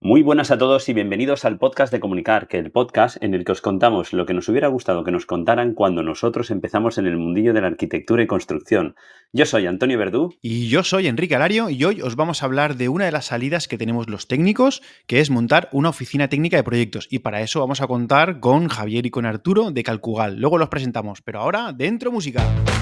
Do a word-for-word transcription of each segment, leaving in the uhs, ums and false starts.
Muy buenas a todos y bienvenidos al podcast de Comunicar, que el podcast en el que os contamos lo que nos hubiera gustado que nos contaran cuando nosotros empezamos en el mundillo de la arquitectura y construcción. Yo soy Antonio Verdú. Y yo soy Enrique Alario y hoy os vamos a hablar de una de las salidas que tenemos los técnicos, que es montar una oficina técnica de proyectos. Y para eso vamos a contar con Javier y con Arturo de Calcugal. Luego los presentamos, pero ahora, dentro música.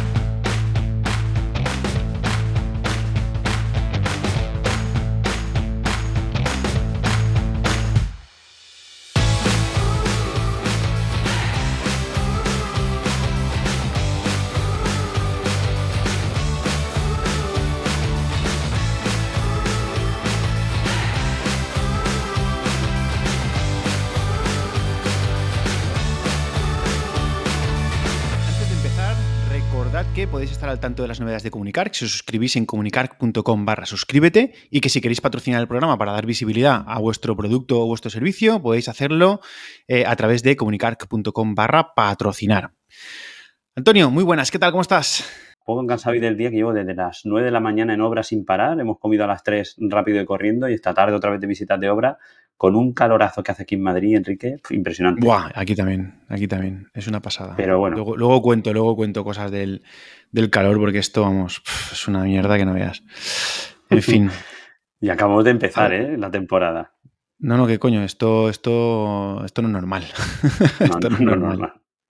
Que podéis estar al tanto de las novedades de Comunicar, que si os suscribís en comunicar.com barra suscríbete y que si queréis patrocinar el programa para dar visibilidad a vuestro producto o vuestro servicio, podéis hacerlo eh, a través de comunicar.com barra patrocinar. Antonio, muy buenas, ¿qué tal? ¿Cómo estás? Un poco cansado hoy del día, que llevo desde las nueve de la mañana en obra sin parar. Hemos comido a las tres rápido y corriendo y esta tarde otra vez de visitas de obra con un calorazo que hace aquí en Madrid, Enrique, impresionante. Buah, aquí también, aquí también, es una pasada. Pero bueno. Luego, luego cuento, luego cuento cosas del, del calor porque esto, vamos, es una mierda que no veas. En fin. Y acabamos de empezar, ¿eh? La temporada. No, no, qué coño, esto, esto, esto no es normal. No, esto no, no es normal. normal.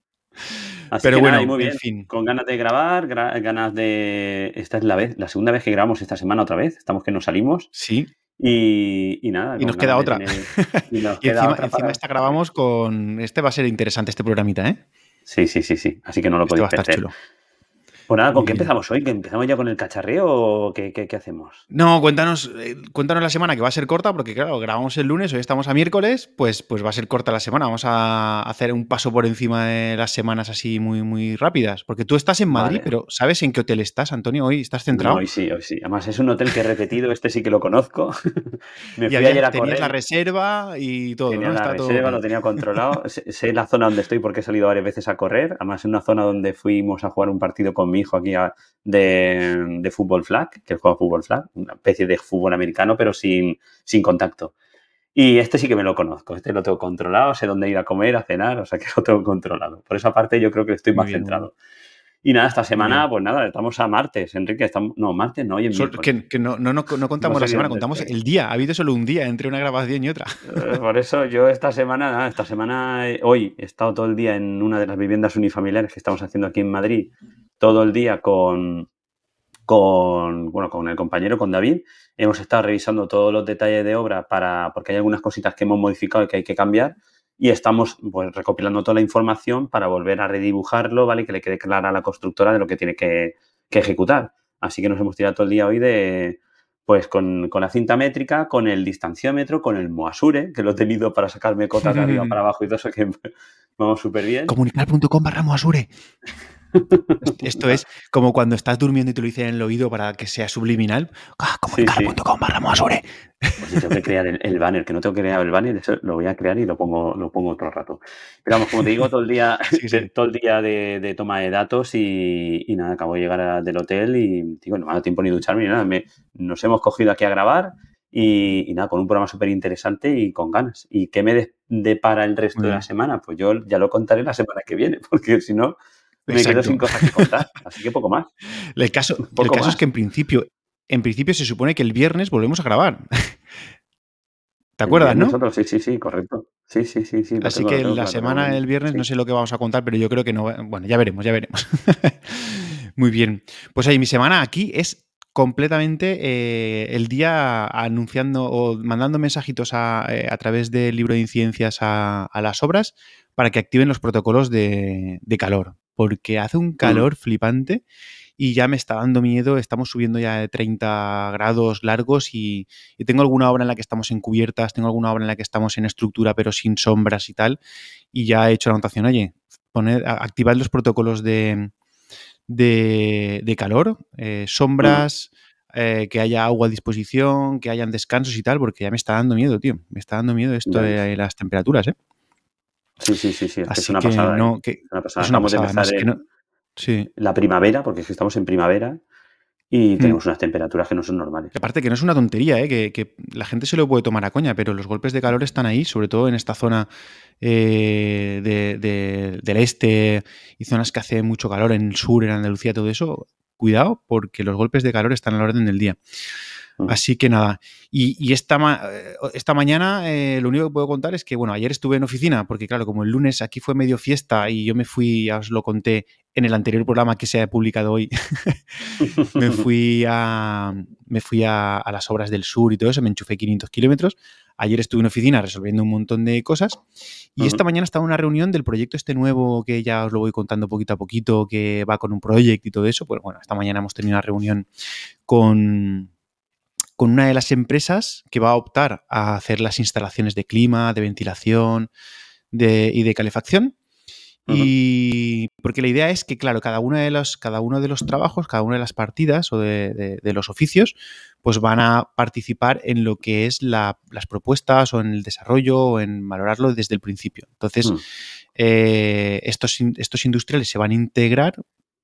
Así Pero que bueno, nada, muy bien. En fin. Con ganas de grabar, gra- ganas de... Esta es la vez, la segunda vez que grabamos esta semana otra vez. Estamos que nos salimos. Sí. Y, y nada. Y nos queda otra. Tener... Y, nos y queda encima, otra encima para... esta grabamos con... Este va a ser interesante, este programita, ¿eh? Sí, sí, sí, sí. Así que no lo este podéis va a estar perder. chulo. Pues nada, ¿con Muy qué bien. empezamos hoy? ¿Que empezamos ya con el cacharreo o qué, qué, qué hacemos? No, cuéntanos, eh, cuéntanos la semana, que va a ser corta, porque claro, grabamos el lunes, hoy estamos a miércoles, pues, pues va a ser corta la semana. Vamos a hacer un paso por encima de las semanas así muy, muy rápidas. Porque tú estás en Madrid, Vale. pero ¿sabes en qué hotel estás, Antonio? Hoy estás centrado. No, hoy sí, hoy sí. Además, es un hotel que he repetido, este sí que lo conozco. Me y fui habías, ayer a tenías correr. la reserva y todo, Tenía ¿no? la Está reserva, todo lo ok. tenía controlado. sé, sé la zona donde estoy porque he salido varias veces a correr. Además, en una zona donde fuimos a jugar un partido con mi hijo aquí a, de, de fútbol flag, que él juega fútbol flag, una especie de fútbol americano, pero sin, sin contacto. Y este sí que me lo conozco, este lo tengo controlado, sé dónde ir a comer, a cenar, o sea que lo tengo controlado. Por esa parte yo creo que estoy Muy más bien, muy bien. centrado. Y nada, esta semana, bien. pues nada, estamos a martes, Enrique. Estamos, no, martes no, hoy es Sol- miércoles. que que no, no, no, no contamos No sé la ni semana, dónde contamos estoy. el día. Ha habido solo un día entre una grabación y otra. Eh, por eso yo esta semana, nada, esta semana, eh, hoy he estado todo el día en una de las viviendas unifamiliares que estamos haciendo aquí en Madrid, todo el día con, con, bueno, con el compañero, con David. Hemos estado revisando todos los detalles de obra para, porque hay algunas cositas que hemos modificado y que hay que cambiar. Y estamos pues recopilando toda la información para volver a redibujarlo, ¿vale? Y que le quede clara a la constructora de lo que tiene que, que ejecutar. Así que nos hemos tirado todo el día hoy de, pues con, con la cinta métrica, con el distanciómetro, con el Moasure, que lo he tenido para sacarme cotas de arriba para abajo y todo eso, que vamos súper bien. Comunicar.com barra Moasure. Esto es como cuando estás durmiendo y te lo dicen en el oído para que sea subliminal. Ah, comunicar.com barra Moasure. Pues sí, tengo que crear el, el banner, que no tengo que crear el banner, eso lo voy a crear y lo pongo, lo pongo otro rato. Pero vamos, como te digo, todo el día, Sí, sí. todo el día de, de toma de datos y, y nada, acabo de llegar a- del hotel y digo, no me ha dado tiempo ni ducharme ni nada. Me- nos hemos cogido aquí a grabar y, y nada, con un programa súper interesante y con ganas. ¿Y qué me de- depara el resto Muy de la bien. semana? Pues yo ya lo contaré la semana que viene, porque si no me quedo Exacto. sin cosas que contar. Así que poco más. El caso, el Poco caso es más. que en principio, en principio se supone que el viernes volvemos a grabar. ¿Te El acuerdas, viernes no? otro, sí, sí, sí, correcto. Sí, sí, sí, sí, lo Así tengo, lo que tengo la claro, lo tengo semana del bien. viernes Sí. no sé lo que vamos a contar, pero yo creo que no. Bueno, ya veremos, ya veremos. Muy bien. Pues ahí, mi semana aquí es completamente eh, el día anunciando o mandando mensajitos a, eh, a través del libro de incidencias a, a las obras para que activen los protocolos de, de calor, porque hace un calor Mm. flipante y ya me está dando miedo. Estamos subiendo ya de treinta grados largos y, y tengo alguna obra en la que estamos en cubiertas, tengo alguna obra en la que estamos en estructura pero sin sombras y tal, y ya he hecho la anotación, oye, poner, a- activad los protocolos de, de, de calor, eh, sombras, eh, que haya agua a disposición, que hayan descansos y tal, porque ya me está dando miedo, tío. Me está dando miedo esto Ya ves. de las temperaturas, ¿eh? Sí, sí, sí, sí, es que es Así una que pasada, ¿eh? no, que Es una pasada. es una Acabamos de pasada. empezar Además, que el- no. Sí. la primavera, porque es que estamos en primavera, y Mm. tenemos unas temperaturas que no son normales. Que aparte que no es una tontería, ¿eh? que, que la gente se lo puede tomar a coña, pero los golpes de calor están ahí, sobre todo en esta zona eh, de- de- del este y zonas que hace mucho calor, en el sur, en Andalucía, todo eso. Cuidado, porque los golpes de calor están a la orden del día. Mm. Así que nada. Y, y esta, ma- eh, esta mañana eh, lo único que puedo contar es que, bueno, ayer estuve en oficina, porque claro, como el lunes aquí fue medio fiesta y yo me fui, ya os lo conté en el anterior programa que se ha publicado hoy, me fui a, me fui a, a las obras del sur y todo eso, me enchufé quinientos kilómetros. Ayer estuve en oficina resolviendo un montón de cosas y esta Ujú. mañana estaba en una reunión del proyecto este nuevo que ya os lo voy contando poquito a poquito, que va con un proyecto y todo eso. Pues bueno, esta mañana hemos tenido una reunión con, con una de las empresas que va a optar a hacer las instalaciones de clima, de ventilación de, y de calefacción. Ujú. Y porque la idea es que, claro, cada uno de los, cada uno de los trabajos, cada una de las partidas o de, de, de los oficios, pues van a participar en lo que es la, las propuestas o en el desarrollo o en valorarlo desde el principio. Entonces, Mm. eh, estos, estos industriales se van a integrar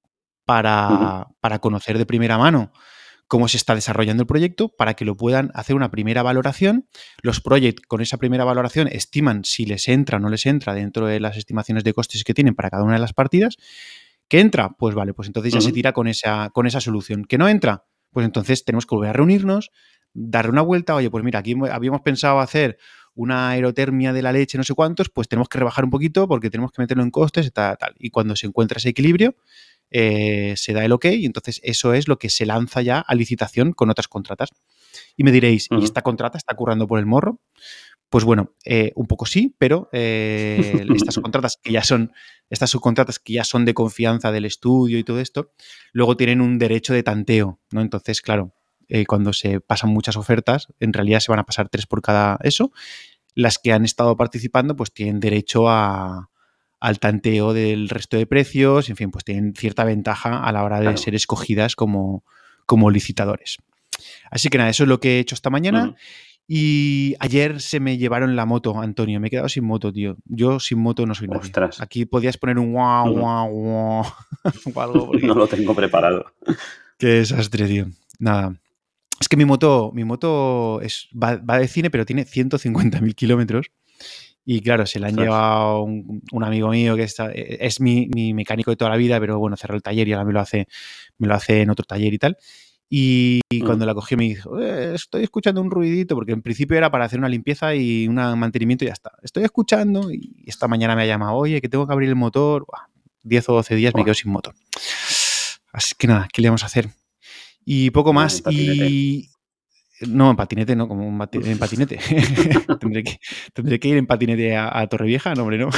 Ujú. para, para conocer de primera mano cómo se está desarrollando el proyecto para que lo puedan hacer una primera valoración. Los projects con esa primera valoración estiman si les entra o no les entra dentro de las estimaciones de costes que tienen para cada una de las partidas. ¿Qué entra? Pues vale, pues entonces ya se Ujú. tira con esa, con esa solución. ¿Que no entra? Pues entonces tenemos que volver a reunirnos, darle una vuelta. Oye, pues mira, aquí habíamos pensado hacer una aerotermia de la leche, no sé cuántos, pues tenemos que rebajar un poquito porque tenemos que meterlo en costes y tal, tal. Y cuando se encuentra ese equilibrio, eh, se da el ok y entonces eso es lo que se lanza ya a licitación con otras contratas. Y me diréis, ¿y Ujú. esta contrata está currando por el morro? Pues bueno, eh, un poco sí, pero eh, estas contratas que ya son, estas subcontratas que ya son de confianza del estudio y todo esto, luego tienen un derecho de tanteo, ¿no? Entonces, claro, eh, cuando se pasan muchas ofertas, en realidad se van a pasar tres por cada eso. Las que han estado participando, pues tienen derecho a, al tanteo del resto de precios, en fin, pues tienen cierta ventaja a la hora de Claro. ser escogidas como, como licitadores. Así que nada, eso es lo que he hecho esta mañana. Ujú. Y ayer se me llevaron la moto, Antonio. Me he quedado sin moto, tío. Yo sin moto no soy nadie. Ostras. Aquí podías poner un guau, Ujú. guau, guau o algo, No porque lo tengo preparado. qué desastre, tío. Nada. Es que mi moto, mi moto es, va, va de cine, pero tiene ciento cincuenta mil kilómetros. Y claro, se la han Ostras. llevado un, un amigo mío que está, es mi, mi mecánico de toda la vida, pero bueno, cerró el taller y ahora me lo hace, me lo hace en otro taller y tal. Y, y cuando Ujú. la cogió me dijo, "Eh, estoy escuchando un ruidito", porque en principio era para hacer una limpieza y un mantenimiento y ya está. Estoy escuchando y esta mañana me ha llamado, oye, que tengo que abrir el motor. Buah, diez o doce días me quedo Buah. sin motor. Así que nada, ¿qué le vamos a hacer? Y poco Nada, en más. patinete. Y no, en patinete no, como un bati- en patinete. tendré, que, tendré que ir en patinete a, a Torrevieja, no, hombre, no.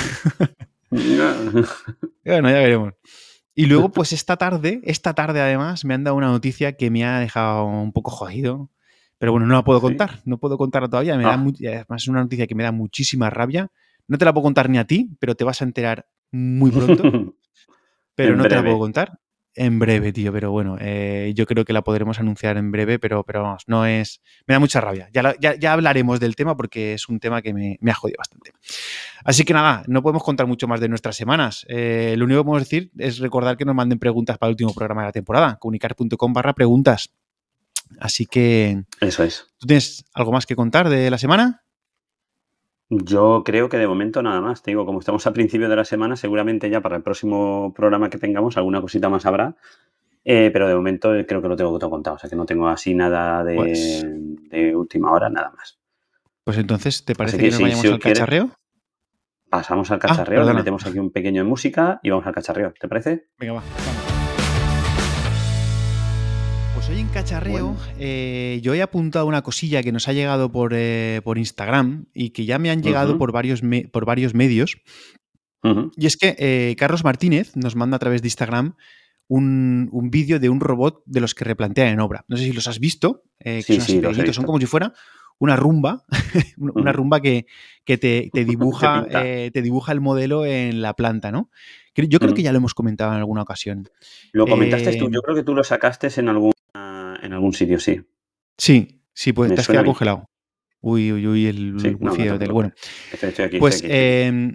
Bueno, ya veremos. Y luego, pues esta tarde, esta tarde además, me han dado una noticia que me ha dejado un poco jodido. Pero bueno, no la puedo Sí. contar, no puedo contarla todavía. Me da Ah. mu- además, es una noticia que me da muchísima rabia. No te la puedo contar ni a ti, pero te vas a enterar muy pronto. Pero En no te la puedo breve. contar en breve, tío. Pero bueno, eh, yo creo que la podremos anunciar en breve, pero, pero vamos, no es. Me da mucha rabia. Ya, la- ya, ya hablaremos del tema porque es un tema que me, me ha jodido bastante. Así que nada, no podemos contar mucho más de nuestras semanas. Eh, lo único que podemos decir es recordar que nos manden preguntas para el último programa de la temporada, comunicar.com barra preguntas. Así que, Eso es. ¿tú tienes algo más que contar de la semana? Yo creo que de momento nada más. Te digo, como estamos a principio de la semana, seguramente ya para el próximo programa que tengamos alguna cosita más habrá. Eh, pero de momento eh, creo que lo tengo todo contado. O sea que no tengo así nada Pues, de, de última hora, nada más. pues entonces, ¿te Así parece que que nos si, si vayamos al quieres, cacharreo? pasamos al Ah, cacharreo, le perdona. metemos aquí un pequeño de música y vamos al cacharreo. ¿Te parece? Venga, va. Vamos. Pues hoy en cacharreo Bueno. eh, yo he apuntado una cosilla que nos ha llegado por, eh, por Instagram y que ya me han llegado Ujú. por varios, me- por varios medios. Ujú. Y es que eh, Carlos Martínez nos manda a través de Instagram un, un vídeo de un robot de los que replantean en obra. No sé si los has visto, eh, que Sí, son así sí, los he pequeñitos, son visto. como si fuera una rumba, una Ujú. rumba que, que te, te Que dibuja, pinta. eh, te dibuja el modelo en la planta, ¿no? Cre- Yo creo que Ujú. ya lo hemos comentado en alguna ocasión. Lo comentaste Eh, tú, yo creo que tú lo sacaste en algún, en algún sitio, sí. sí, sí, pues Me te has suena a quedado mí. congelado. Uy, uy, uy, el, Sí, el no, wifi no del te hotel. Bueno, preocupes. Estoy, estoy aquí, estoy pues aquí, estoy aquí. eh,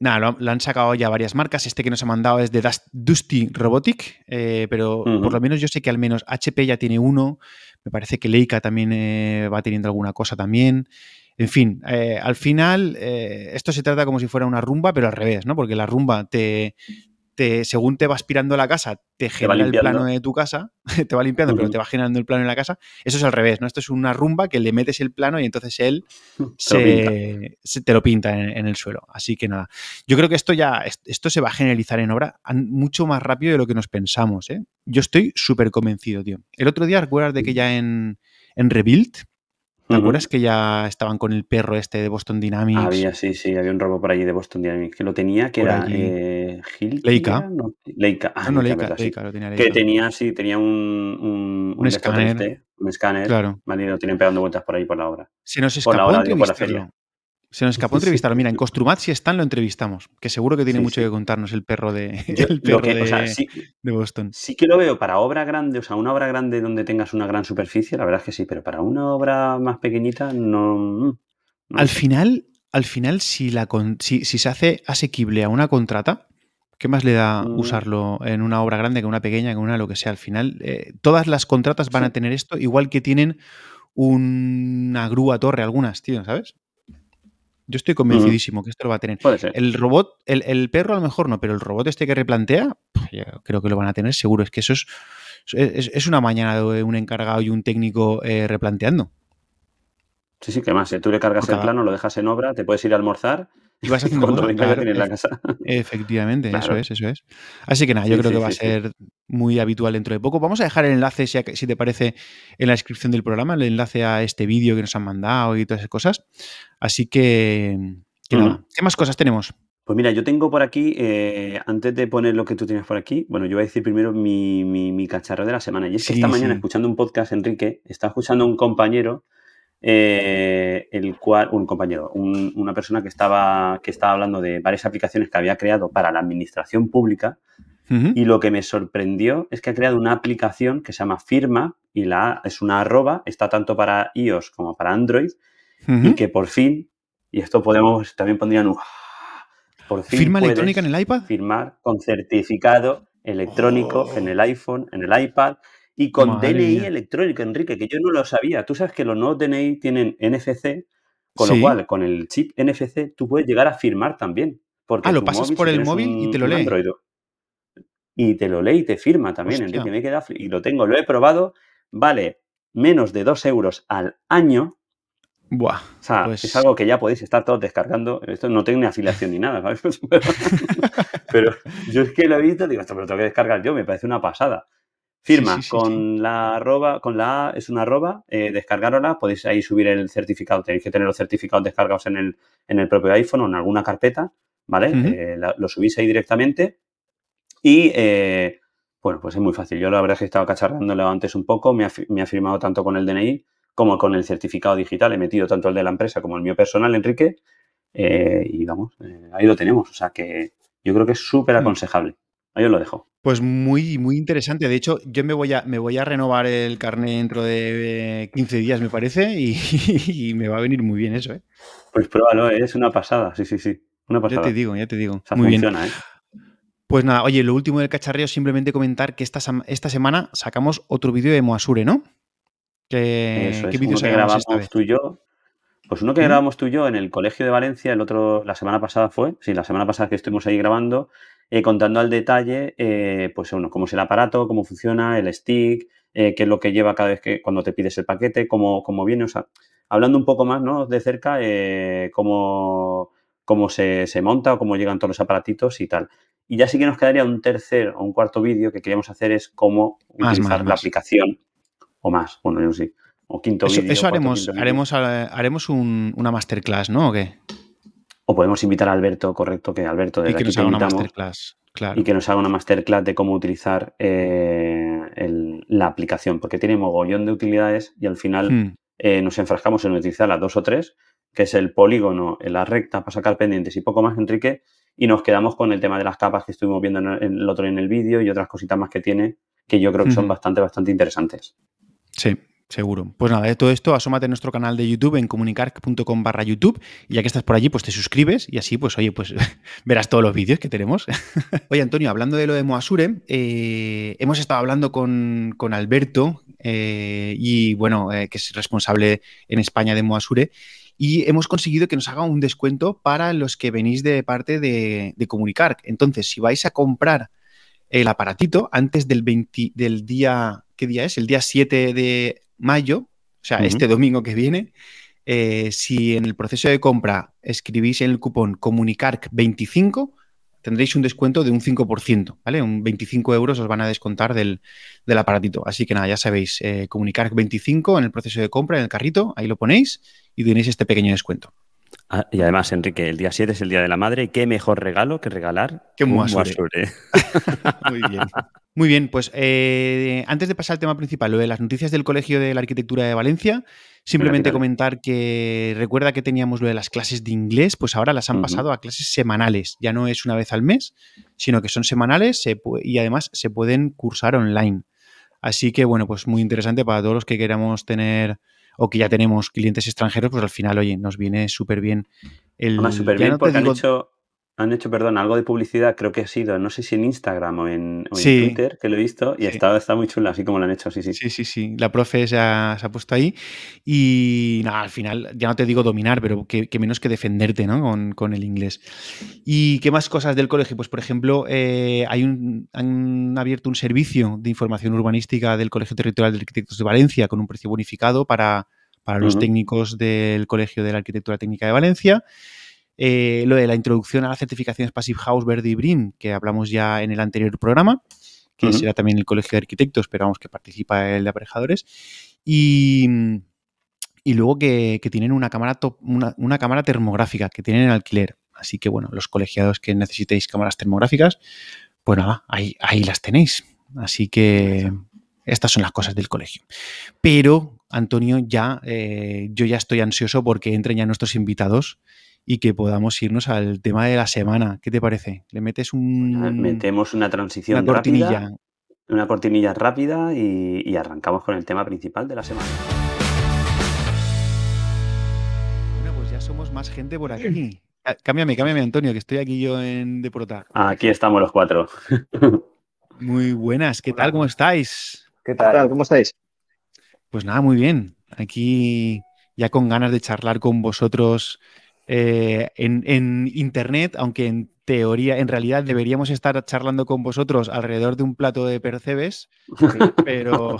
nada, lo, lo han sacado ya varias marcas. Este que nos ha mandado es de Dust- Dusty Robotic, eh, pero Ujú. por lo menos yo sé que al menos H P ya tiene uno. Me parece que Leica también eh, va teniendo alguna cosa también. En fin, eh, al final eh, esto se trata como si fuera una rumba, pero al revés, ¿no? Porque la rumba te, te, según te va aspirando la casa, te Te va genera el plano limpiando. de tu casa, te va limpiando, pero Ujú. te va generando el plano en la casa. Eso es al revés, ¿no? Esto es una rumba que le metes el plano y entonces él Te lo pinta. se, se te lo pinta en, en el suelo. Así que nada, yo creo que esto ya, esto se va a generalizar en obra mucho más rápido de lo que nos pensamos, ¿eh? Yo estoy súper convencido, tío. El otro día, ¿recuerdas de que ya en, en Rebuild, ¿te Ujú. acuerdas que ya estaban con el perro este de Boston Dynamics Había, sí, sí, había un robot por allí de Boston Dynamics que lo tenía, que por era allí? eh, Hilti, Leica. ¿era? No, Leica, ah, No, no, Leica, Leica, verdad, sí. Leica, lo tenía Que Leica. tenía, sí, tenía un, un, Un un de estos tres escáner, D, un escáner, claro. ¿vale? Y lo tienen pegando vueltas por ahí por la obra. Se nos Por la escapó obra, digo, por la entrevistarlo. feria. Se nos escapó Sí, entrevistarlo. Mira, en Costrumat, si están, lo entrevistamos. Que seguro que tiene sí, mucho que sí. contarnos el perro de, Yo el lo perro que, o sea, de, sí, de Boston. sí que lo veo para obra grande, o sea, una obra grande donde tengas una gran superficie, la verdad es que sí, pero para una obra más pequeñita no, mm, no lo Al sé. final, al final si, la con- si, si se hace asequible a una contrata, ¿qué más le da Mm, usarlo en una obra grande que una pequeña, que una lo que sea? Al final, eh, todas las contratas van sí. a tener esto, igual que tienen una grúa torre algunas, tío, ¿sabes? Yo estoy Ujú. convencidísimo que esto lo va a tener. Puede ser. El robot, el, el perro a lo mejor no, pero el robot este que replantea, pf, yo creo que lo van a tener seguro. Es que eso es, es, es una mañana de un encargado y un técnico eh, replanteando. Sí, sí, que más, si tú le cargas Por el cada, plano, lo dejas en obra, te puedes ir a almorzar y vas y haciendo cuando cosas, venga ya claro. tienes la ef- casa. efectivamente, eso Claro. es, eso es. Así que nada, yo Sí, creo que sí, va a sí, sí. ser muy habitual dentro de poco. Vamos a dejar el enlace, si, si te parece, en la descripción del programa, el enlace a este vídeo que nos han mandado y todas esas cosas. Así que, que Ujú. nada. ¿Qué más cosas tenemos? Pues mira, yo tengo por aquí, eh, antes de poner lo que tú tienes por aquí, bueno, yo voy a decir primero mi, mi, mi cacharro de la semana. Y es que esta Sí, mañana, sí. escuchando un podcast, Enrique, estaba escuchando a un compañero, eh, el cual, un compañero, un- una persona que estaba, que estaba hablando de varias aplicaciones que había creado para la administración pública. Ujú, Y lo que me sorprendió es que ha creado una aplicación que se llama Firma y la A es una arroba, está tanto para iOS como para Android y ujú. que por fin, y esto podemos, también pondrían un por fin ¿Firma electrónica en puedes el iPad? firmar con certificado electrónico en Oh, el iPhone, en el iPad y con madre D N I mía. electrónico, Enrique, que yo no lo sabía. Tú sabes que los nuevos D N I tienen N F C, con lo Sí. cual con el chip N F C tú puedes llegar a firmar también, Ah, porque lo tu pasas móvil, por si el tienes móvil y te un, lo un lee. Android y te lo lee y te firma también, Hostia. Enrique, me he quedado fli- y lo tengo, lo he probado, vale menos de dos euros al año. Buah, O sea, es pues. algo que ya podéis estar todos descargando. Esto no tengo ni afiliación ni nada, ¿sabes? Pero, pero yo es que lo he visto, digo, esto me lo tengo que descargar yo, me parece una pasada. Sí, sí, Firma sí, sí. con la arroba, con la A es una arroba, eh, descargarosla, podéis ahí subir el certificado, tenéis que tener los certificados descargados en el, en el propio iPhone o en alguna carpeta, ¿vale? Ujú. Eh, la- lo subís ahí directamente y, eh, bueno, pues es muy fácil. Yo la verdad es que he estado cacharrándolo antes un poco, me ha, fi- me ha firmado tanto con el D N I como con el certificado digital. He metido tanto el de la empresa como el mío personal, Enrique, eh, y vamos, eh, ahí lo tenemos. O sea que yo creo que es súper Hmm. aconsejable. Ahí os lo dejo. Pues muy, muy interesante. De hecho, yo me voy a, me voy a renovar el carnet dentro de eh, quince días, me parece, y, y me va a venir muy bien eso, ¿eh? Pues pruébalo, ¿eh? Es una pasada, sí, sí, sí, una Ya te pasada. digo, ya te digo. O sea, Muy bien. funciona, ¿eh? Pues nada, oye, lo último del cacharreo, simplemente comentar que esta, sam- esta semana sacamos otro vídeo de Moasure, ¿no? ¿Qué, Eso qué es, vídeo uno que sacamos esta grabamos vez? tú y yo. Pues uno que ¿Mm? grabamos tú y yo en el Colegio de Valencia, el otro, la semana pasada fue, sí, la semana pasada que estuvimos ahí grabando, eh, contando al detalle, eh, pues bueno, cómo es el aparato, cómo funciona, el stick, eh, qué es lo que lleva cada vez que, cuando te pides el paquete, cómo, cómo viene, o sea, hablando un poco más, ¿no? De cerca, eh, cómo, cómo se, se monta o cómo llegan todos los aparatitos y tal. Y ya sí que nos quedaría un tercer o un cuarto vídeo que queríamos hacer es cómo Más, más, utilizar la más. aplicación o más, bueno, yo sí, o quinto Eso, vídeo, eso cuarto, haremos, quinto vídeo. haremos, eh, haremos un- una masterclass, ¿no? ¿O qué? O podemos invitar a Alberto, correcto, que Alberto, Y desde que aquí nos te haga una invitamos masterclass, y claro. que nos haga una masterclass de cómo utilizar eh, el- la aplicación, porque tiene mogollón de utilidades y al final Hmm. eh, nos enfrascamos en utilizar las dos o tres, que es el polígono, la recta para sacar pendientes y poco más, Enrique, y nos quedamos con el tema de las capas que estuvimos viendo en el, en el otro en el vídeo y otras cositas más que tiene, que yo creo que son Ujú. bastante, bastante interesantes. Sí, Seguro. Pues nada, de todo esto, asómate a nuestro canal de YouTube en comunicarc punto com barra YouTube y ya que estás por allí, pues te suscribes y así, pues oye, pues verás todos los vídeos que tenemos. Oye, Antonio, hablando de lo de Moasure, eh, hemos estado hablando con, con Alberto eh, y, bueno, eh, que es responsable en España de Moasure y hemos conseguido que nos haga un descuento para los que venís de parte de, de Comunicar. Entonces, si vais a comprar el aparatito antes del, veinte, del día, ¿qué día es? El día siete de mayo, o sea, uh-huh. este domingo que viene, eh, si en el proceso de compra escribís en el cupón Comunicarc veinticinco, tendréis un descuento de un cinco por ciento, ¿vale? Un veinticinco euros os van a descontar del, del aparatito. Así que nada, ya sabéis, eh, Comunicarc veinticinco en el proceso de compra, en el carrito, ahí lo ponéis y tenéis este pequeño descuento. Ah, y además, Enrique, el día siete es el Día de la Madre. ¿Qué mejor regalo que regalar que un Moasure? Muy bien. Muy bien, pues eh, antes de pasar al tema principal, lo de las noticias del Colegio de la Arquitectura de Valencia, simplemente Hola, comentar que recuerda que teníamos lo de las clases de inglés, pues ahora las han uh-huh. pasado a clases semanales. Ya no es una vez al mes, sino que son semanales se pu- y además se pueden cursar online. Así que, bueno, pues muy interesante para todos los que queramos tener o que ya tenemos clientes extranjeros, pues al final, oye, nos viene súper bien. El, Además, súper bien no porque digo... han hecho... Han hecho, perdón, algo de publicidad, creo que ha sido, no sé si en Instagram o en, o sí, en Twitter, que lo he visto, y sí. está, está muy chula, así como lo han hecho, sí, sí. Sí, sí, sí. La profe se ha, se ha puesto ahí y nada, al final, ya no te digo dominar, pero que, que menos que defenderte, ¿no? Con, con el inglés. ¿Y qué más cosas del colegio? Pues, por ejemplo, eh, hay un, han abierto un servicio de información urbanística del Colegio Territorial de Arquitectos de Valencia con un precio bonificado para, para los uh-huh. técnicos del Colegio de la Arquitectura Técnica de Valencia. Eh, lo de la introducción a las certificaciones Passive House, Verde y BREEAM, que hablamos ya en el anterior programa, que uh-huh. será también el Colegio de Arquitectos, pero vamos, que participa el de aparejadores. Y, y luego que, que tienen una cámara, top, una, una cámara termográfica que tienen en alquiler. Así que, bueno, los colegiados que necesitéis cámaras termográficas, pues nada, ahí, ahí las tenéis. Así que estas son las cosas del colegio. Pero, Antonio, ya eh, yo ya estoy ansioso porque entren ya nuestros invitados y que podamos irnos al tema de la semana. ¿Qué te parece? ¿Le metes un... Metemos una transición una cortinilla. rápida, una cortinilla rápida y, y arrancamos con el tema principal de la semana. Bueno, pues ya somos más gente por aquí. Cámbiame, cámbiame, Antonio, que estoy aquí yo en De Prota. Aquí estamos los cuatro. Muy buenas. ¿Qué Hola. tal? ¿Cómo estáis? ¿Qué tal? ¿Cómo estáis? Pues nada, muy bien. Aquí ya con ganas de charlar con vosotros eh, en, en internet, aunque en teoría, en realidad deberíamos estar charlando con vosotros alrededor de un plato de percebes, pero...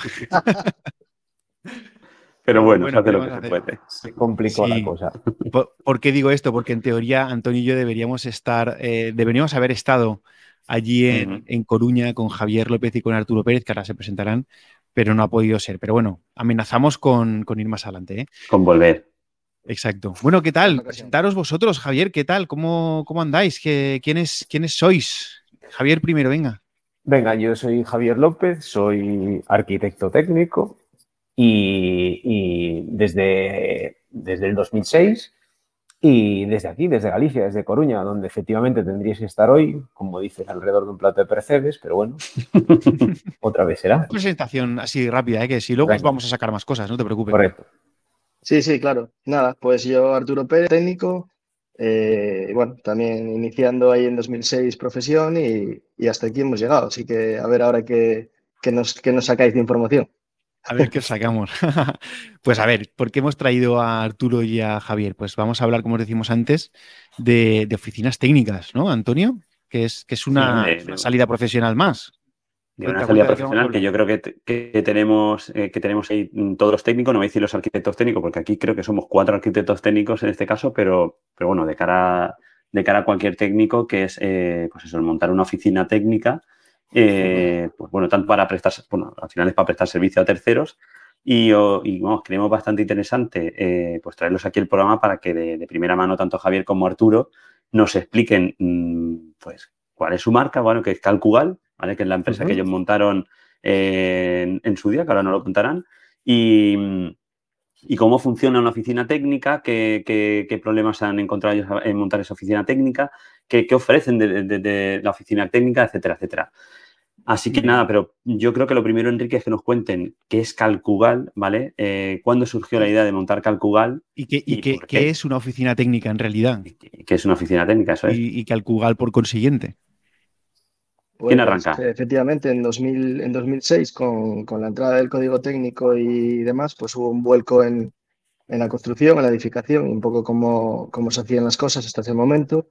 Pero bueno, bueno se hace lo que se puede. Se complicó sí. la cosa. ¿Por, ¿Por qué digo esto? Porque en teoría Antonio y yo deberíamos estar, eh, deberíamos haber estado allí en, uh-huh. en Coruña con Javier López y con Arturo Pérez, que ahora se presentarán, pero no ha podido ser. Pero bueno, amenazamos con, con ir más adelante. ¿eh? Con volver. Exacto. Bueno, ¿qué tal? Presentaros vosotros, Javier, ¿qué tal? ¿Cómo, cómo andáis? ¿Qué, quiénes, ¿Quiénes sois? Javier primero, venga. Venga, yo soy Javier López, soy arquitecto técnico y, y desde, desde el dos mil seis y desde aquí, desde Galicia, desde Coruña, donde efectivamente tendríais que estar hoy, como dices, alrededor de un plato de percebes, pero bueno, otra vez será. Una presentación así rápida, ¿eh? Que si luego Correcto. Vamos a sacar más cosas, no te preocupes. Correcto. Sí, sí, claro. Nada, pues yo, Arturo Pérez, técnico, eh, bueno, también iniciando ahí en dos mil seis profesión y, y hasta aquí hemos llegado. Así que a ver ahora qué, qué, nos, qué nos sacáis de información. A ver qué os sacamos. Pues a ver, ¿por qué hemos traído a Arturo y a Javier? Pues vamos a hablar, como os decimos antes, de, de oficinas técnicas, ¿no, Antonio? Que es, que es una, sí, de, una salida profesional más. De una salida profesional que, que yo creo que, que, tenemos, eh, que tenemos ahí todos los técnicos, no voy a decir los arquitectos técnicos, porque aquí creo que somos cuatro arquitectos técnicos en este caso, pero, pero bueno, de cara, de cara a cualquier técnico, que es eh, pues eso, montar una oficina técnica, eh, pues bueno, tanto para prestar, bueno, al final es para prestar servicio a terceros y, o, y vamos, creemos bastante interesante eh, pues traerlos aquí al programa para que de, de primera mano tanto Javier como Arturo nos expliquen mmm, pues cuál es su marca, bueno, que es Calcugal, ¿vale? Que es la empresa uh-huh. que ellos montaron eh, en, en su día, que ahora no lo contarán, y, y cómo funciona una oficina técnica, qué, qué, qué problemas han encontrado ellos en montar esa oficina técnica, qué, qué ofrecen de, de, de la oficina técnica, etcétera, etcétera. Así que nada, pero yo creo que lo primero, Enrique, es que nos cuenten qué es Calcugal, ¿vale? Eh, ¿Cuándo surgió la idea de montar Calcugal? ¿Y, qué, y ¿Y qué, por qué qué? es una oficina técnica en realidad? ¿Qué es una oficina técnica? Eso es. Y, y Calcugal por consiguiente. ¿Quién Pues arranca? efectivamente en dos mil, en dos mil seis con, con la entrada del código técnico y demás, pues hubo un vuelco en, en la construcción, en la edificación, un poco cómo, cómo se hacían las cosas hasta ese momento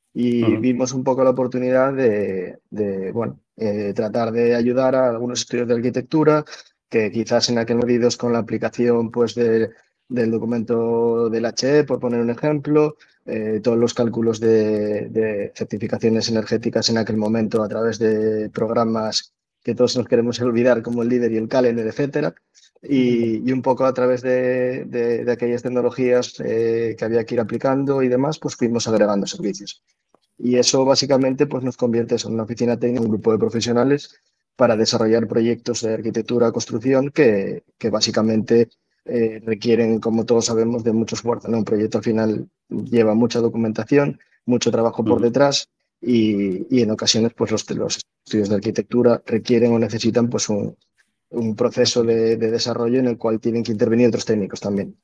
y Ujú, vimos un poco la oportunidad de, de, bueno, eh, tratar de ayudar a algunos estudios de arquitectura que quizás en aquel momento con la aplicación pues de, del documento del H E, por poner un ejemplo, eh, todos los cálculos de, de certificaciones energéticas en aquel momento a través de programas que todos nos queremos olvidar como el Líder y el Calendar, etcétera. Y, y, un poco a través de, de, de aquellas tecnologías eh, que había que ir aplicando y demás, pues fuimos agregando servicios. Y eso básicamente pues, nos convierte en una oficina técnica, un grupo de profesionales para desarrollar proyectos de arquitectura, construcción que, que básicamente eh, requieren, como todos sabemos, de mucho esfuerzo, ¿no? Un proyecto al final lleva mucha documentación, mucho trabajo por ujú. detrás y, y en ocasiones pues, los, los estudios de arquitectura requieren o necesitan pues, un, un proceso de, de desarrollo en el cual tienen que intervenir otros técnicos también.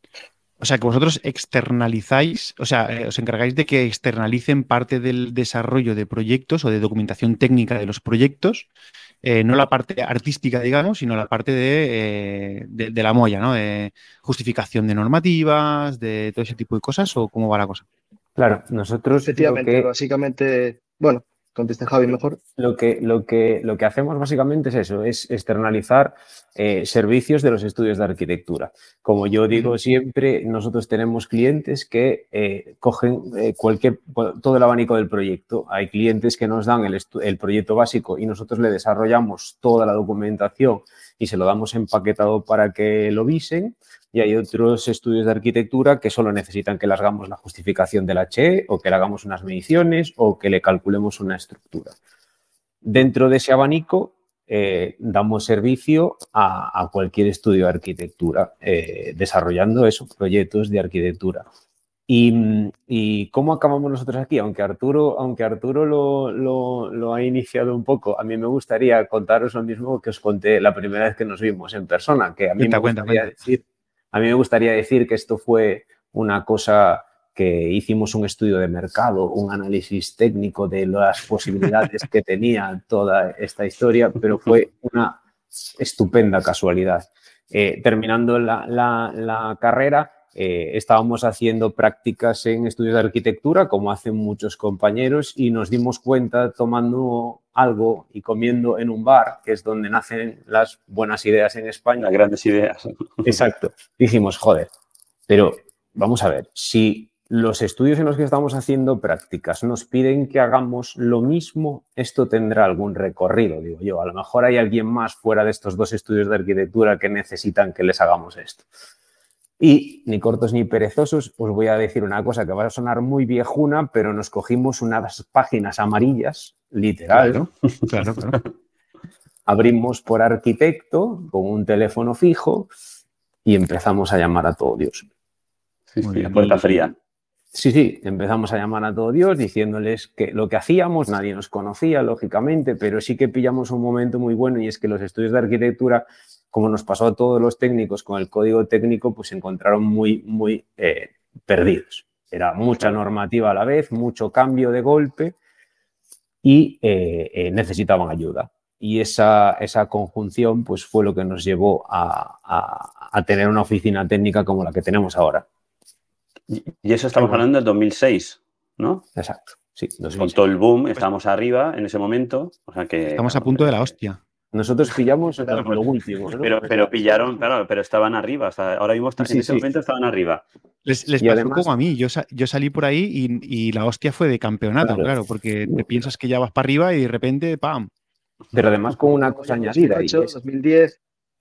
O sea, que vosotros externalizáis, o sea, eh, os encargáis de que externalicen parte del desarrollo de proyectos o de documentación técnica de los proyectos, eh, no la parte artística, digamos, sino la parte de, eh, de, de la molla, ¿no? De justificación de normativas, de todo ese tipo de cosas, ¿o cómo va la cosa? Claro, nosotros lo Efectivamente, que básicamente, bueno, conteste Javi mejor. Lo que, lo que, lo que hacemos básicamente es eso, es externalizar eh, servicios de los estudios de arquitectura. Como yo digo siempre, nosotros tenemos clientes que eh, cogen eh, cualquier, todo el abanico del proyecto. Hay clientes que nos dan el, el proyecto básico y nosotros le desarrollamos toda la documentación y se lo damos empaquetado para que lo visen. Y hay otros estudios de arquitectura que solo necesitan que le hagamos la justificación del H E o que le hagamos unas mediciones o que le calculemos una estructura. Dentro de ese abanico eh, damos servicio a, a, cualquier estudio de arquitectura, eh, desarrollando esos proyectos de arquitectura. Y, y, ¿cómo acabamos nosotros aquí? Aunque Arturo, aunque Arturo lo, lo, lo ha iniciado un poco, a mí me gustaría contaros lo mismo que os conté la primera vez que nos vimos en persona, que a mí Cuenta, me cuenta, gustaría cuenta. decir, a mí me gustaría decir que esto fue una cosa que hicimos un estudio de mercado, un análisis técnico de las posibilidades que tenía toda esta historia, pero fue una estupenda casualidad. Eh, terminando la, la, la carrera, eh, estábamos haciendo prácticas en estudios de arquitectura, como hacen muchos compañeros, y nos dimos cuenta tomando algo y comiendo en un bar, que es donde nacen las buenas ideas en España. Las grandes ideas. Exacto. Dijimos, joder, pero vamos a ver, si los estudios en los que estamos haciendo prácticas nos piden que hagamos lo mismo, esto tendrá algún recorrido, digo yo. A lo mejor hay alguien más fuera de estos dos estudios de arquitectura que necesitan que les hagamos esto. Y ni cortos ni perezosos, os voy a decir una cosa que va a sonar muy viejuna, pero nos cogimos unas páginas amarillas, literal. Claro, claro, claro. Abrimos por arquitecto con un teléfono fijo y empezamos a llamar a todo Dios. Sí, sí, la puerta fría. Sí, sí, empezamos a llamar a todo Dios diciéndoles que lo que hacíamos, nadie nos conocía, lógicamente, pero sí que pillamos un momento muy bueno y es que los estudios de arquitectura, como nos pasó a todos los técnicos con el código técnico, pues se encontraron muy, muy eh, perdidos. Era mucha normativa a la vez, mucho cambio de golpe y eh, eh, necesitaban ayuda. Y esa, esa conjunción pues, fue lo que nos llevó a, a, a tener una oficina técnica como la que tenemos ahora. Y eso estamos bueno. hablando del dos mil seis, ¿no? Exacto, sí. dos mil seis. Con todo el boom, estábamos arriba en ese momento. O sea que, estamos a punto de la hostia. Nosotros pillamos lo, lo último, ¿no? Pero, pero pillaron, claro, pero estaban arriba. O sea, ahora mismo está, sí, en ese sí. momento estaban arriba. Les, les y pasó además, como a mí. Yo, yo salí por ahí y, y la hostia fue de campeonato, claro. claro, porque te piensas que ya vas para arriba y de repente, ¡pam! Pero además con una cosa añadida. dos mil ocho, dos mil diez.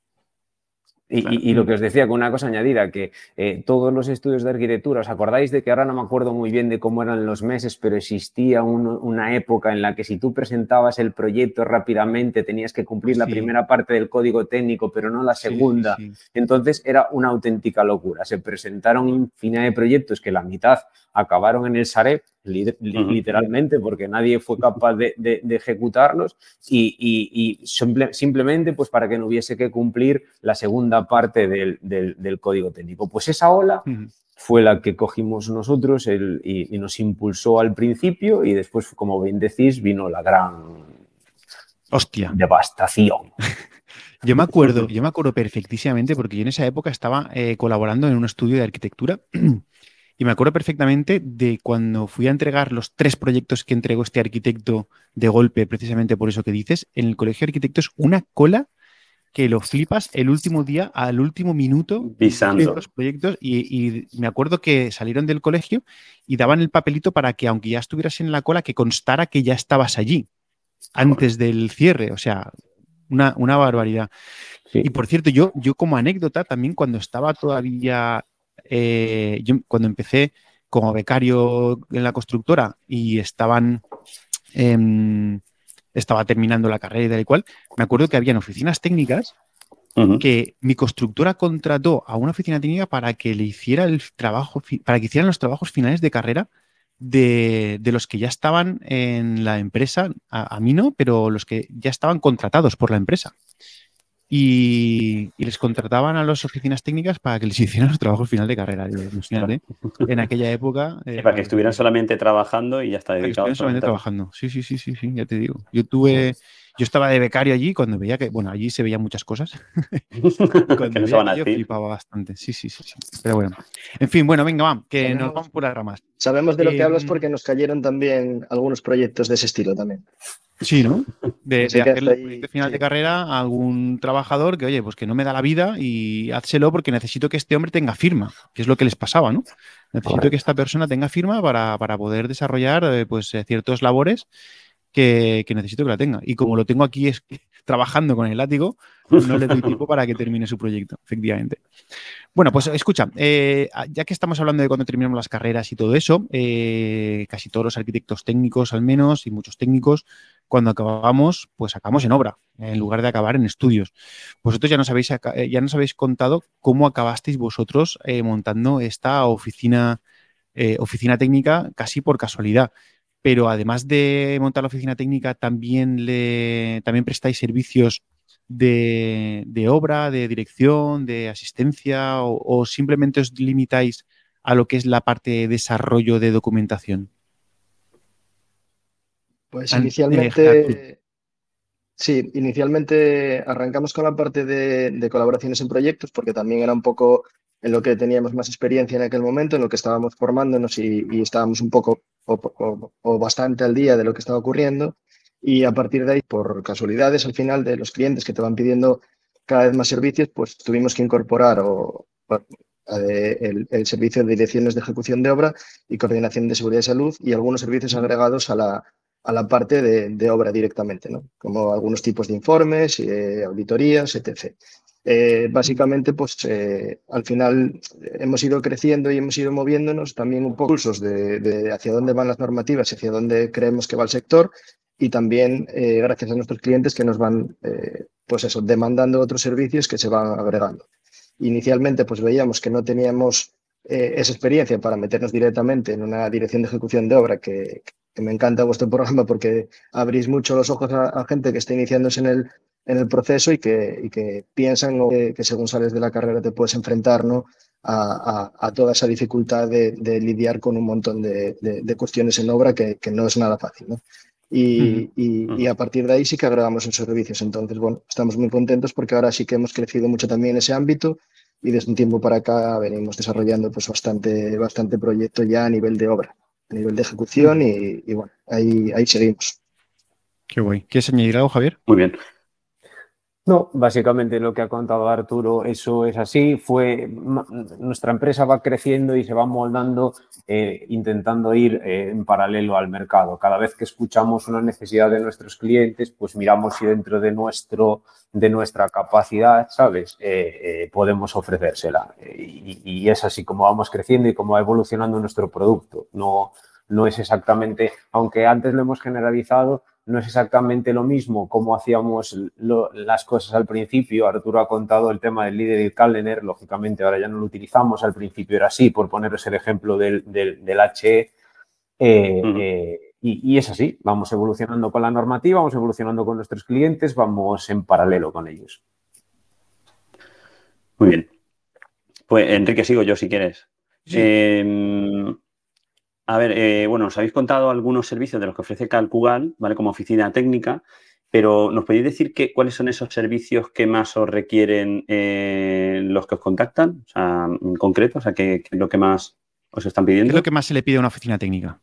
Y, claro. y, y lo que os decía, con una cosa añadida, que eh, todos los estudios de arquitectura, ¿os acordáis de que ahora no me acuerdo muy bien de cómo eran los meses, pero existía un, una época en la que si tú presentabas el proyecto rápidamente tenías que cumplir sí. la primera parte del código técnico, pero no la segunda? Sí, sí, sí. Entonces era una auténtica locura. Se presentaron infinidad de proyectos que la mitad acabaron en el Sareb, li, li, Uh-huh. literalmente, porque nadie fue capaz de, de, de ejecutarlos y, y, y simple, simplemente pues para que no hubiese que cumplir la segunda parte del, del, del código técnico. Pues esa ola uh-huh. fue la que cogimos nosotros el, y, y nos impulsó al principio y después, como bien decís, vino la gran Hostia. devastación. Yo me acuerdo, yo me acuerdo perfectísimamente porque yo en esa época estaba eh, colaborando en un estudio de arquitectura y me acuerdo perfectamente de cuando fui a entregar los tres proyectos que entregó este arquitecto de golpe, precisamente por eso que dices, en el colegio de arquitectos, una cola que lo flipas el último día, al último minuto, visando los proyectos y, y me acuerdo que salieron del colegio y daban el papelito para que, aunque ya estuvieras en la cola, que constara que ya estabas allí antes del cierre, o sea, una, una barbaridad. Sí. Y por cierto, yo, yo como anécdota, también cuando estaba todavía, eh, yo cuando empecé como becario en la constructora y estaban... Eh, estaba terminando la carrera y tal y cual, me acuerdo que habían oficinas técnicas uh-huh. que mi constructora contrató a una oficina técnica para que le hiciera el trabajo, para que hicieran los trabajos finales de carrera de, de los que ya estaban en la empresa, a, a mí no, pero los que ya estaban contratados por la empresa. Y, y les contrataban a las oficinas técnicas para que les hicieran los trabajos final de carrera. Imagínate, en aquella época. Eh, para que estuvieran solamente trabajando y ya está dedicado. Para que estuvieran solamente trabajando. Sí, sí, sí, sí, sí, ya te digo. Yo tuve, yo estaba de becario allí cuando veía que, bueno, allí se veían muchas cosas. Cuando que no se van a yo decir. flipaba bastante. Sí, sí, sí, sí. Pero bueno. En fin, bueno, venga, va, que sabemos, nos vamos por las ramas. Sabemos de lo eh, que hablas porque nos cayeron también algunos proyectos de ese estilo también. Sí, ¿no? De, de hacer el ahí, proyecto final sí. de carrera a algún trabajador que, oye, pues que no me da la vida y házselo porque necesito que este hombre tenga firma, que es lo que les pasaba, ¿no? Necesito Correcto. que esta persona tenga firma para, para poder desarrollar eh, pues ciertos labores que, que necesito que la tenga. Y como lo tengo aquí es, trabajando con el látigo, no le doy tiempo para que termine su proyecto, efectivamente. Bueno, pues escucha, eh, ya que estamos hablando de cuando terminamos las carreras y todo eso, eh, casi todos los arquitectos técnicos al menos y muchos técnicos, cuando acabamos, pues acabamos en obra, en lugar de acabar en estudios. Vosotros ya nos habéis, ya nos habéis contado cómo acabasteis vosotros eh, montando esta oficina, eh, oficina técnica casi por casualidad. Pero además de montar la oficina técnica, también, le, también prestáis servicios de, de obra, de dirección, de asistencia o, o simplemente os limitáis a lo que es la parte de desarrollo de documentación. Pues inicialmente, sí, inicialmente arrancamos con la parte de, de colaboraciones en proyectos porque también era un poco en lo que teníamos más experiencia en aquel momento, en lo que estábamos formándonos y, y estábamos un poco o, o, o bastante al día de lo que estaba ocurriendo. Y a partir de ahí, por casualidades, al final de los clientes que te van pidiendo cada vez más servicios, pues tuvimos que incorporar o, el, el servicio de direcciones de ejecución de obra y coordinación de seguridad y salud y algunos servicios agregados a la, a la parte de, de obra directamente, ¿no? Como algunos tipos de informes, eh, auditorías, etcétera. Eh, básicamente, pues eh, al final hemos ido creciendo y hemos ido moviéndonos también un poco pulsos de, de hacia dónde van las normativas y hacia dónde creemos que va el sector y también eh, gracias a nuestros clientes que nos van eh, pues eso, demandando otros servicios que se van agregando. Inicialmente pues veíamos que no teníamos eh, esa experiencia para meternos directamente en una dirección de ejecución de obra que, que me encanta vuestro programa porque abrís mucho los ojos a, a gente que está iniciándose en el en el proceso y que, y que piensan ¿no? que, que según sales de la carrera te puedes enfrentar ¿no? a, a, a toda esa dificultad de, de lidiar con un montón de, de, de cuestiones en obra que, que no es nada fácil, ¿no? Y, y, y a partir de ahí sí que agregamos esos servicios. Entonces, bueno, estamos muy contentos porque ahora sí que hemos crecido mucho también en ese ámbito y desde un tiempo para acá venimos desarrollando pues bastante, bastante proyecto ya a nivel de obra, a nivel de ejecución y, y bueno, ahí, ahí seguimos. Qué guay. ¿Quieres añadir algo, Javier? Muy bien. No, básicamente lo que ha contado Arturo, eso es así. Fue nuestra empresa va creciendo y se va moldando, eh, intentando ir eh, en paralelo al mercado. Cada vez que escuchamos una necesidad de nuestros clientes, pues miramos si dentro de nuestro de nuestra capacidad, ¿sabes? Eh, eh, podemos ofrecérsela. Y, y es así como vamos creciendo y como va evolucionando nuestro producto. No, no es exactamente, aunque antes lo hemos generalizado, no es exactamente lo mismo como hacíamos lo, las cosas al principio. Arturo ha contado el tema del líder y el calendar, lógicamente ahora ya no lo utilizamos, al principio era así, por poneros el ejemplo del, del, del H E, Eh, Ujú. eh, y, y es así, vamos evolucionando con la normativa, vamos evolucionando con nuestros clientes, vamos en paralelo con ellos. Muy bien. Pues Enrique, sigo yo si quieres. Sí. Eh, a ver, eh, bueno, os habéis contado algunos servicios de los que ofrece Calcugal, ¿vale? Como oficina técnica, pero ¿nos podéis decir qué, cuáles son esos servicios que más os requieren eh, los que os contactan? O sea, en concreto, o sea, ¿qué, qué es lo que más os están ¿Qué es lo pidiendo? que más se le pide a una oficina técnica?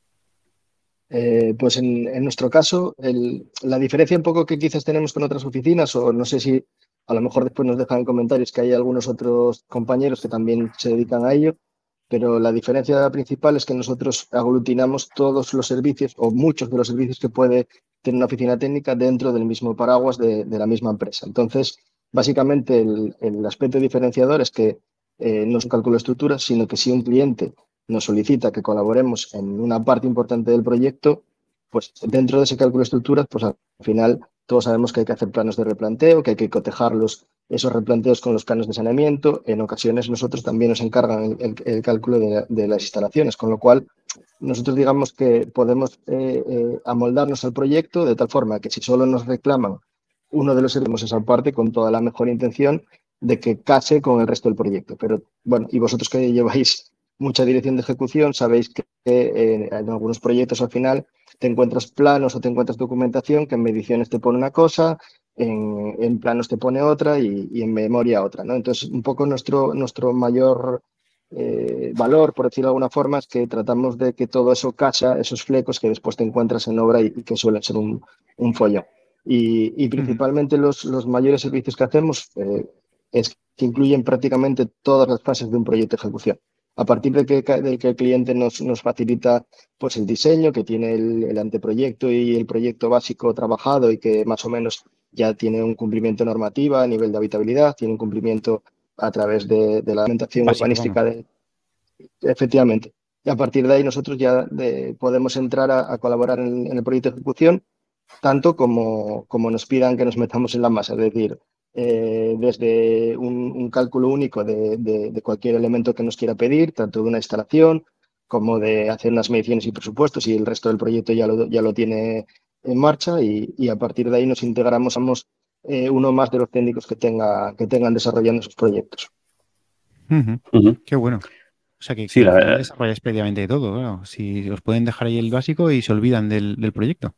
Eh, pues en, en nuestro caso, el- la diferencia un poco que quizás tenemos con otras oficinas, o no sé si a lo mejor después nos dejan en comentarios que hay algunos otros compañeros que también se dedican a ello, pero la diferencia principal es que nosotros aglutinamos todos los servicios o muchos de los servicios que puede tener una oficina técnica dentro del mismo paraguas de, de la misma empresa. Entonces, básicamente el, el aspecto diferenciador es que eh, no es un cálculo de estructuras, sino que si un cliente nos solicita que colaboremos en una parte importante del proyecto, pues dentro de ese cálculo de estructuras, pues al final todos sabemos que hay que hacer planos de replanteo, que hay que cotejarlos, esos replanteos con los planos de saneamiento. En ocasiones nosotros también nos encargan el, el, el cálculo de, de, las instalaciones, con lo cual nosotros digamos que podemos eh, eh, amoldarnos al proyecto de tal forma que si solo nos reclaman uno de los servicios esa parte con toda la mejor intención de que case con el resto del proyecto. Pero bueno, y vosotros que lleváis mucha dirección de ejecución, sabéis que eh, en algunos proyectos al final te encuentras planos o te encuentras documentación que en mediciones te pone una cosa, en, en planos te pone otra y, y, en memoria otra, ¿no? Entonces, un poco nuestro, nuestro mayor eh, valor, por decirlo de alguna forma, es que tratamos de que todo eso casa, esos flecos que después te encuentras en obra y, y que suelen ser un, un follón. Y, y Ujú. principalmente los, los mayores servicios que hacemos eh, es que incluyen prácticamente todas las fases de un proyecto de ejecución. A partir de que, de que el cliente nos, nos facilita pues, el diseño, que tiene el, el anteproyecto y el proyecto básico trabajado y que más o menos ya tiene un cumplimiento normativa a nivel de habitabilidad, tiene un cumplimiento a través de, de la documentación Básico, vamos. urbanística, de, efectivamente. Y a partir de ahí nosotros ya de, podemos entrar a, a colaborar en, en el proyecto de ejecución tanto como, como nos pidan que nos metamos en la masa, es decir, eh, desde un, un, cálculo único de, de, de cualquier elemento que nos quiera pedir, tanto de una instalación como de hacer unas mediciones y presupuestos, y el resto del proyecto ya lo, ya lo tiene en marcha, y, y a partir de ahí nos integramos somos, eh, uno más de los técnicos que, tenga, que tengan desarrollando esos proyectos. Ujú. Ujú. Qué bueno. O sea, que, que Sí, al la final verdad. desarrolláis prácticamente de todo, claro. Si os pueden dejar ahí el básico y se olvidan del, del proyecto.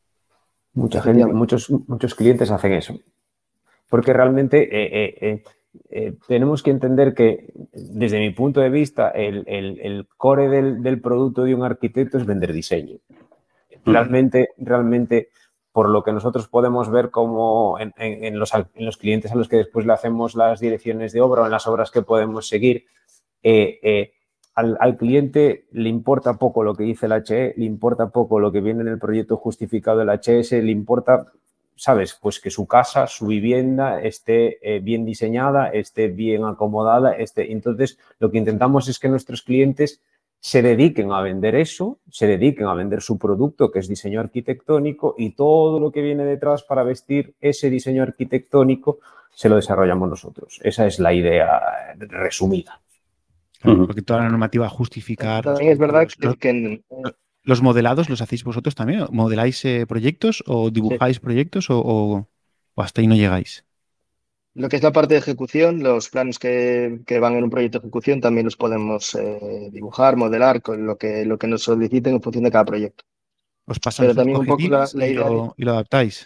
Mucha gente, Efectivamente. muchos, muchos clientes hacen eso. Porque realmente eh, eh, eh, tenemos que entender que, desde mi punto de vista, el, el, el core del, del producto de un arquitecto es vender diseño. Realmente, realmente, por lo que nosotros podemos ver como en, en, en, los, en los clientes a los que después le hacemos las direcciones de obra o en las obras que podemos seguir, eh, eh, al, al cliente le importa poco lo que dice el H E, le importa poco lo que viene en el proyecto justificado del H S, le importa, ¿sabes? Pues que su casa, su vivienda esté eh, bien diseñada, esté bien acomodada. Esté... Entonces, lo que intentamos es que nuestros clientes se dediquen a vender eso, se dediquen a vender su producto, que es diseño arquitectónico, y todo lo que viene detrás para vestir ese diseño arquitectónico se lo desarrollamos nosotros. Esa es la idea resumida. Claro, Ujú. porque toda la normativa justificar los También es verdad cálculos. que, Los, que en, los modelados los hacéis vosotros también. ¿Modeláis eh, proyectos o sí. dibujáis proyectos o, o, o hasta ahí no llegáis? Lo que es la parte de ejecución, los planos que, que van en un proyecto de ejecución también los podemos eh, dibujar, modelar con lo que, lo que nos soliciten en función de cada proyecto. ¿Os pasan Pero los también un poco la, objetivos la y idea de... lo, y lo adaptáis?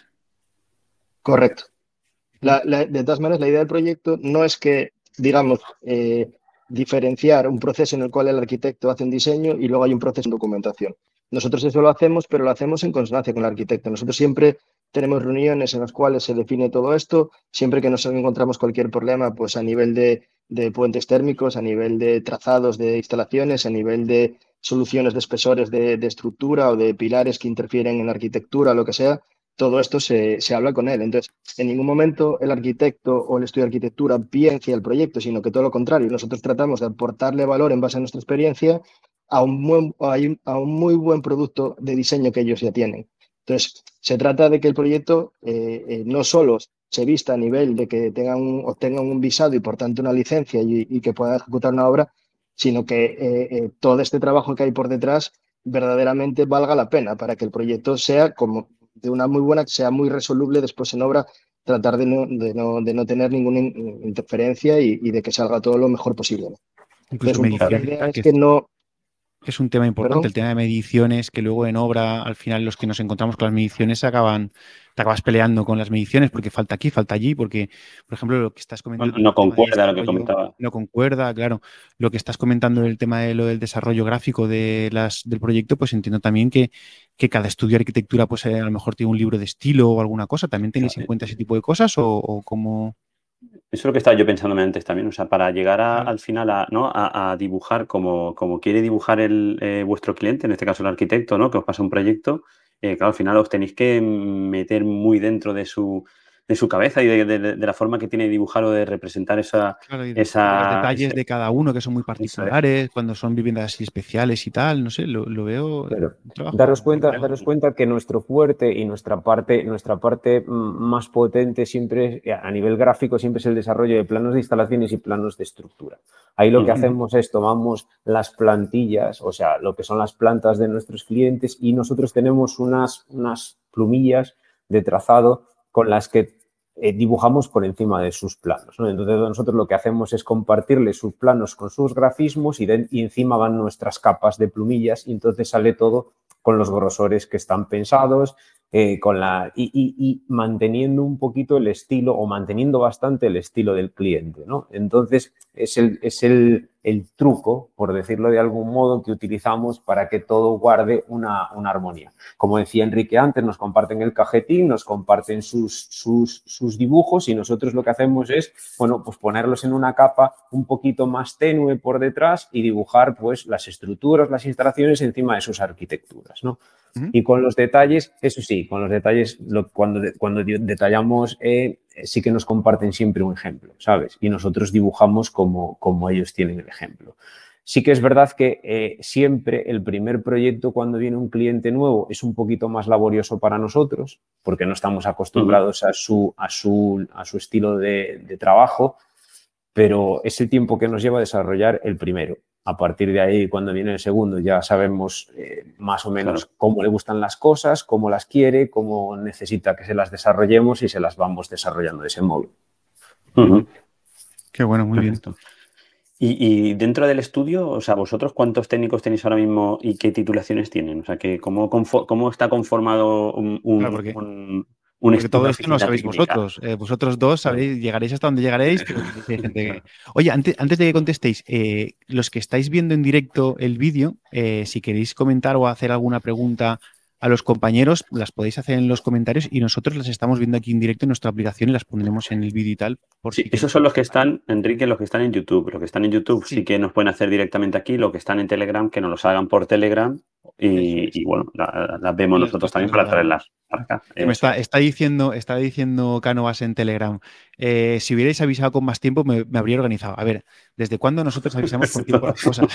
Correcto. Mm. La, la, de todas maneras, la idea del proyecto no es que, digamos, eh, diferenciar un proceso en el cual el arquitecto hace un diseño y luego hay un proceso de documentación. Nosotros eso lo hacemos, pero lo hacemos en consonancia con el arquitecto. Nosotros siempre tenemos reuniones en las cuales se define todo esto, siempre que nos encontramos cualquier problema, pues a nivel de, de puentes térmicos, a nivel de trazados de instalaciones, a nivel de soluciones de espesores de, de estructura o de pilares que interfieren en la arquitectura, lo que sea, todo esto se, se habla con él. Entonces, en ningún momento el arquitecto o el estudio de arquitectura piensa el proyecto, sino que todo lo contrario. Nosotros tratamos de aportarle valor en base a nuestra experiencia a un, buen, a un muy buen producto de diseño que ellos ya tienen. Entonces, se trata de que el proyecto eh, eh, no solo se vista a nivel de que tengan un, obtengan un visado y por tanto una licencia y, y que puedan ejecutar una obra, sino que eh, eh, todo este trabajo que hay por detrás verdaderamente valga la pena, para que el proyecto sea como de una muy buena, que sea muy resoluble después en obra, tratar de no, de no, de no tener ninguna in- interferencia y, y de que salga todo lo mejor posible, ¿no? Incluso Entonces, un poco la mediciones, idea tal, es que que es, no, que es un tema importante, perdón. el tema de mediciones, que luego en obra, al final, los que nos encontramos con las mediciones acaban, te acabas peleando con las mediciones porque falta aquí, falta allí, porque, por ejemplo, lo que estás No, comentando no del tema de concuerda lo que desarrollo comentaba. no concuerda, claro. Lo que estás comentando del tema de lo del desarrollo gráfico de las, del proyecto, pues entiendo también que, que cada estudio de arquitectura, pues eh, a lo mejor tiene un libro de estilo o alguna cosa. ¿También tenéis en cuenta ese tipo de cosas o, o cómo? Eso es lo que estaba yo pensándome antes también, o sea, para llegar a- Claro. al final a, ¿no? a, a dibujar como, como quiere dibujar el, eh, vuestro cliente, en este caso el arquitecto, ¿no? Que os pasa un proyecto, eh, claro, al final os tenéis que meter muy dentro de su, de su cabeza y de, de- de la forma que tiene de dibujar o de representar esa... Claro, y de, y de los esa detalles ese- de cada uno que son muy eso es. particulares, cuando son viviendas así especiales y tal, no sé, lo, lo veo Claro. un trabajo Daros cuenta, complejo. daros cuenta que nuestro fuerte y nuestra parte, nuestra parte mm, más potente siempre es, a nivel gráfico siempre es el desarrollo de planos de instalaciones y planos de estructura. Ahí lo que Ujú. hacemos es tomamos las plantillas, o sea, lo que son las plantas de nuestros clientes y nosotros tenemos unas, unas plumillas de trazado con las que eh, dibujamos por encima de sus planos, ¿no? Entonces nosotros lo que hacemos es compartirle sus planos con sus grafismos y, de, y encima van nuestras capas de plumillas y entonces sale todo con los grosores que están pensados, eh, con la, y, y, y, manteniendo un poquito el estilo o manteniendo bastante el estilo del cliente, ¿no? Entonces es el, es el, el truco, por decirlo de algún modo, que utilizamos para que todo guarde una, una armonía. Como decía Enrique antes, nos comparten el cajetín, nos comparten sus, sus, sus dibujos y nosotros lo que hacemos es, bueno, pues ponerlos en una capa un poquito más tenue por detrás y dibujar pues las estructuras, las instalaciones encima de sus arquitecturas, ¿no? Ujú. Y con los detalles, eso sí, con los detalles, lo, cuando, cuando detallamos, eh, sí que nos comparten siempre un ejemplo, ¿sabes? Y nosotros dibujamos como, como ellos tienen el ejemplo. Sí que es verdad que eh, siempre el primer proyecto cuando viene un cliente nuevo es un poquito más laborioso para nosotros porque no estamos acostumbrados a su, a su, a su estilo de, de trabajo, pero es el tiempo que nos lleva a desarrollar el primero. A partir de ahí, cuando viene el segundo, ya sabemos eh, más o menos Claro. cómo le gustan las cosas, cómo las quiere, cómo necesita que se las desarrollemos y se las vamos desarrollando de ese modo. Ujú. Qué bueno, muy bien. Perfecto. Y, y dentro del estudio, o sea, vosotros cuántos técnicos tenéis ahora mismo y qué titulaciones tienen, o sea, que cómo, confo- cómo está conformado un, Claro, un, porque, un- un porque estu- todo una esto no lo oficina sabéis técnica. vosotros. Eh, vosotros dos Claro. sabéis, llegaréis hasta donde llegaréis, pero tenéis ahí gente que... Claro. Oye, antes, antes de que contestéis, eh, los que estáis viendo en directo el vídeo, eh, si queréis comentar o hacer alguna pregunta a los compañeros, las podéis hacer en los comentarios y nosotros las estamos viendo aquí en directo en nuestra aplicación y las pondremos en el vídeo y tal, por Sí, si esos queréis son los que comentar, ¿vale? están, Enrique, los que están en YouTube. Los que están en YouTube sí Sí, que nos pueden hacer directamente aquí, los que están en Telegram, que nos los hagan por Telegram eso y, es. y, bueno, la- las vemos Y las nosotros dos también para trasladamos. traerlas para acá. Que me Eso está, es. está diciendo, está diciendo Cánovas en Telegram. Eh, si hubierais avisado con más tiempo, me, me habría organizado. A ver, ¿desde cuándo nosotros avisamos con tiempo las cosas?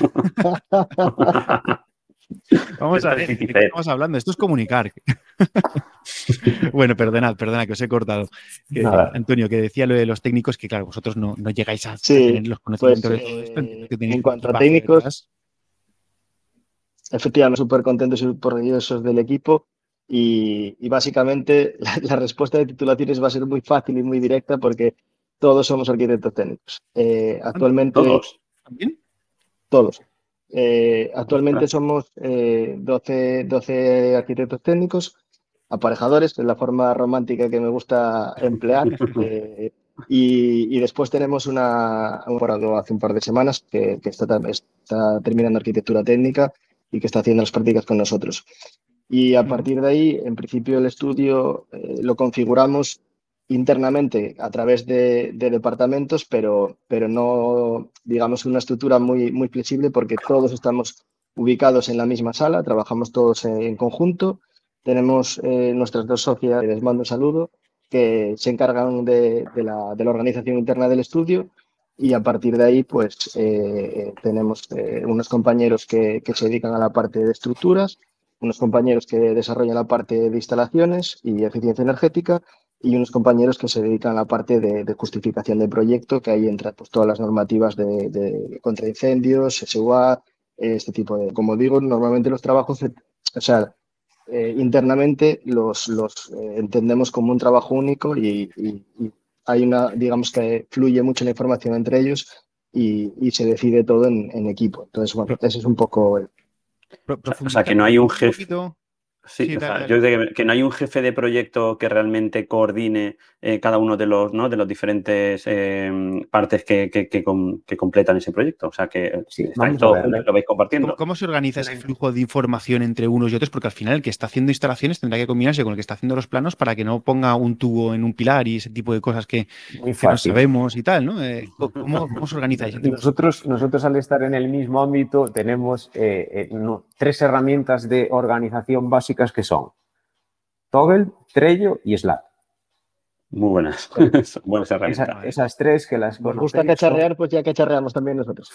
Vamos Esto a es ver, ¿de qué difícil. estamos hablando? Esto es comunicar. Bueno, perdonad, perdonad, que os he cortado. Que, Nada. Antonio, que decía lo de los técnicos, que claro, vosotros no, no llegáis a, a Sí, tener los pues conocimientos de todo esto. Entiendo eh, que tenéis en un cuanto a equipazo técnicos, detrás. efectivamente, súper contentos y súper orgullosos del equipo y, y básicamente la, la respuesta de titulaciones va a ser muy fácil y muy directa porque todos somos arquitectos técnicos. Eh, actualmente, Todos. ¿También? todos. Eh, actualmente Ostras. somos eh, doce, doce arquitectos técnicos, aparejadores, que es la forma romántica que me gusta emplear. eh, y, y después tenemos una, un morado hace un par de semanas que, que está, está terminando arquitectura técnica y que está haciendo las prácticas con nosotros. Y a Ujú. partir de ahí, en principio, el estudio eh, lo configuramos internamente a través de, de departamentos, pero, pero no, digamos, una estructura muy, muy flexible porque todos estamos ubicados en la misma sala, trabajamos todos en, en conjunto. Tenemos eh, nuestras dos socias, les mando un saludo, que se encargan de, de, la, de la organización interna del estudio y a partir de ahí, pues eh, tenemos eh, unos compañeros que, que se dedican a la parte de estructuras, unos compañeros que desarrollan la parte de instalaciones y eficiencia energética y unos compañeros que se dedican a la parte de, de justificación de proyecto, que ahí entran pues, todas las normativas de, de contra incendios, S U A, eh, este tipo de... Como digo, normalmente los trabajos, eh, o sea, eh, internamente los, los eh, entendemos como un trabajo único y, y, y hay una, digamos que fluye mucho la información entre ellos y, y se decide todo en, en equipo. Entonces, bueno, Pro- ese es un poco... el- pro- O sea, o sea, que profundizar, no hay un un jefe. poquito. Sí, Sí, o dale, sea, dale. yo creo que, que no hay un jefe de proyecto que realmente coordine eh, cada uno de los, ¿no? de los diferentes eh, partes que, que, que, com- que completan ese proyecto. O sea, que Sí, estáis vamos a todos ver. juntos La, y lo vais ¿Cómo, compartiendo. cómo se organiza ese la- flujo de información entre unos y otros? Porque al final el que está haciendo instalaciones tendrá que combinarse con el que está haciendo los planos para que no ponga un tubo en un pilar y ese tipo de cosas que, Muy que no fácil. sabemos y tal, ¿no? Eh, co- ¿cómo, cómo os organizáis entre vosotros? Nosotros, nosotros al estar en el mismo ámbito tenemos eh, eh, no, tres herramientas de organización básicas que son Toggle, Trello y Slack. Muy buenas. Son buenas herramientas. Esa- Vale. esas tres que las Nos gusta conocéis son, cacharrear, pues ya cacharreamos también nosotros.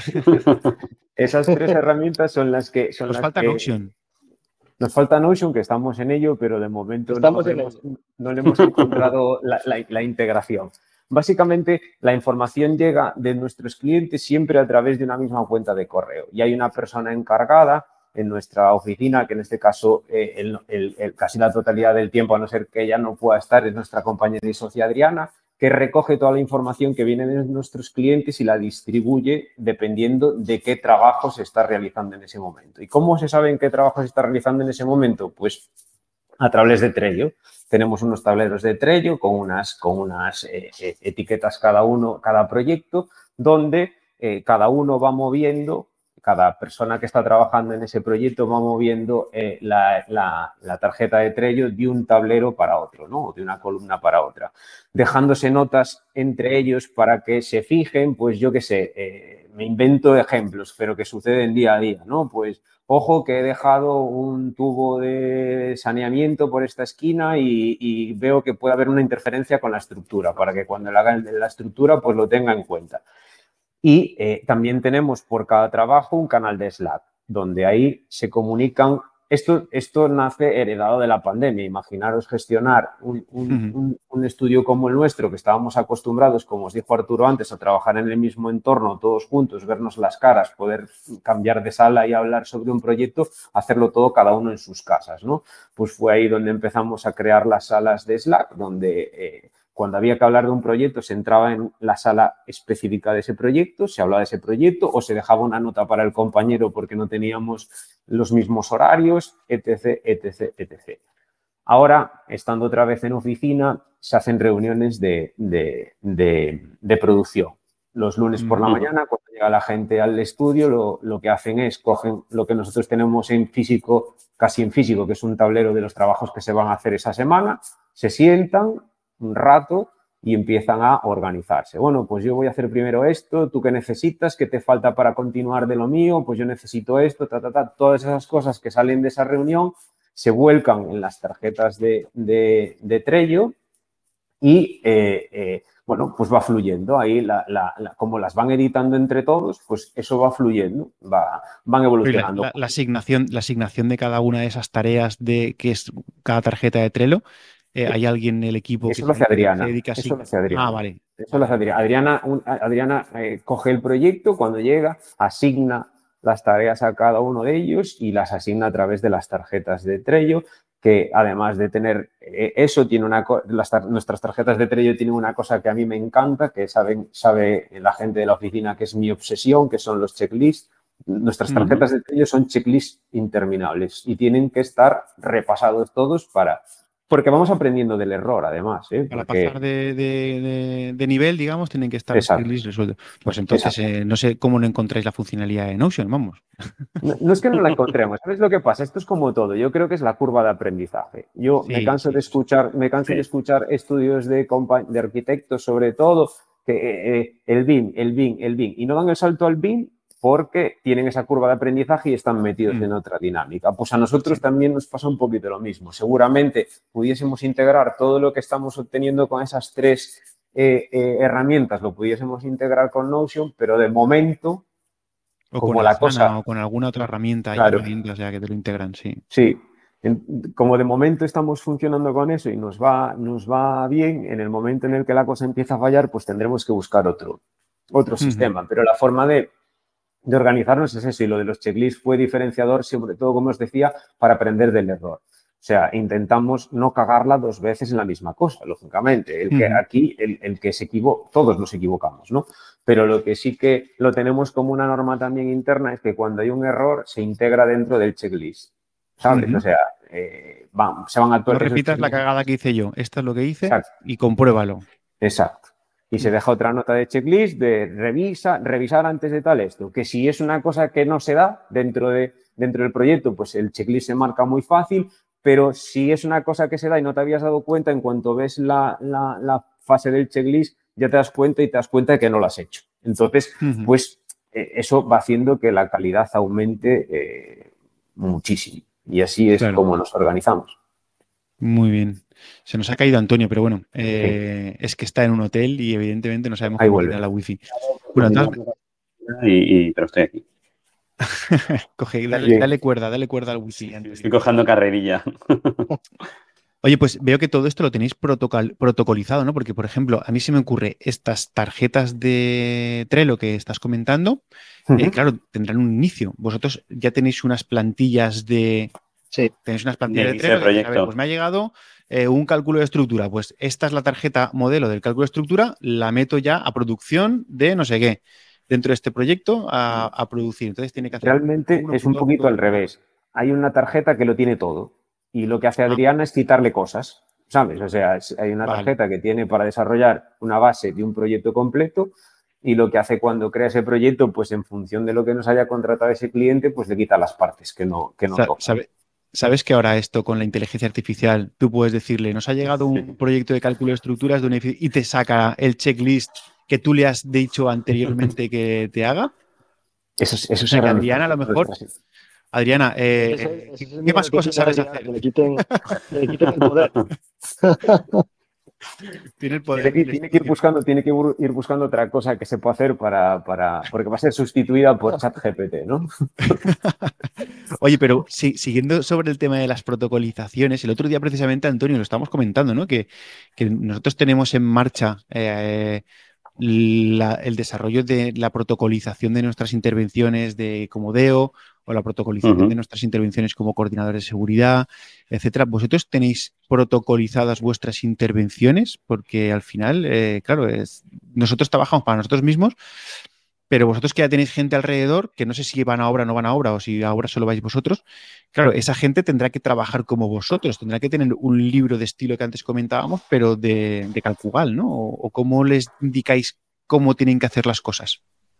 esas tres herramientas son las que son Os las falta que Notion. nos falta Notion, que estamos en ello, pero de momento no Estamos en hemos, ello. no le hemos encontrado la, la- la integración. Básicamente, la información llega de nuestros clientes siempre a través de una misma cuenta de correo. Y hay una persona encargada en nuestra oficina, que en este caso eh, el- el- el- casi la totalidad del tiempo, a no ser que ella no pueda estar, es nuestra compañera y socia Adriana, que recoge toda la información que viene de nuestros clientes y la distribuye dependiendo de qué trabajo se está realizando en ese momento. ¿Y cómo se sabe en qué trabajo se está realizando en ese momento? Pues a través de Trello. Tenemos unos tableros de Trello con unas, con unas eh, eh, etiquetas cada uno, cada proyecto, donde eh, cada uno va moviendo, cada persona que está trabajando en ese proyecto va moviendo eh, la, la, la tarjeta de Trello de un tablero para otro, ¿no? O de una columna para otra, dejándose notas entre ellos para que se fijen, pues yo qué sé, eh, me invento ejemplos, pero que suceden día a día, ¿no? Pues ojo que he dejado un tubo de saneamiento por esta esquina y, y veo que puede haber una interferencia con la estructura, para que cuando le hagan la estructura pues lo tenga en cuenta. Y eh, también tenemos por cada trabajo un canal de Slack, donde ahí se comunican. Esto, esto nace heredado de la pandemia. Imaginaros gestionar un, un, un, un estudio como el nuestro, que estábamos acostumbrados, como os dijo Arturo antes, a trabajar en el mismo entorno, todos juntos, vernos las caras, poder cambiar de sala y hablar sobre un proyecto, hacerlo todo cada uno en sus casas, ¿no? Pues fue ahí donde empezamos a crear las salas de Slack, donde eh, cuando había que hablar de un proyecto se entraba en la sala específica de ese proyecto, se hablaba de ese proyecto o se dejaba una nota para el compañero porque no teníamos los mismos horarios, etc, etc, etcétera. Ahora, estando otra vez en oficina, se hacen reuniones de, de, de, de producción. Los lunes por la mañana, cuando llega la gente al estudio, lo, lo que hacen es cogen lo que nosotros tenemos en físico, casi en físico, que es un tablero de los trabajos que se van a hacer esa semana, se sientan un rato y empiezan a organizarse. Bueno, pues yo voy a hacer primero esto, ¿tú qué necesitas? ¿Qué te falta para continuar de lo mío? Pues yo necesito esto, ta, ta, ta. Todas esas cosas que salen de esa reunión se vuelcan en las tarjetas de, de, de Trello y, eh, eh, bueno, pues va fluyendo. Ahí, la, la, la, como las van editando entre todos, pues eso va fluyendo, va, van evolucionando. La, la, la, asignación, la asignación de cada una de esas tareas de que es cada tarjeta de Trello, eh, ¿hay alguien en el equipo eso que lo hace Adriana. se dedica a Eso lo hace Adriana. Ah, vale. Eso lo hace Adriana. Adriana, un, Adriana eh, coge el proyecto cuando llega, asigna las tareas a cada uno de ellos y las asigna a través de las tarjetas de Trello, que además de tener eh, eso, tiene una las tar nuestras tarjetas de Trello tienen una cosa que a mí me encanta, que saben, sabe la gente de la oficina que es mi obsesión, que son los checklists. Nuestras tarjetas uh-huh. de Trello son checklists interminables y tienen que estar repasados todos para... Porque vamos aprendiendo del error, además. ¿eh? Para Porque... pasar de, de, de, de nivel, digamos, tienen que estar resueltos. Pues entonces, eh, no sé cómo no encontráis la funcionalidad en Notion, vamos. No, no es que no la encontremos, ¿sabes lo que pasa? Esto es como todo. Yo creo que es la curva de aprendizaje. Yo sí, me canso sí, de escuchar, me canso sí. de escuchar estudios de, de arquitectos, sobre todo, que eh, el B I M, el B I M, el B I M, y no dan el salto al B I M porque tienen esa curva de aprendizaje y están metidos mm. en otra dinámica. Pues a nosotros sí. también nos pasa un poquito lo mismo. Seguramente pudiésemos integrar todo lo que estamos obteniendo con esas tres eh, eh, herramientas, lo pudiésemos integrar con Notion, pero de momento, o como con la Asana, cosa... o con alguna otra herramienta, claro. herramientas ya que te lo integran, sí. Sí. Como de momento estamos funcionando con eso y nos va, nos va bien, en el momento en el que la cosa empieza a fallar, pues tendremos que buscar otro, otro uh-huh. sistema. Pero la forma de... de organizarnos es eso, y lo de los checklists fue diferenciador, sobre todo, como os decía, para aprender del error. O sea, intentamos no cagarla dos veces en la misma cosa, lógicamente. El que, Ujú. aquí, el, el que se equivoca, todos nos equivocamos, ¿no? Pero lo que sí que lo tenemos como una norma también interna es que cuando hay un error se integra dentro del checklist, ¿sabes? Ujú. O sea, eh, van, se van a No actuar esos repitas la checklists. cagada que hice yo. Esto es lo que hice Exacto. y compruébalo. Exacto. Y se deja otra nota de checklist de revisa, revisar antes de tal esto. Que si es una cosa que no se da dentro, de, dentro del proyecto, pues el checklist se marca muy fácil, pero si es una cosa que se da y no te habías dado cuenta, en cuanto ves la, la, la fase del checklist, ya te das cuenta y te das cuenta de que no lo has hecho. Entonces, Ujú. pues eh, eso va haciendo que la calidad aumente eh, muchísimo. Y así es Claro. como nos organizamos. Muy bien. Se nos ha caído Antonio, pero bueno, Sí, eh, es que está en un hotel y evidentemente no sabemos ahí cómo vuelve. tiene la wifi. Bueno, Cogí la entonces, aplicación y, y- pero estoy aquí. coge, dale, Bien. dale cuerda, dale cuerda al wifi antes. Estoy cogiendo carrerilla. Oye, pues veo que todo esto lo tenéis protocol- protocolizado, ¿no? Porque, por ejemplo, a mí se me ocurre estas tarjetas de Trello que estás comentando, eh, Ujú. claro, tendrán un inicio. Vosotros ya tenéis unas plantillas de, Sí, tenéis unas De plantillas de inicio de Trello, decís, a ver, proyecto. pues me ha llegado eh, un cálculo de estructura, pues esta es la tarjeta modelo del cálculo de estructura, la meto ya a producción de no sé qué, dentro de este proyecto a, a producir. Entonces tiene que hacer punto Realmente uno, es un punto dos, punto poquito al tres. revés. Hay una tarjeta que lo tiene todo y lo que hace Ah, Adriana es quitarle cosas, ¿sabes? O sea, es- hay una vale. tarjeta que tiene para desarrollar una base de un proyecto completo y lo que hace cuando crea ese proyecto, pues en función de lo que nos haya contratado ese cliente, pues le quita las partes que no, que no Sa- tocan. sabe- ¿Sabes que ahora esto con la inteligencia artificial, tú puedes decirle, nos ha llegado un proyecto de cálculo de estructuras de un edificio y te saca el checklist que tú le has dicho anteriormente que te haga? Eso, es- eso O sea que será nuestra, Adriana, a lo mejor, nuestra- Adriana, eh, ese, eh, ese ¿qué es el qué miedo más que cosas tiene sabes Adriana, hacer? que le quiten, que le quiten el poder. Tiene el Tiene poder que, del tiene que ir estudio. buscando, tiene que bur- ir buscando otra cosa que se pueda hacer para, para, porque va a ser sustituida por ChatGPT, ¿no? Oye, pero si- siguiendo sobre el tema de las protocolizaciones, el otro día precisamente, Antonio, lo estamos comentando, ¿no? Que, que nosotros tenemos en marcha eh, la- el desarrollo de la protocolización de nuestras intervenciones de como D E O o la protocolización de Ujú. nuestras intervenciones como coordinadores de seguridad, etcétera. ¿Vosotros tenéis protocolizadas vuestras intervenciones? Porque al final, eh, claro, es, nosotros trabajamos para nosotros mismos, pero vosotros que ya tenéis gente alrededor, que no sé si van a obra o no van a obra, o si a obra solo vais vosotros, claro, esa gente tendrá que trabajar como vosotros, tendrá que tener un libro de estilo que antes comentábamos, pero de, de Calcugal, ¿no? O, o cómo les indicáis cómo tienen que hacer las cosas.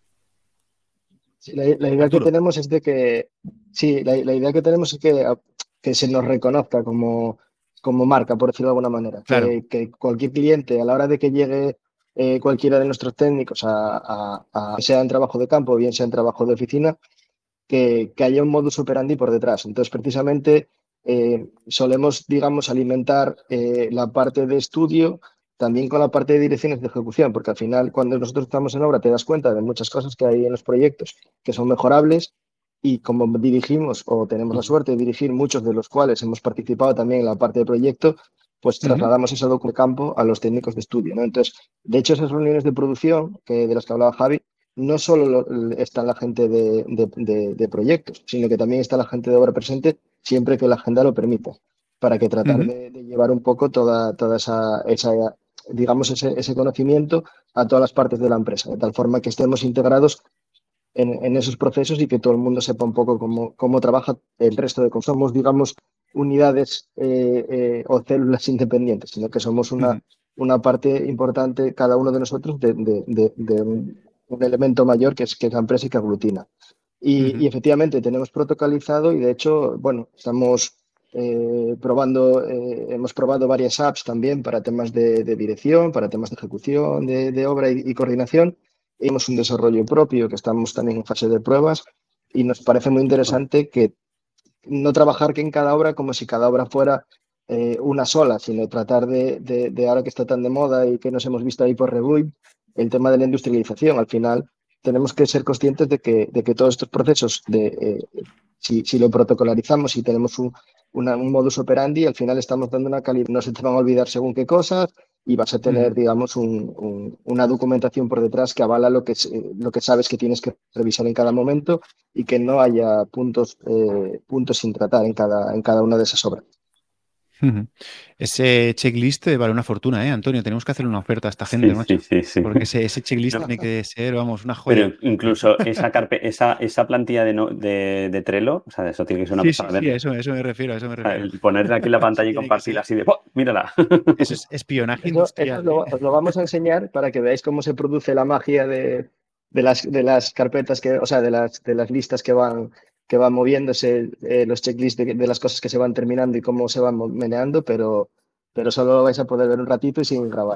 Sí, la, la idea que Arturo. tenemos es de que, sí, la, la idea que tenemos es que, que se nos reconozca como, como marca, por decirlo de alguna manera. Claro. Que, que cualquier cliente, a la hora de que llegue eh, cualquiera de nuestros técnicos, a, a- a- sea en trabajo de campo o bien sea en trabajo de oficina, que, que haya un modus operandi por detrás. Entonces, precisamente, eh, solemos, digamos, alimentar eh, la parte de estudio también con la parte de direcciones de ejecución, porque al final, cuando nosotros estamos en obra, te das cuenta de muchas cosas que hay en los proyectos que son mejorables y como dirigimos o tenemos la suerte de dirigir muchos de los cuales hemos participado también en la parte de proyecto, pues Ujú. trasladamos ese documento de campo a los técnicos de estudio, ¿no? Entonces, de hecho, esas reuniones de producción que, de las que hablaba Javi, no solo lo- está la gente de, de- de- de proyectos, sino que también está la gente de obra presente siempre que la agenda lo permita, para que tratar Ujú. de, de llevar un poco toda, toda esa, esa, digamos, ese, ese conocimiento a todas las partes de la empresa, de tal forma que estemos integrados en, en esos procesos y que todo el mundo sepa un poco cómo, cómo trabaja el resto de cosas. Somos, digamos, unidades eh, eh, o células independientes, sino que somos una, Ujú. una parte importante, cada uno de nosotros, de, de- de- de un, un elemento mayor que es, que es la empresa y que aglutina. Y, y Ujú. efectivamente tenemos protocolizado y de hecho, bueno, estamos eh, probando, eh, hemos probado varias apps también para temas de, de dirección, para temas de ejecución, de, de obra y, y coordinación. Tenemos un desarrollo propio que estamos también en fase de pruebas y nos parece muy interesante que no trabajar que en cada obra como si cada obra fuera eh, una sola, sino tratar de, de, de, ahora que está tan de moda y que nos hemos visto ahí por Rebuy, el tema de la industrialización. Al final tenemos que ser conscientes de que, de que todos estos procesos, de, eh, si, si, lo protocolarizamos y si tenemos un, una, un modus operandi, al final estamos dando una calidad, no se te van a olvidar según qué cosas, y vas a tener, Mm. digamos, un- un- una documentación por detrás que avala lo que, es- eh, lo que sabes que tienes que revisar en cada momento y que no haya puntos, eh, puntos sin tratar en cada, en cada una de esas obras. Ujú. Ese checklist eh, vale una fortuna, ¿eh, Antonio? Tenemos que hacerle una oferta a esta gente, Sí, sí, macho. sí, sí. Porque ese, ese checklist No, tiene que ser, vamos, una pero joya. incluso esa, carpe- esa, esa plantilla de, no- de, de Trello, o sea, eso tiene que ser una Sí, sí, pasada sí, a verlo. eso, a eso me refiero, a eso me O sea, refiero. el ponerla aquí en la Eso pantalla y tiene que compartirla ser. así de ¡oh, mírala! Eso es espionaje Eso, eso os industrial, lo, ¿eh? os lo vamos a enseñar para que veáis cómo se produce la magia de, de las, de las carpetas, que, o sea, de las, de las listas que van, que van moviéndose, eh, los checklists de, de las cosas que se van terminando y cómo se van mo- meneando, pero, pero solo lo vais a poder ver un ratito y sin grabar.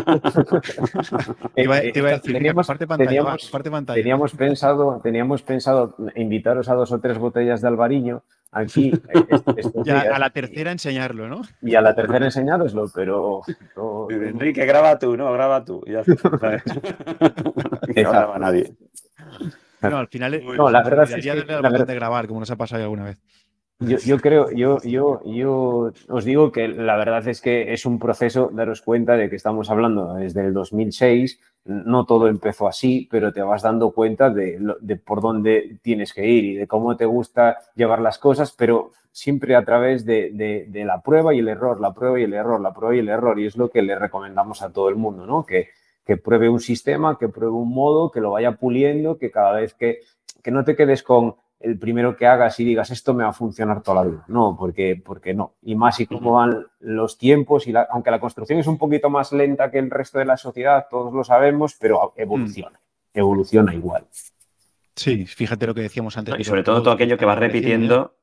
Te Eh, iba, eh, te iba a esta- decir, venga, teníamos, comparte pantalla, va, teníamos, comparte pantalla. teníamos pensado, teníamos pensado invitaros a dos o tres botellas de Albariño aquí eh, est- estos Ya a días la y, tercera enseñarlo, ¿no? y a la tercera enseñároslo, pero no, no- Enrique, graba tú, no, graba tú. Y ya está, ¿sabes? Que no graba exacto. nadie. No, al final eh, Muy No, bien. la se verdad es olvidaría que darle al la botón verdad, de grabar, como nos ha pasado alguna vez. Yo, yo creo, yo, yo, yo os digo que la verdad es que es un proceso, daros cuenta de que estamos hablando desde el dos mil seis, no todo empezó así, pero te vas dando cuenta de, lo- de por dónde tienes que ir y de cómo te gusta llevar las cosas, pero siempre a través de, de- de la prueba y el error, la prueba y el error, la prueba y el error, y es lo que le recomendamos a todo el mundo, ¿no? Que, que pruebe un sistema, que pruebe un modo, que lo vaya puliendo, que cada vez que, que no te quedes con el primero que hagas y digas esto me va a funcionar toda la vida. No, porque, porque no. Y más y cómo van los tiempos, y la, aunque la construcción es un poquito más lenta que el resto de la sociedad, todos lo sabemos, pero Mm. evoluciona. Evoluciona igual. Sí, fíjate lo que decíamos antes No, de y los sobre todo todo robots que aquello que están vas apareciendo ya. repitiendo,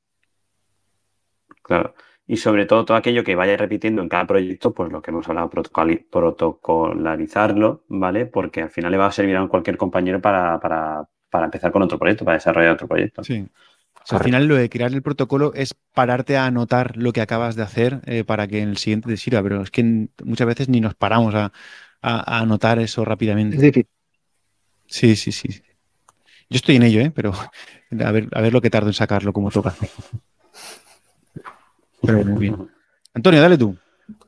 claro. Y sobre todo todo aquello que vayas repitiendo en cada proyecto, pues lo que hemos hablado, protocoli- protocolarizarlo, ¿vale? Porque al final le va a servir a cualquier compañero para, para, para empezar con otro proyecto, para desarrollar otro proyecto. Sí. O sea, al Correcto. final lo de crear el protocolo es pararte a anotar lo que acabas de hacer eh, para que en el siguiente te sirva, pero es que n- muchas veces ni nos paramos a, a- a anotar eso Es rápidamente. difícil. Sí, sí, sí. Yo estoy en ello, ¿eh? Pero a ver, a ver lo que tardo en sacarlo como toca. Pero muy bien. Antonio, dale tú.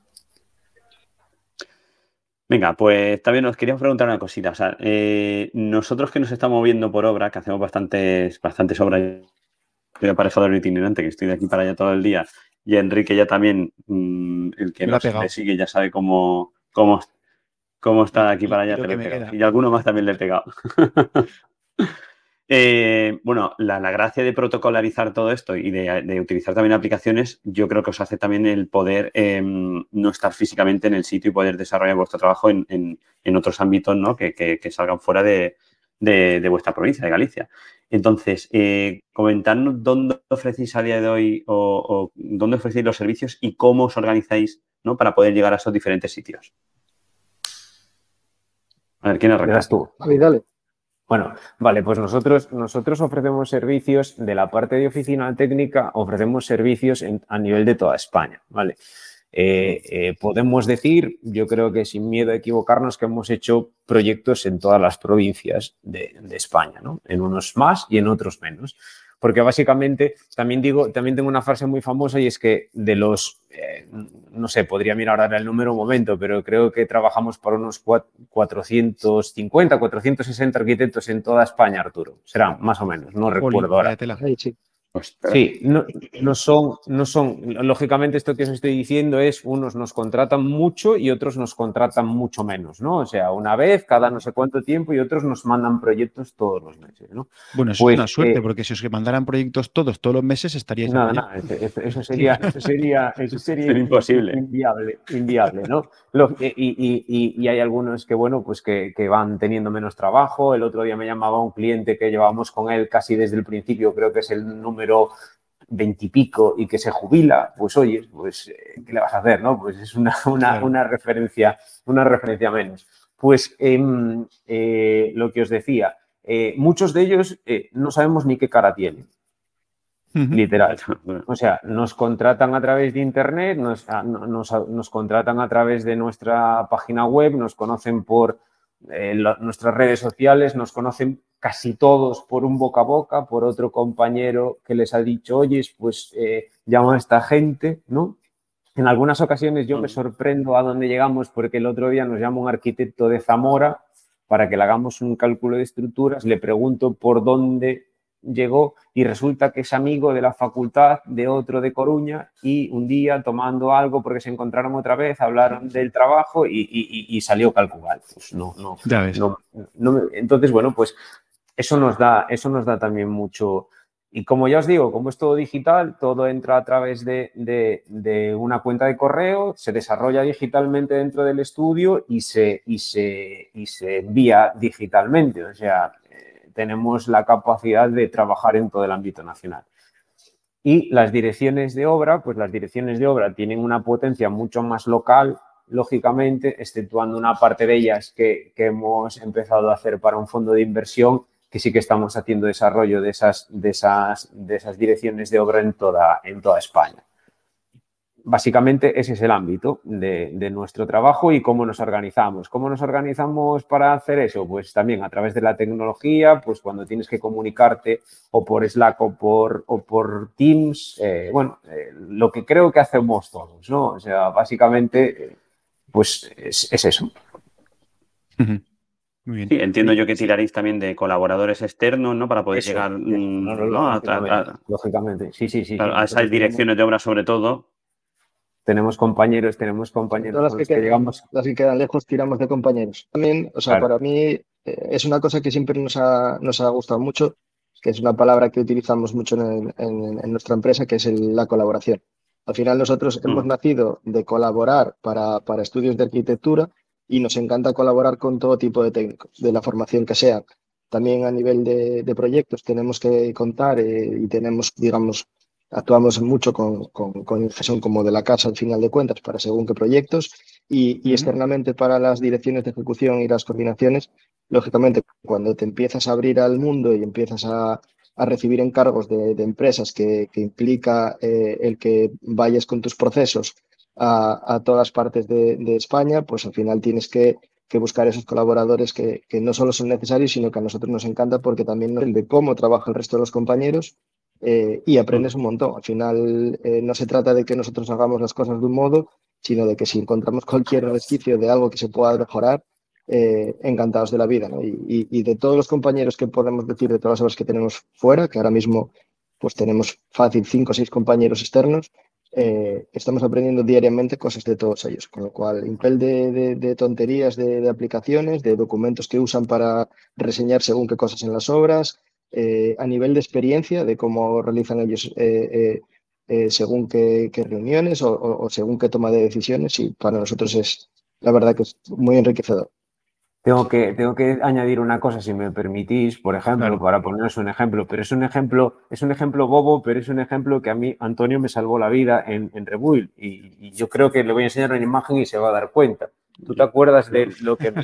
Venga, pues también nos queríamos preguntar una cosita. O sea, eh, nosotros que nos estamos moviendo por obra, que hacemos bastantes, bastantes obras, soy aparejador itinerante, que estoy de aquí para allá todo el día, y Enrique ya también, mmm, el que Me lo ha nos pegado. le sigue ya sabe cómo, cómo, cómo está Y, de aquí y- para y allá, lo te lo que he me pegado. queda. Y alguno más también le he pegado. Eh, bueno, la, la gracia de protocolarizar todo esto y de, de utilizar también aplicaciones, yo creo que os hace también el poder eh, no estar físicamente en el sitio y poder desarrollar vuestro trabajo en, en- en otros ámbitos, ¿no? que, que- que salgan fuera de, de- de vuestra provincia, de Galicia. Entonces, eh, comentadnos dónde ofrecéis a día de hoy o, o dónde ofrecéis los servicios y cómo os organizáis, ¿no? Para poder llegar a esos diferentes sitios. A ver, ¿quién Le das arranca? tú. Javi, dale. Bueno, vale, pues nosotros, nosotros ofrecemos servicios de la parte de oficina técnica, ofrecemos servicios en- a nivel de toda España, ¿vale? Eh, eh, podemos decir, yo creo que sin miedo a equivocarnos, que hemos hecho proyectos en todas las provincias de, de España, ¿no? En unos más y en otros menos. Porque básicamente, también digo, también tengo una frase muy famosa y es que de los, eh, no sé, podría mirar ahora el número un momento, pero creo que trabajamos por unos cuatrocientos cincuenta, cuatrocientos sesenta arquitectos en toda España, Arturo. Será más o menos, no Jolín, recuerdo ahora. vaya tela. Ahí sí. Ostras. Sí, no, no son, no son, lógicamente esto que os estoy diciendo es, unos nos contratan mucho y otros nos contratan mucho menos, ¿no? O sea, una vez cada no sé cuánto tiempo y otros nos mandan proyectos todos los meses, ¿no? Bueno, eso es Pues, una suerte, eh, porque si os mandaran proyectos todos, todos los meses, estaríais nada, apañados. nada, eso, eso- eso sería, eso sería, eso sería Sería imposible. inviable, inviable, ¿no? Lo- y, y- y- y hay algunos que, bueno, pues que, que van teniendo menos trabajo. El otro día me llamaba un cliente que llevábamos con él casi desde el principio, creo que es el número veintipico y que se jubila, pues oye, pues eh, ¿qué le vas a hacer, no? Pues es una, una, Claro. una referencia, una referencia menos. Pues eh, eh, lo que os decía, eh, muchos de ellos eh, no sabemos ni qué cara tienen, Ujú. literal. O sea, nos contratan a través de internet, nos, a- nos, nos contratan a través de nuestra página web, nos conocen por eh, la- nuestras redes sociales, nos conocen casi todos por un boca a boca, por otro compañero que les ha dicho, oye, pues eh, llama a esta gente, ¿no? en algunas ocasiones yo me Mm. sorprendo a dónde llegamos porque el otro día nos llama un arquitecto de Zamora para que le hagamos un cálculo de estructuras, le pregunto por dónde llegó y resulta que es amigo de la facultad de otro de Coruña y un día tomando algo porque se encontraron otra vez, hablaron del trabajo y, y, y salió calcular. Pues no, no, Ya ves. no, no me- entonces, bueno, pues eso nos da, eso nos da también mucho. Y como ya os digo, como es todo digital, todo entra a través de, de, de una cuenta de correo, se desarrolla digitalmente dentro del estudio y se, y se, y se envía digitalmente. O sea, eh, tenemos la capacidad de trabajar en todo el ámbito nacional. Y las direcciones de obra, pues las direcciones de obra tienen una potencia mucho más local, lógicamente, exceptuando una parte de ellas que, que hemos empezado a hacer para un fondo de inversión, que sí que estamos haciendo desarrollo de esas, de esas, de esas direcciones de obra en toda, en toda España. Básicamente ese es el ámbito de, de nuestro trabajo y cómo nos organizamos. ¿Cómo nos organizamos para hacer eso? Pues también a través de la tecnología, pues cuando tienes que comunicarte o por Slack o por, o por Teams, eh, bueno, eh, lo que creo que hacemos todos, ¿no? O sea, básicamente, eh, pues es, es eso. Ujú. Muy bien. Sí, entiendo Oye, yo que tiraréis también de colaboradores externos, ¿no? Para poder Eso, llegar, eso. mm, No, no, ¿no? a, tra- lógicamente, a- lógicamente. Sí, sí, sí, sí. a esas Nosotros tenemos, direcciones de obra sobre todo. tenemos compañeros, tenemos Sí, compañeros todas las con que los que quedan, llegamos. las que quedan lejos tiramos de compañeros. También, o sea, Claro. para mí eh, es una cosa que siempre nos ha, nos ha gustado mucho, que es una palabra que utilizamos mucho en, en- en nuestra empresa, que es el- la colaboración. Al final nosotros hemos Mm. nacido de colaborar para, para estudios de arquitectura y nos encanta colaborar con todo tipo de técnicos, de la formación que sea. También a nivel de, de proyectos tenemos que contar eh, y tenemos, digamos, actuamos mucho con, con, con que son como de la casa al final de cuentas para según qué proyectos y, y Ujú. externamente para las direcciones de ejecución y las coordinaciones. Lógicamente, cuando te empiezas a abrir al mundo y empiezas a, a recibir encargos de, de empresas que, que implica eh, el que vayas con tus procesos a, a todas partes de, de España, pues al final tienes que, que buscar esos colaboradores que, que no solo son necesarios, sino que a nosotros nos encanta porque también el de cómo trabaja el resto de los compañeros eh, y aprendes Mm. un montón. Al final eh, no se trata de que nosotros hagamos las cosas de un modo, sino de que si encontramos cualquier resquicio de algo que se pueda mejorar, eh, encantados de la vida, ¿no? Y, y, y, de todos los compañeros que podemos decir, de todas las horas que tenemos fuera, que ahora mismo pues tenemos fácil cinco o seis compañeros externos, eh, estamos aprendiendo diariamente cosas de todos ellos, con lo cual, impel de, de, de tonterías de, de aplicaciones, de documentos que usan para reseñar según qué cosas en las obras, eh, a nivel de experiencia, de cómo realizan ellos eh, eh, eh, según qué, qué reuniones o, o, o según qué toma de decisiones, y para nosotros es, la verdad que es muy enriquecedor. Tengo que, tengo que añadir una cosa, si me permitís, por ejemplo, claro. para poneros un ejemplo, pero es un ejemplo, es un ejemplo bobo, pero es un ejemplo que a mí, Antonio, me salvó la vida en, en Rebuild. Y, y yo creo que le voy a enseñar una imagen y se va a dar cuenta. ¿Tú te acuerdas de lo que,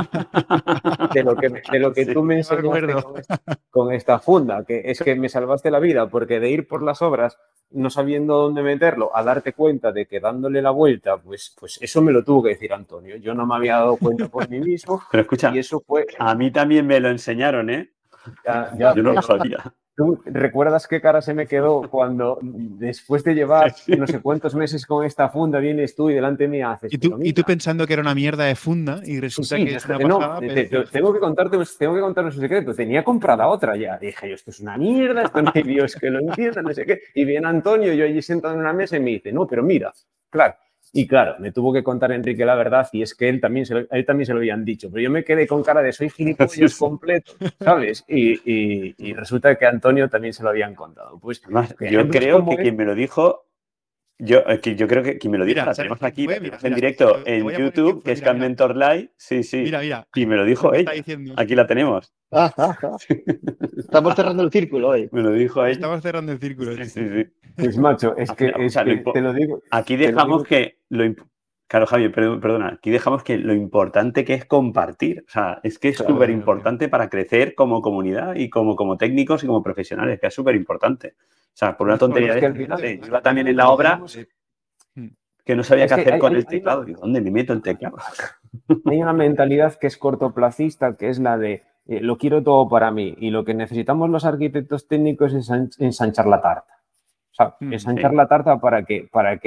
de lo que, de lo que Sí. tú me Me enseñaste acuerdo. con esta, con esta funda? Que es que me salvaste la vida, porque de ir por las obras no sabiendo dónde meterlo, a darte cuenta de que dándole la vuelta, pues, pues eso me lo tuvo que decir Antonio. Yo no me había dado cuenta por mí mismo Pero y escucha, eso fue... a mí también me lo enseñaron, ¿eh? Ya, ya, Yo no lo pero sabía. ¿tú recuerdas qué cara se me quedó cuando después de llevar no sé cuántos meses con esta funda vienes tú y delante mía haces, Y tú, pero y tú mira, pensando que era una mierda de funda y sí, resulta sí, que yo es es que- una no, pasada, te- pero... te- tengo que contarte, tengo que contaros un secreto. Tenía comprada otra ya. Dije yo, esto es una mierda, esto no hay Dios que lo entienda, no sé qué. Y viene Antonio, yo allí sentado en una mesa y me dice, no, pero mira, claro. Y claro, me tuvo que contar Enrique la verdad y es que él también se lo, él también se lo habían dicho, pero yo me quedé con cara de soy gilipollas Sí, sí. completo, ¿sabes? Y, y- y resulta que a Antonio también se lo habían contado. Pues Además, yo ejemplos creo como que quien me lo dijo, yo, eh, que yo creo que quien me lo dijo, Mira, la ¿sabes tenemos quién aquí, la fue? Mira, tenemos en mira, directo te, te en voy a poner quién YouTube, que fue. es Mira, mira, Mentor Live. Sí, sí. mira, mira. Y me lo Lo dijo que está ella. diciendo. Aquí la tenemos. Ah, ah, ah. Estamos cerrando el círculo hoy. Me lo dijo ella. Estamos cerrando el círculo. Sí, Sí, sí, sí. sí. pues macho, es Al que, final, o es sea, lo que impo- te lo digo. aquí te lo dejamos digo que lo imp- claro, Javier, perdón- perdona, aquí dejamos que lo importante que es compartir. O sea, es que es Claro, súper Claro, claro. importante para crecer como comunidad y como, como técnicos y como profesionales, que es súper importante. O sea, por una Es como tontería es de que esta, al final, fíjate, yo además, iba también en la al obra final- Mm. que no sabía es qué que hacer hay, con hay- el hay teclado. una, Digo, ¿dónde me meto el teclado? hay una mentalidad que es cortoplacista, que es la de eh, lo quiero todo para mí. Y lo que necesitamos los arquitectos técnicos es ensan- ensanchar la tarta. O sea, Mm. ensanchar Sí. la tarta para que, para que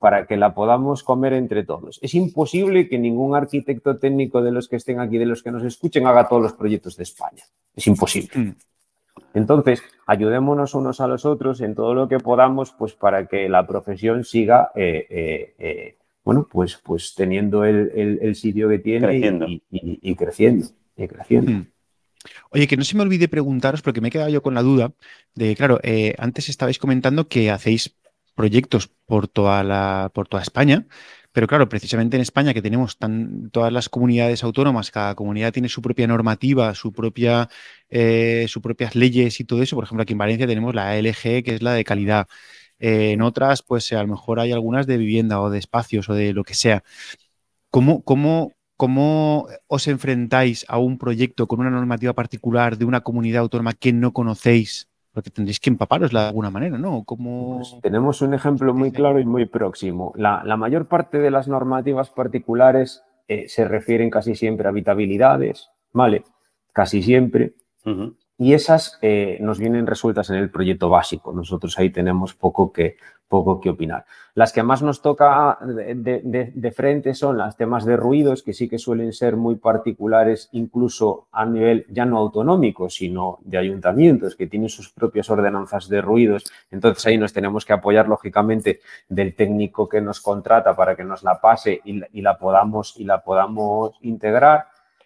para que la podamos comer entre todos. Es imposible que ningún arquitecto técnico de los que estén aquí, de los que nos escuchen, haga todos los proyectos de España. Es imposible. Mm. Entonces, ayudémonos unos a los otros en todo lo que podamos, pues para que la profesión siga, eh, eh, eh, bueno, pues, pues teniendo el, el, el sitio que tiene creciendo. Y, y, y creciendo, y creciendo. Mm. Oye, que no se me olvide preguntaros, porque me he quedado yo con la duda de, claro, eh, antes estabais comentando que hacéis proyectos por toda la, por toda España, pero claro, precisamente en España que tenemos tan, todas las comunidades autónomas, cada comunidad tiene su propia normativa, su propia, eh, sus propias leyes y todo eso. Por ejemplo, aquí en Valencia tenemos la A L G, que es la de calidad. Eh, en otras, pues a lo mejor hay algunas de vivienda o de espacios o de lo que sea. ¿Cómo, cómo, cómo os enfrentáis a un proyecto con una normativa particular de una comunidad autónoma que no conocéis? Porque tendréis que empaparosla de alguna manera, ¿no? ¿Cómo... Pues tenemos un ejemplo muy claro y muy próximo. La, la mayor parte de las normativas particulares eh, se refieren casi siempre a habitabilidades, ¿vale? Casi siempre. Uh-huh. Y esas eh, nos vienen resueltas en el proyecto básico. Nosotros ahí tenemos poco que, poco que opinar. Las que más nos toca de, de, de frente son las temas de ruidos, que sí que suelen ser muy particulares, incluso a nivel ya no autonómico, sino de ayuntamientos, que tienen sus propias ordenanzas de ruidos. Entonces ahí nos tenemos que apoyar, lógicamente, del técnico que nos contrata para que nos la pase y, y, la, podamos, y la podamos integrar.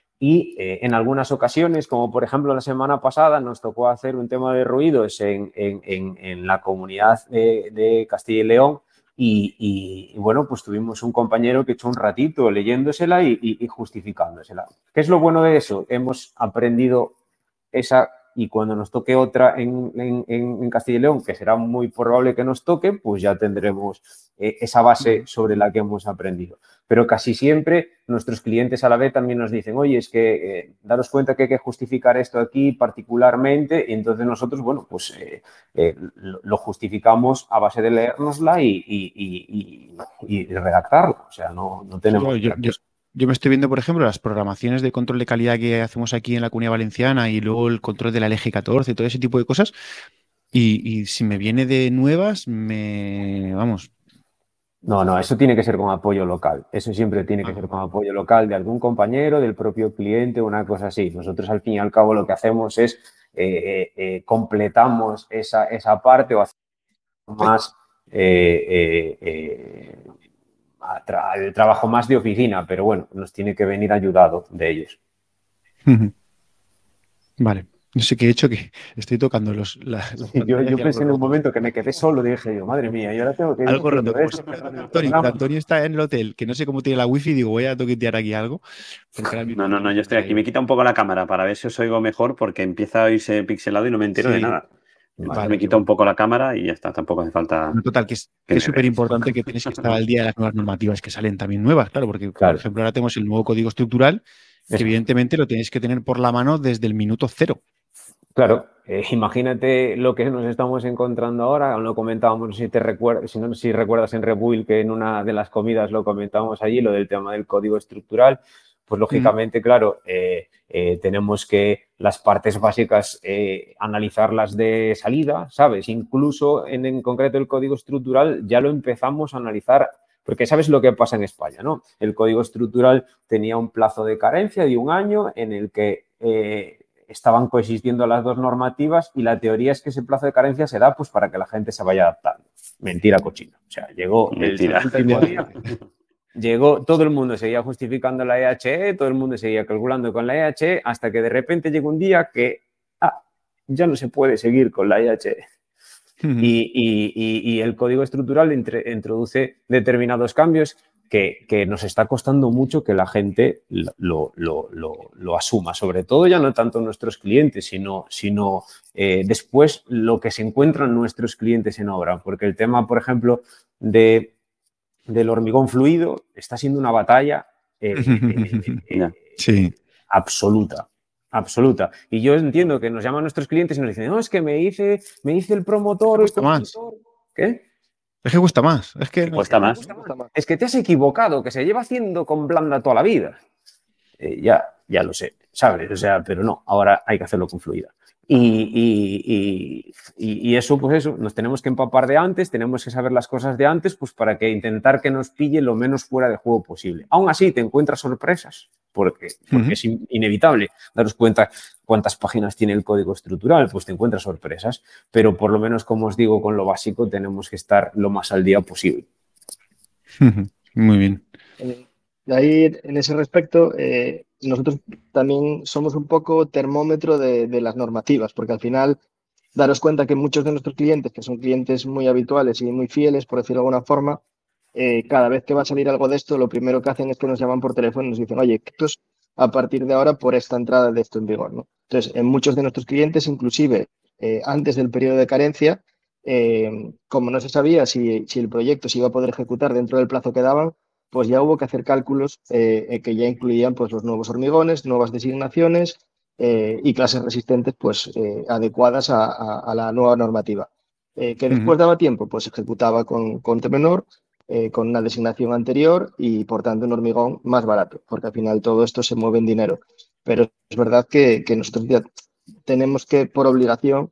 Y eh, en algunas ocasiones, como por ejemplo la semana pasada, nos tocó hacer un tema de ruidos en, en, en, en la comunidad de, de Castilla y León y, y, y bueno, pues tuvimos un compañero que echó un ratito leyéndosela y, y, y justificándosela. ¿Qué es lo bueno de eso? Hemos aprendido esa y cuando nos toque otra en, en, en Castilla y León, que será muy probable que nos toque, pues ya tendremos eh, esa base sobre la que hemos aprendido. Pero casi siempre nuestros clientes a la vez también nos dicen, oye, es que eh, daros cuenta que hay que justificar esto aquí particularmente y entonces nosotros, bueno, pues eh, eh, lo, lo justificamos a base de leérnosla y, y, y, y, y redactarla. O sea, no, no tenemos... Sí, yo, yo, yo me estoy viendo, por ejemplo, las programaciones de control de calidad que hacemos aquí en la Comunidad Valenciana y luego el control de la L G catorce, todo ese tipo de cosas. Y, y si me viene de nuevas, me... vamos... No, no, eso tiene que ser con apoyo local. Eso siempre tiene que ser con apoyo local de algún compañero, del propio cliente, una cosa así. Nosotros, al fin y al cabo, lo que hacemos es eh, eh, completamos esa, esa parte o hacemos más eh, eh, eh, tra el trabajo más de oficina, pero bueno, nos tiene que venir ayudado de ellos. Vale. No sé qué he hecho, que estoy tocando los... La, sí, yo yo pensé en un momento que me quedé solo, dije yo, madre mía, y ahora tengo que... Algo roto. Pues, Antonio, Antonio está en el hotel, que no sé cómo tiene la wifi, digo, voy a toquetear aquí algo. No, no, no, yo estoy aquí. Me quita un poco la cámara para ver si os oigo mejor, porque empieza a oírse pixelado y no me entero sí. de nada. Entonces vale, me quita un poco la cámara y ya está, tampoco hace falta... No, total, que es súper importante que tenéis que estar al día de las nuevas normativas que salen también nuevas, claro, porque, claro. por ejemplo, ahora tenemos el nuevo código estructural, que evidentemente lo tenéis que tener por la mano desde el minuto cero. Claro, eh, imagínate lo que nos estamos encontrando ahora, lo comentábamos, no sé si te recuerdas, si no si recuerdas en Rebuild que en una de las comidas lo comentábamos allí, lo del tema del código estructural, pues lógicamente, mm. claro, eh, eh, tenemos que las partes básicas eh, analizarlas de salida, ¿sabes? Incluso en, en concreto el código estructural ya lo empezamos a analizar, porque sabes lo que pasa en España, ¿no? El código estructural tenía un plazo de carencia de un año en el que... Eh, estaban coexistiendo las dos normativas y la teoría es que ese plazo de carencia se da pues para que la gente se vaya adaptando. Mentira cochina. O sea, llegó Mentira. el último día, llegó, todo el mundo seguía justificando la E H E, todo el mundo seguía calculando con la E H E, hasta que de repente llegó un día que ah, ya no se puede seguir con la E H E. Uh-huh. y, y, y, y el código estructural entre, introduce determinados cambios Que, que nos está costando mucho que la gente lo, lo, lo, lo asuma, sobre todo ya no tanto nuestros clientes, sino, sino eh, después lo que se encuentran nuestros clientes en obra, porque el tema, por ejemplo, de, del hormigón fluido está siendo una batalla eh, eh, eh, sí. absoluta. Absoluta. Y yo entiendo que nos llaman nuestros clientes y nos dicen, no, es que me hice, me hice el promotor. ¿Cuesta más? ¿Qué? Es que cuesta más. Es que cuesta más. Es que te has equivocado, que se lleva haciendo con blanda toda la vida. eh, ya, ya lo sé, ¿sabes? O sea, pero no, ahora hay que hacerlo con fluidez. Y, y, y, y eso, pues eso, nos tenemos que empapar de antes, tenemos que saber las cosas de antes, pues para que intentar que nos pille lo menos fuera de juego posible. Aún así, te encuentras sorpresas, porque, porque uh-huh. es in, inevitable daros cuenta cuántas páginas tiene el código estructural, pues te encuentras sorpresas, pero por lo menos, como os digo, con lo básico tenemos que estar lo más al día posible. Muy bien. Eh, de ahí, en ese respecto, eh, nosotros también somos un poco termómetro de, de las normativas, porque al final daros cuenta que muchos de nuestros clientes, que son clientes muy habituales y muy fieles, por decirlo de alguna forma, eh, cada vez que va a salir algo de esto, lo primero que hacen es que nos llaman por teléfono y nos dicen, oye, esto es a partir de ahora por esta entrada de esto en vigor, ¿no? Entonces, en muchos de nuestros clientes, inclusive eh, antes del periodo de carencia, eh, como no se sabía si, si el proyecto se iba a poder ejecutar dentro del plazo que daban, pues ya hubo que hacer cálculos eh, que ya incluían pues, los nuevos hormigones, nuevas designaciones eh, y clases resistentes pues, eh, adecuadas a, a, a la nueva normativa. Eh, ¿Que después uh-huh. daba tiempo? Pues se ejecutaba con, con T menor, eh, con una designación anterior y, por tanto, un hormigón más barato, porque al final todo esto se mueve en dinero. Pero es verdad que, que nosotros ya tenemos que, por obligación,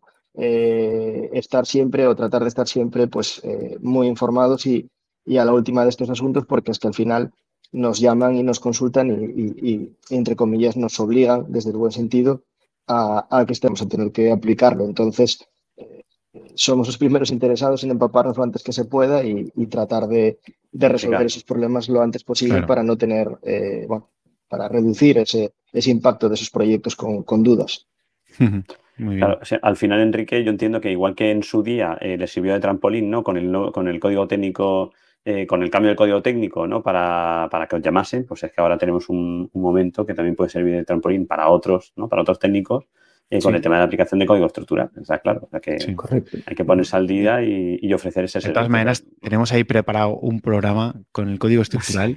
eh, estar siempre o tratar de estar siempre pues, eh, muy informados y, y a la última de estos asuntos, porque es que al final nos llaman y nos consultan y, y, y entre comillas, nos obligan, desde el buen sentido, a, a que estemos a tener que aplicarlo. Entonces, eh, somos los primeros interesados en empaparnos lo antes que se pueda y, y tratar de, de resolver claro. esos problemas lo antes posible claro. para no tener, eh, bueno, para reducir ese, ese impacto de esos proyectos con, con dudas. Muy bien. Claro, o sea, al final, Enrique, yo entiendo que igual que en su día eh, le sirvió de trampolín, ¿no? Con el, con el código técnico, eh, con el cambio del código técnico, ¿no? Para, para que os llamasen, pues es que ahora tenemos un, un momento que también puede servir de trampolín para otros, ¿no? Para otros técnicos, eh, con sí. el tema de la aplicación de código estructural. Está claro. O sea que sí, hay que ponerse al día y, y ofrecer ese servicio. De todas maneras, tenemos ahí preparado un programa con el código estructural.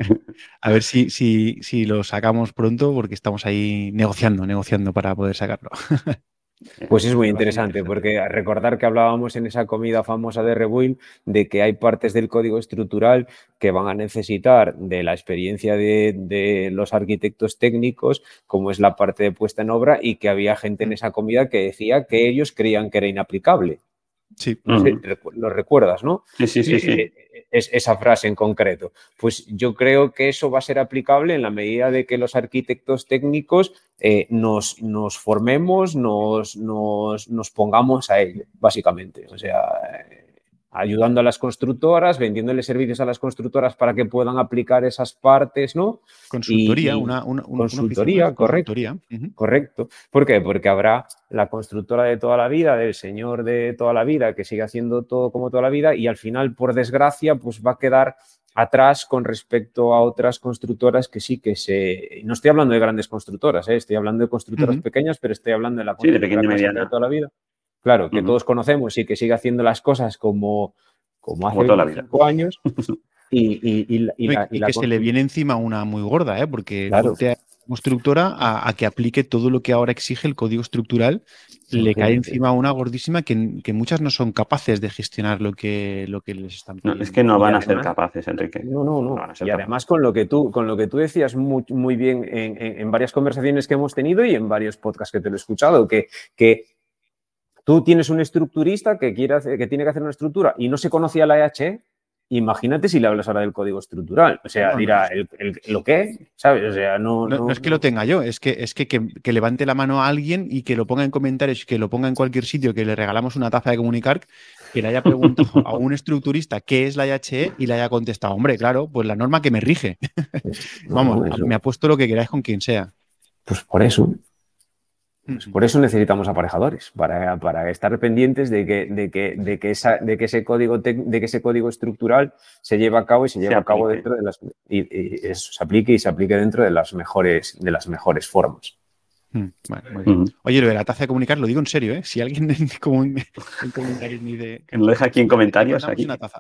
A ver si, si, si lo sacamos pronto, porque estamos ahí negociando, negociando para poder sacarlo. Pues es muy interesante, porque recordar que hablábamos en esa comida famosa de Rebuild de que hay partes del código estructural que van a necesitar de la experiencia de, de los arquitectos técnicos, como es la parte de puesta en obra, y que había gente en esa comida que decía que ellos creían que era inaplicable. Sí. No sé, lo recuerdas, ¿no? Sí, sí, sí, sí. Es esa frase en concreto. Pues yo creo que eso va a ser aplicable en la medida de que los arquitectos técnicos eh, nos, nos formemos, nos, nos, nos pongamos a ello, básicamente. O sea, eh, ayudando a las constructoras, vendiéndole servicios a las constructoras para que puedan aplicar esas partes, ¿no? Consultoría, Y, y una, una, consultoría, una correcto. Consultoría. Uh-huh. Correcto. ¿Por qué? Porque habrá la constructora de toda la vida, del señor de toda la vida, que sigue haciendo todo como toda la vida y al final, por desgracia, pues va a quedar atrás con respecto a otras constructoras que sí que se... No estoy hablando de grandes constructoras, ¿eh? Estoy hablando de constructoras uh-huh. pequeñas, pero estoy hablando de la constructora sí, de pequeña mediana. de toda la vida. Claro, que uh-huh. todos conocemos y que sigue haciendo las cosas como, como hace como toda la vida. veinticinco años. Y, y, y, y, la, y, y la que se le viene encima una muy gorda, ¿eh? Porque claro. la constructora a, a que aplique todo lo que ahora exige el código estructural, sí, le cae encima una gordísima que, que muchas no son capaces de gestionar lo que, lo que les están pidiendo. No, es que no van además, a ser capaces, Enrique. No, no, no. no van a ser y capaces. además con lo que tú, con lo que tú decías muy, muy bien en, en, en varias conversaciones que hemos tenido y en varios podcasts que te lo he escuchado, que... que tú tienes un estructurista que, quiere hacer, que tiene que hacer una estructura y no se conocía la E H E, imagínate si le hablas ahora del código estructural. O sea, no, dirá, no. ¿el, el, ¿lo qué? ¿Sabes? O sea, no... No, no, no es que lo tenga yo, es que, es que, que, que levante la mano a alguien y que lo ponga en comentarios, que lo ponga en cualquier sitio, que le regalamos una taza de Comunicar, que le haya preguntado a un estructurista qué es la E H E y le haya contestado, hombre, claro, pues la norma que me rige. Vamos, no, me apuesto lo que queráis con quien sea. Pues por eso... Pues por eso necesitamos aparejadores, para, para estar pendientes de que, de que, de que, esa, de que, ese código te, de que ese código estructural se lleve a cabo y se lleve se a cabo dentro de las y, y eso se aplique y se aplique dentro de las mejores, de las mejores formas. Mm, bueno, muy bien. Uh-huh. Oye, lo de la taza de Comunicar lo digo en serio, ¿eh? Si alguien en, como en, en comentarios ni de que lo deja aquí en comentarios aquí. Una taza.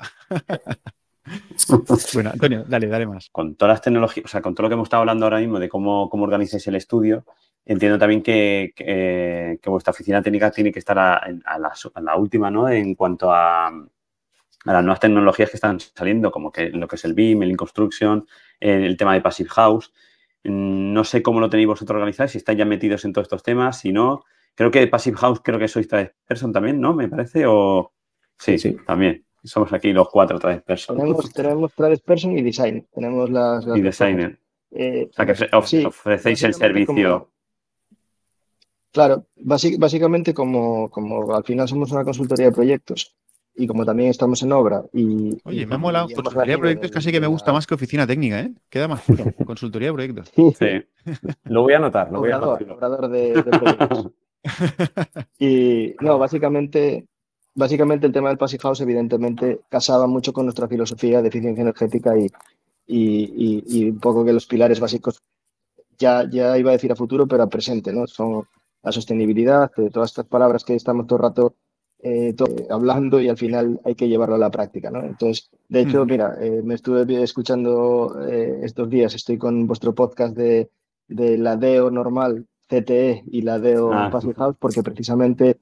Bueno, Antonio, dale, dale más. Con todas las tecnologías, o sea, con todo lo que hemos estado hablando ahora mismo de cómo, cómo organizáis el estudio, entiendo también que, que, que vuestra oficina técnica tiene que estar a, a, la, a la última, ¿no? En cuanto a, a las nuevas tecnologías que están saliendo, como que lo que es el B I M, el InConstruction, el, el tema de Passive House. No sé cómo lo tenéis vosotros organizado, si estáis ya metidos en todos estos temas, si no. Creo que Passive House, creo que sois Travis Person también, ¿no? Me parece, o... Sí, Sí, sí. también. Somos aquí los cuatro Travis Person. Tenemos, tenemos Travis Person y Design. Tenemos las, las Y dos cosas. Designer. Eh, O sea, que of- sí, ofrecéis el básicamente servicio. como- claro, basi- básicamente como, como al final somos una consultoría de proyectos y como también estamos en obra y, Oye, y- me ha molado. y hemos Consultoría de nacido proyectos del- casi que de me gusta la- más que oficina técnica, ¿eh? Queda más puro. Consultoría de proyectos. Sí. Lo voy a anotar, lo voy a obrador, anotar. obrador de, de proyectos. Y no, básicamente, básicamente el tema del Passive House evidentemente casaba mucho con nuestra filosofía de eficiencia energética y, y, y- y un poco que los pilares básicos, ya, ya iba a decir a futuro, pero a presente, ¿no? Son la sostenibilidad, eh, todas estas palabras que estamos todo el rato eh, to- eh, hablando y al final hay que llevarlo a la práctica, ¿no? Entonces, de hecho, Ujú. mira, eh, me estuve escuchando eh, estos días, estoy con vuestro podcast de, de la D E O normal, C T E y la D E O Ah, Passive House, porque precisamente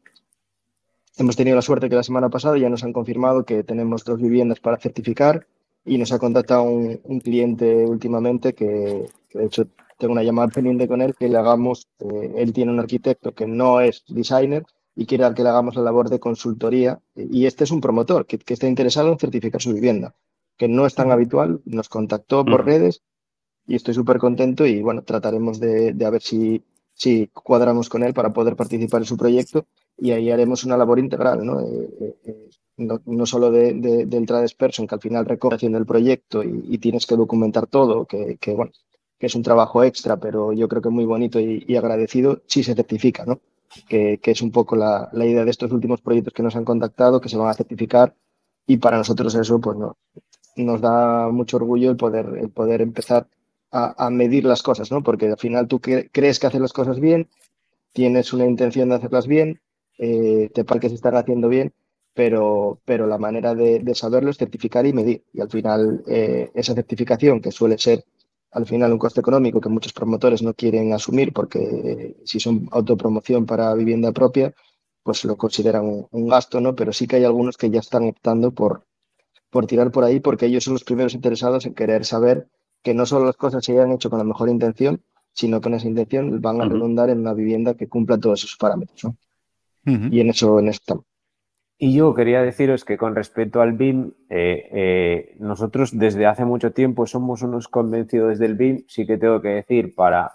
hemos tenido la suerte que la semana pasada ya nos han confirmado que tenemos dos viviendas para certificar y nos ha contactado un, un cliente últimamente que, que, de hecho tengo una llamada pendiente con él, que le hagamos, eh, él tiene un arquitecto que no es designer y quiere que le hagamos la labor de consultoría y este es un promotor que, que está interesado en certificar su vivienda, que no es tan Ujú. habitual, nos contactó por ujú. redes y estoy súper contento y bueno, trataremos de, de a ver si, si cuadramos con él para poder participar en su proyecto y ahí haremos una labor integral, ¿no? Eh, eh, eh, no, no solo de, de, del tradesperson, que al final recoge haciendo el proyecto y, y tienes que documentar todo, que, que, bueno, que es un trabajo extra, pero yo creo que muy bonito y, y agradecido si se certifica, ¿no? Que, que es un poco la, la idea de estos últimos proyectos que nos han contactado, que se van a certificar y para nosotros eso pues no, nos da mucho orgullo el poder, el poder empezar a, a medir las cosas, ¿no? Porque al final tú cre- crees que haces las cosas bien, tienes una intención de hacerlas bien, eh, te parece que se están haciendo bien, pero, pero la manera de, de saberlo es certificar y medir. Y al final eh, esa certificación, que suele ser al final un coste económico que muchos promotores no quieren asumir porque eh, si son autopromoción para vivienda propia, pues lo consideran un, un gasto, ¿no? Pero sí que hay algunos que ya están optando por, por tirar por ahí porque ellos son los primeros interesados en querer saber que no solo las cosas se hayan hecho con la mejor intención, sino que en esa intención van a Ujú. redundar en una vivienda que cumpla todos esos parámetros, ¿no? Ujú. Y en eso, en eso estamos. Y yo quería deciros que con respecto al B I M, eh, eh, nosotros desde hace mucho tiempo somos unos convencidos del B I M, sí que tengo que decir, para,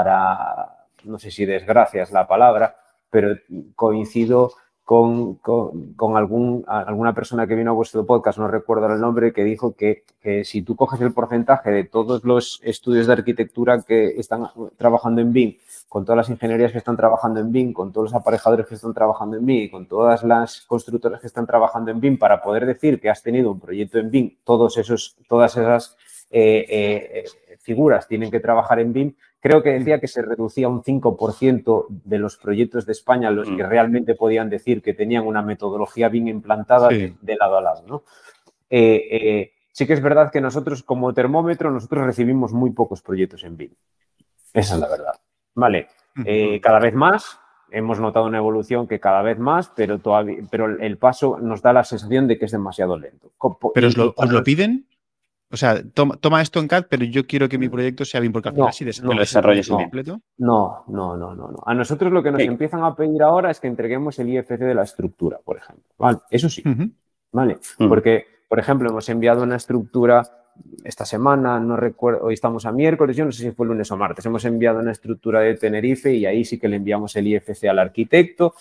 para no sé si desgracia es la palabra, pero coincido con, con, con algún, alguna persona que vino a vuestro podcast, no recuerdo el nombre, que dijo que, que si tú coges el porcentaje de todos los estudios de arquitectura que están trabajando en B I M, con todas las ingenierías que están trabajando en B I M, con todos los aparejadores que están trabajando en B I M y con todas las constructoras que están trabajando en B I M, para poder decir que has tenido un proyecto en B I M, todos esos, todas esas eh, eh, figuras tienen que trabajar en B I M, creo que decía que se reducía un cinco por ciento de los proyectos de España los que realmente podían decir que tenían una metodología B I M implantada Sí. de, de lado a lado, ¿no? Eh, eh, sí que es verdad que nosotros como termómetro, nosotros recibimos muy pocos proyectos en B I M. Esa es la verdad. Vale, eh, cada vez más, hemos notado una evolución que cada vez más, pero todavía, pero el paso nos da la sensación de que es demasiado lento. ¿Pero Y- os lo, y os para lo nos- piden? O sea, toma, toma esto en C A D, pero yo quiero que mi proyecto sea bien, porque al final No, si no, desarrollas el desarrolles proyecto bien. completo. No, no, no, no, no. A nosotros lo que nos Sí. empiezan a pedir ahora es que entreguemos el I F C de la estructura, por ejemplo. Vale, eso sí, Ujú. ¿vale? Mm. Porque, por ejemplo, hemos enviado una estructura esta semana, no recuerdo, hoy estamos a miércoles, yo no sé si fue lunes o martes, hemos enviado una estructura de Tenerife y ahí sí que le enviamos el I F C al arquitecto,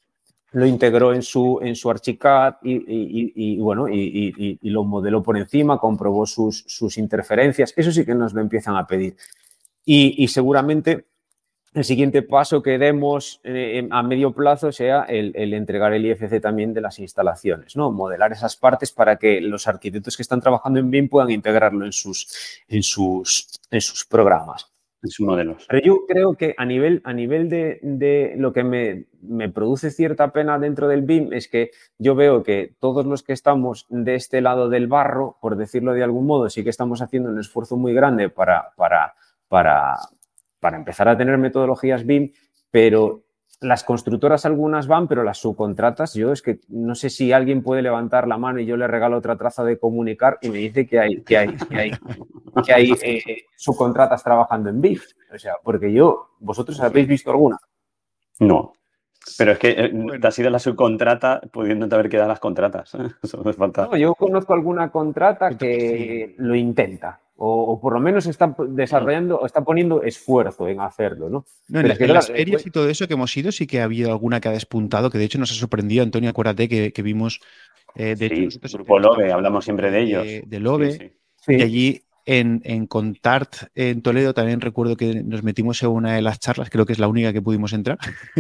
lo integró en su, en su Archicad y, y, y, y bueno, y, y, y lo modeló por encima, comprobó sus, sus interferencias, eso sí que nos lo empiezan a pedir. Y, y seguramente el siguiente paso que demos eh, a medio plazo sea el, el entregar el I F C también de las instalaciones, ¿no? Modelar esas partes para que los arquitectos que están trabajando en B I M puedan integrarlo en sus, en sus, en sus programas. En sus modelos. Pero yo creo que a nivel, a nivel de, de lo que me, me produce cierta pena dentro del B I M es que yo veo que todos los que estamos de este lado del barro, por decirlo de algún modo, sí que estamos haciendo un esfuerzo muy grande para... para, para para empezar a tener metodologías B I M, pero las constructoras algunas van, pero las subcontratas, yo es que no sé si alguien puede levantar la mano y yo le regalo otra traza de comunicar y me dice que hay, que hay, que hay, que hay eh, subcontratas trabajando en B I M. O sea, porque yo, ¿vosotros habéis visto alguna? No. Pero es que eh, Bueno. te has ido la subcontrata pudiéndote haber quedado las contratas. Eso me falta. No, yo conozco alguna contrata Yo que también, sí. lo intenta. O, o por lo menos está desarrollando o está poniendo esfuerzo en hacerlo, ¿no? No, en, Pero la- es que, en las claro, ferias después... y todo eso que hemos ido, sí que ha habido alguna que ha despuntado, que de hecho nos ha sorprendido, Antonio, acuérdate que, que vimos, eh, de hecho Sí, nosotros Grupo estamos Lobe, en el hablamos grupo siempre de ellos. de, de Sí, Lobe, sí. y Sí, allí en, en Contart, en Toledo, también recuerdo que nos metimos en una de las charlas, creo que es la única que pudimos entrar,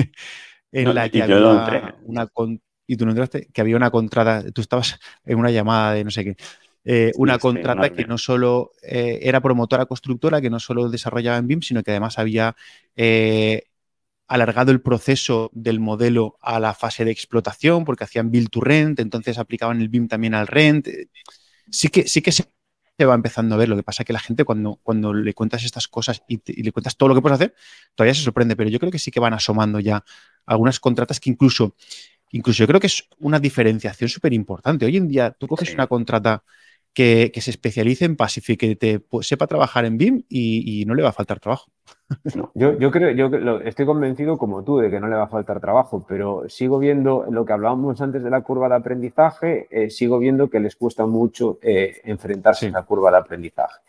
en No, la que y yo no entré. había una... con- y tú no entraste, que había una contrata, tú estabas en una llamada de no sé qué, eh, Sí, una estoy en una contrata que reunión. no solo eh, era promotora constructora, que no solo desarrollaba en B I M, sino que además había eh, alargado el proceso del modelo a la fase de explotación, porque hacían build to rent, entonces aplicaban el B I M también al rent. Sí que, sí que se va empezando a ver. Lo que pasa es que la gente cuando, cuando le cuentas estas cosas y, te, y le cuentas todo lo que puedes hacer, todavía se sorprende, pero yo creo que sí que van asomando ya algunas contratas que incluso, incluso yo creo que es una diferenciación súper importante. Hoy en día tú coges Sí. una contrata que, que se especialice en Pacific, que te pues, sepa trabajar en B I M y, y no le va a faltar trabajo. No. yo, yo creo, yo lo- estoy convencido como tú de que no le va a faltar trabajo, pero sigo viendo lo que hablábamos antes de la curva de aprendizaje, eh, sigo viendo que les cuesta mucho eh, enfrentarse Sí. a esa curva de aprendizaje.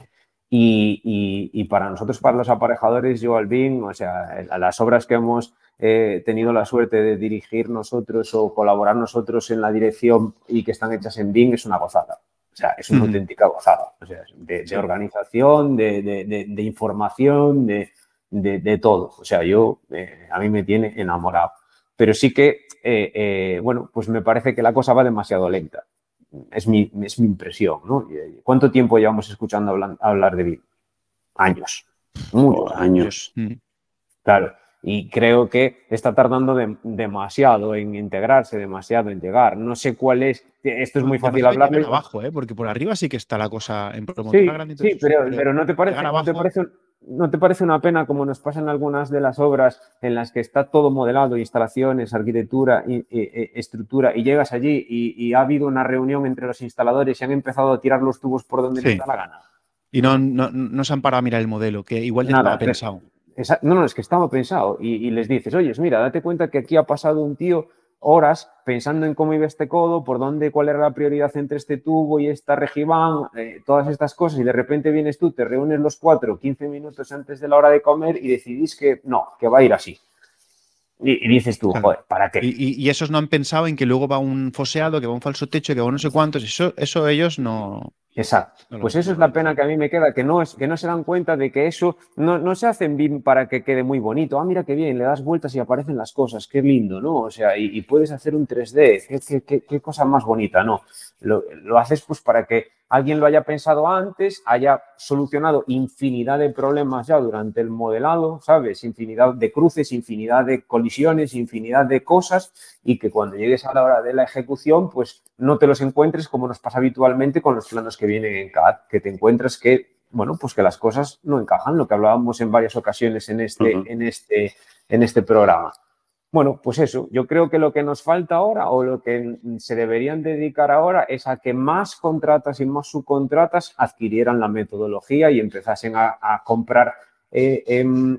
Y, y, y para nosotros, para los aparejadores, yo al B I M, o sea, a las obras que hemos eh, tenido la suerte de dirigir nosotros o colaborar nosotros en la dirección y que están hechas en B I M, es una gozada. O sea, es una Ujú. auténtica gozada. O sea, de, de Sí. organización, de, de, de, de información, de, de, de todo. O sea, yo, eh, a mí me tiene enamorado. Pero sí que, eh, eh, bueno, pues me parece que la cosa va demasiado lenta. Es mi, es mi impresión, ¿no? ¿Cuánto tiempo llevamos escuchando hablar, hablar de B I M? Años. Muchos Por años. años. Ujú. Claro. Y creo que está tardando de, demasiado en integrarse, demasiado en llegar. No sé cuál es. Esto es muy fácil Demasiado llegar hablarlo. abajo, ¿eh? Porque por arriba sí que está la cosa en promotora Sí, grande y todo sí, eso, sí, pero, pero pero ¿no te llegar parece, no te abajo, parece, no te parece una pena como nos pasa en algunas de las obras en las que está todo modelado, instalaciones, arquitectura, y, y, y, estructura, y llegas allí y, y ha habido una reunión entre los instaladores y han empezado a tirar los tubos por donde les sí. da la gana? Y no, no, no se han parado a mirar el modelo, que igual ya estaba Nada, que- pensado. esa- no, no, es que estaba pensado. Y, y les dices, oye, mira, date cuenta que aquí ha pasado un tío horas pensando en cómo iba este codo, por dónde, cuál era la prioridad entre este tubo y esta regibán, eh, todas estas cosas, y de repente vienes tú, te reúnes los cuatro, quince minutos antes de la hora de comer y decidís que no, que va a ir así. Y, y dices tú, Claro. joder, ¿para qué? Y, y- y esos no han pensado en que luego va un foseado, que va un falso techo, que va un no sé cuántos. Eso, eso ellos no, Exacto. no lo Pues ven. eso es la pena que a mí me queda, que no, es, que no se dan cuenta de que eso no, no se hace en B I M para que quede muy bonito. Ah, mira qué bien, le das vueltas y aparecen las cosas, qué lindo, ¿no? O sea, y, y puedes hacer un tres D, qué, qué, qué, qué cosa más bonita, ¿no? Lo, lo haces pues para que alguien lo haya pensado antes, haya solucionado infinidad de problemas ya durante el modelado, ¿sabes? Infinidad de cruces, infinidad de colisiones, infinidad de cosas y que cuando llegues a la hora de la ejecución, pues no te los encuentres como nos pasa habitualmente con los planos que vienen en C A D, que te encuentras que, bueno, pues que las cosas no encajan, lo que hablábamos en varias ocasiones en este, Ujú. en este, en este programa. Bueno, pues eso, yo creo que lo que nos falta ahora o lo que se deberían dedicar ahora es a que más contratas y más subcontratas adquirieran la metodología y empezasen a, a comprar eh, eh,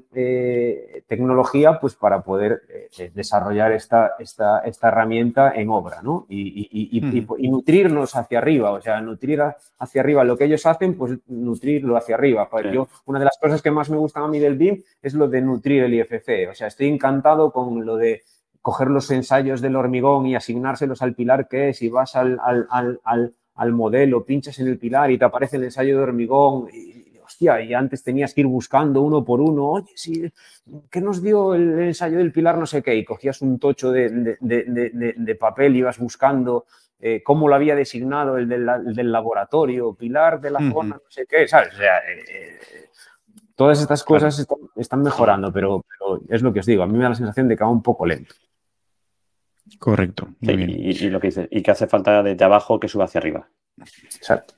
eh, tecnología pues para poder eh, desarrollar esta, esta, esta herramienta en obra, ¿no? Y, y, y, y, y nutrirnos hacia arriba, o sea, nutrir hacia arriba lo que ellos hacen, pues nutrirlo hacia arriba. Sí. Yo, una de las cosas que más me gustan a mí del B I M es lo de nutrir el I F C, o sea, estoy encantado con lo de coger los ensayos del hormigón y asignárselos al pilar que es y vas al, al, al, al, al modelo, pinchas en el pilar y te aparece el ensayo de hormigón y, hostia, y antes tenías que ir buscando uno por uno, oye, sí, ¿qué nos dio el ensayo del pilar no sé qué? Y cogías un tocho de, de, de, de, de papel y ibas buscando eh, cómo lo había designado el del, el del laboratorio, pilar de la uh-huh. zona, no sé qué, ¿sabes? O sea, eh, todas estas cosas claro. están, están mejorando, pero, pero es lo que os digo, a mí me da la sensación de que va un poco lento. Correcto, muy sí, bien. Y, y lo que dices, y que hace falta desde abajo que suba hacia arriba. Exacto.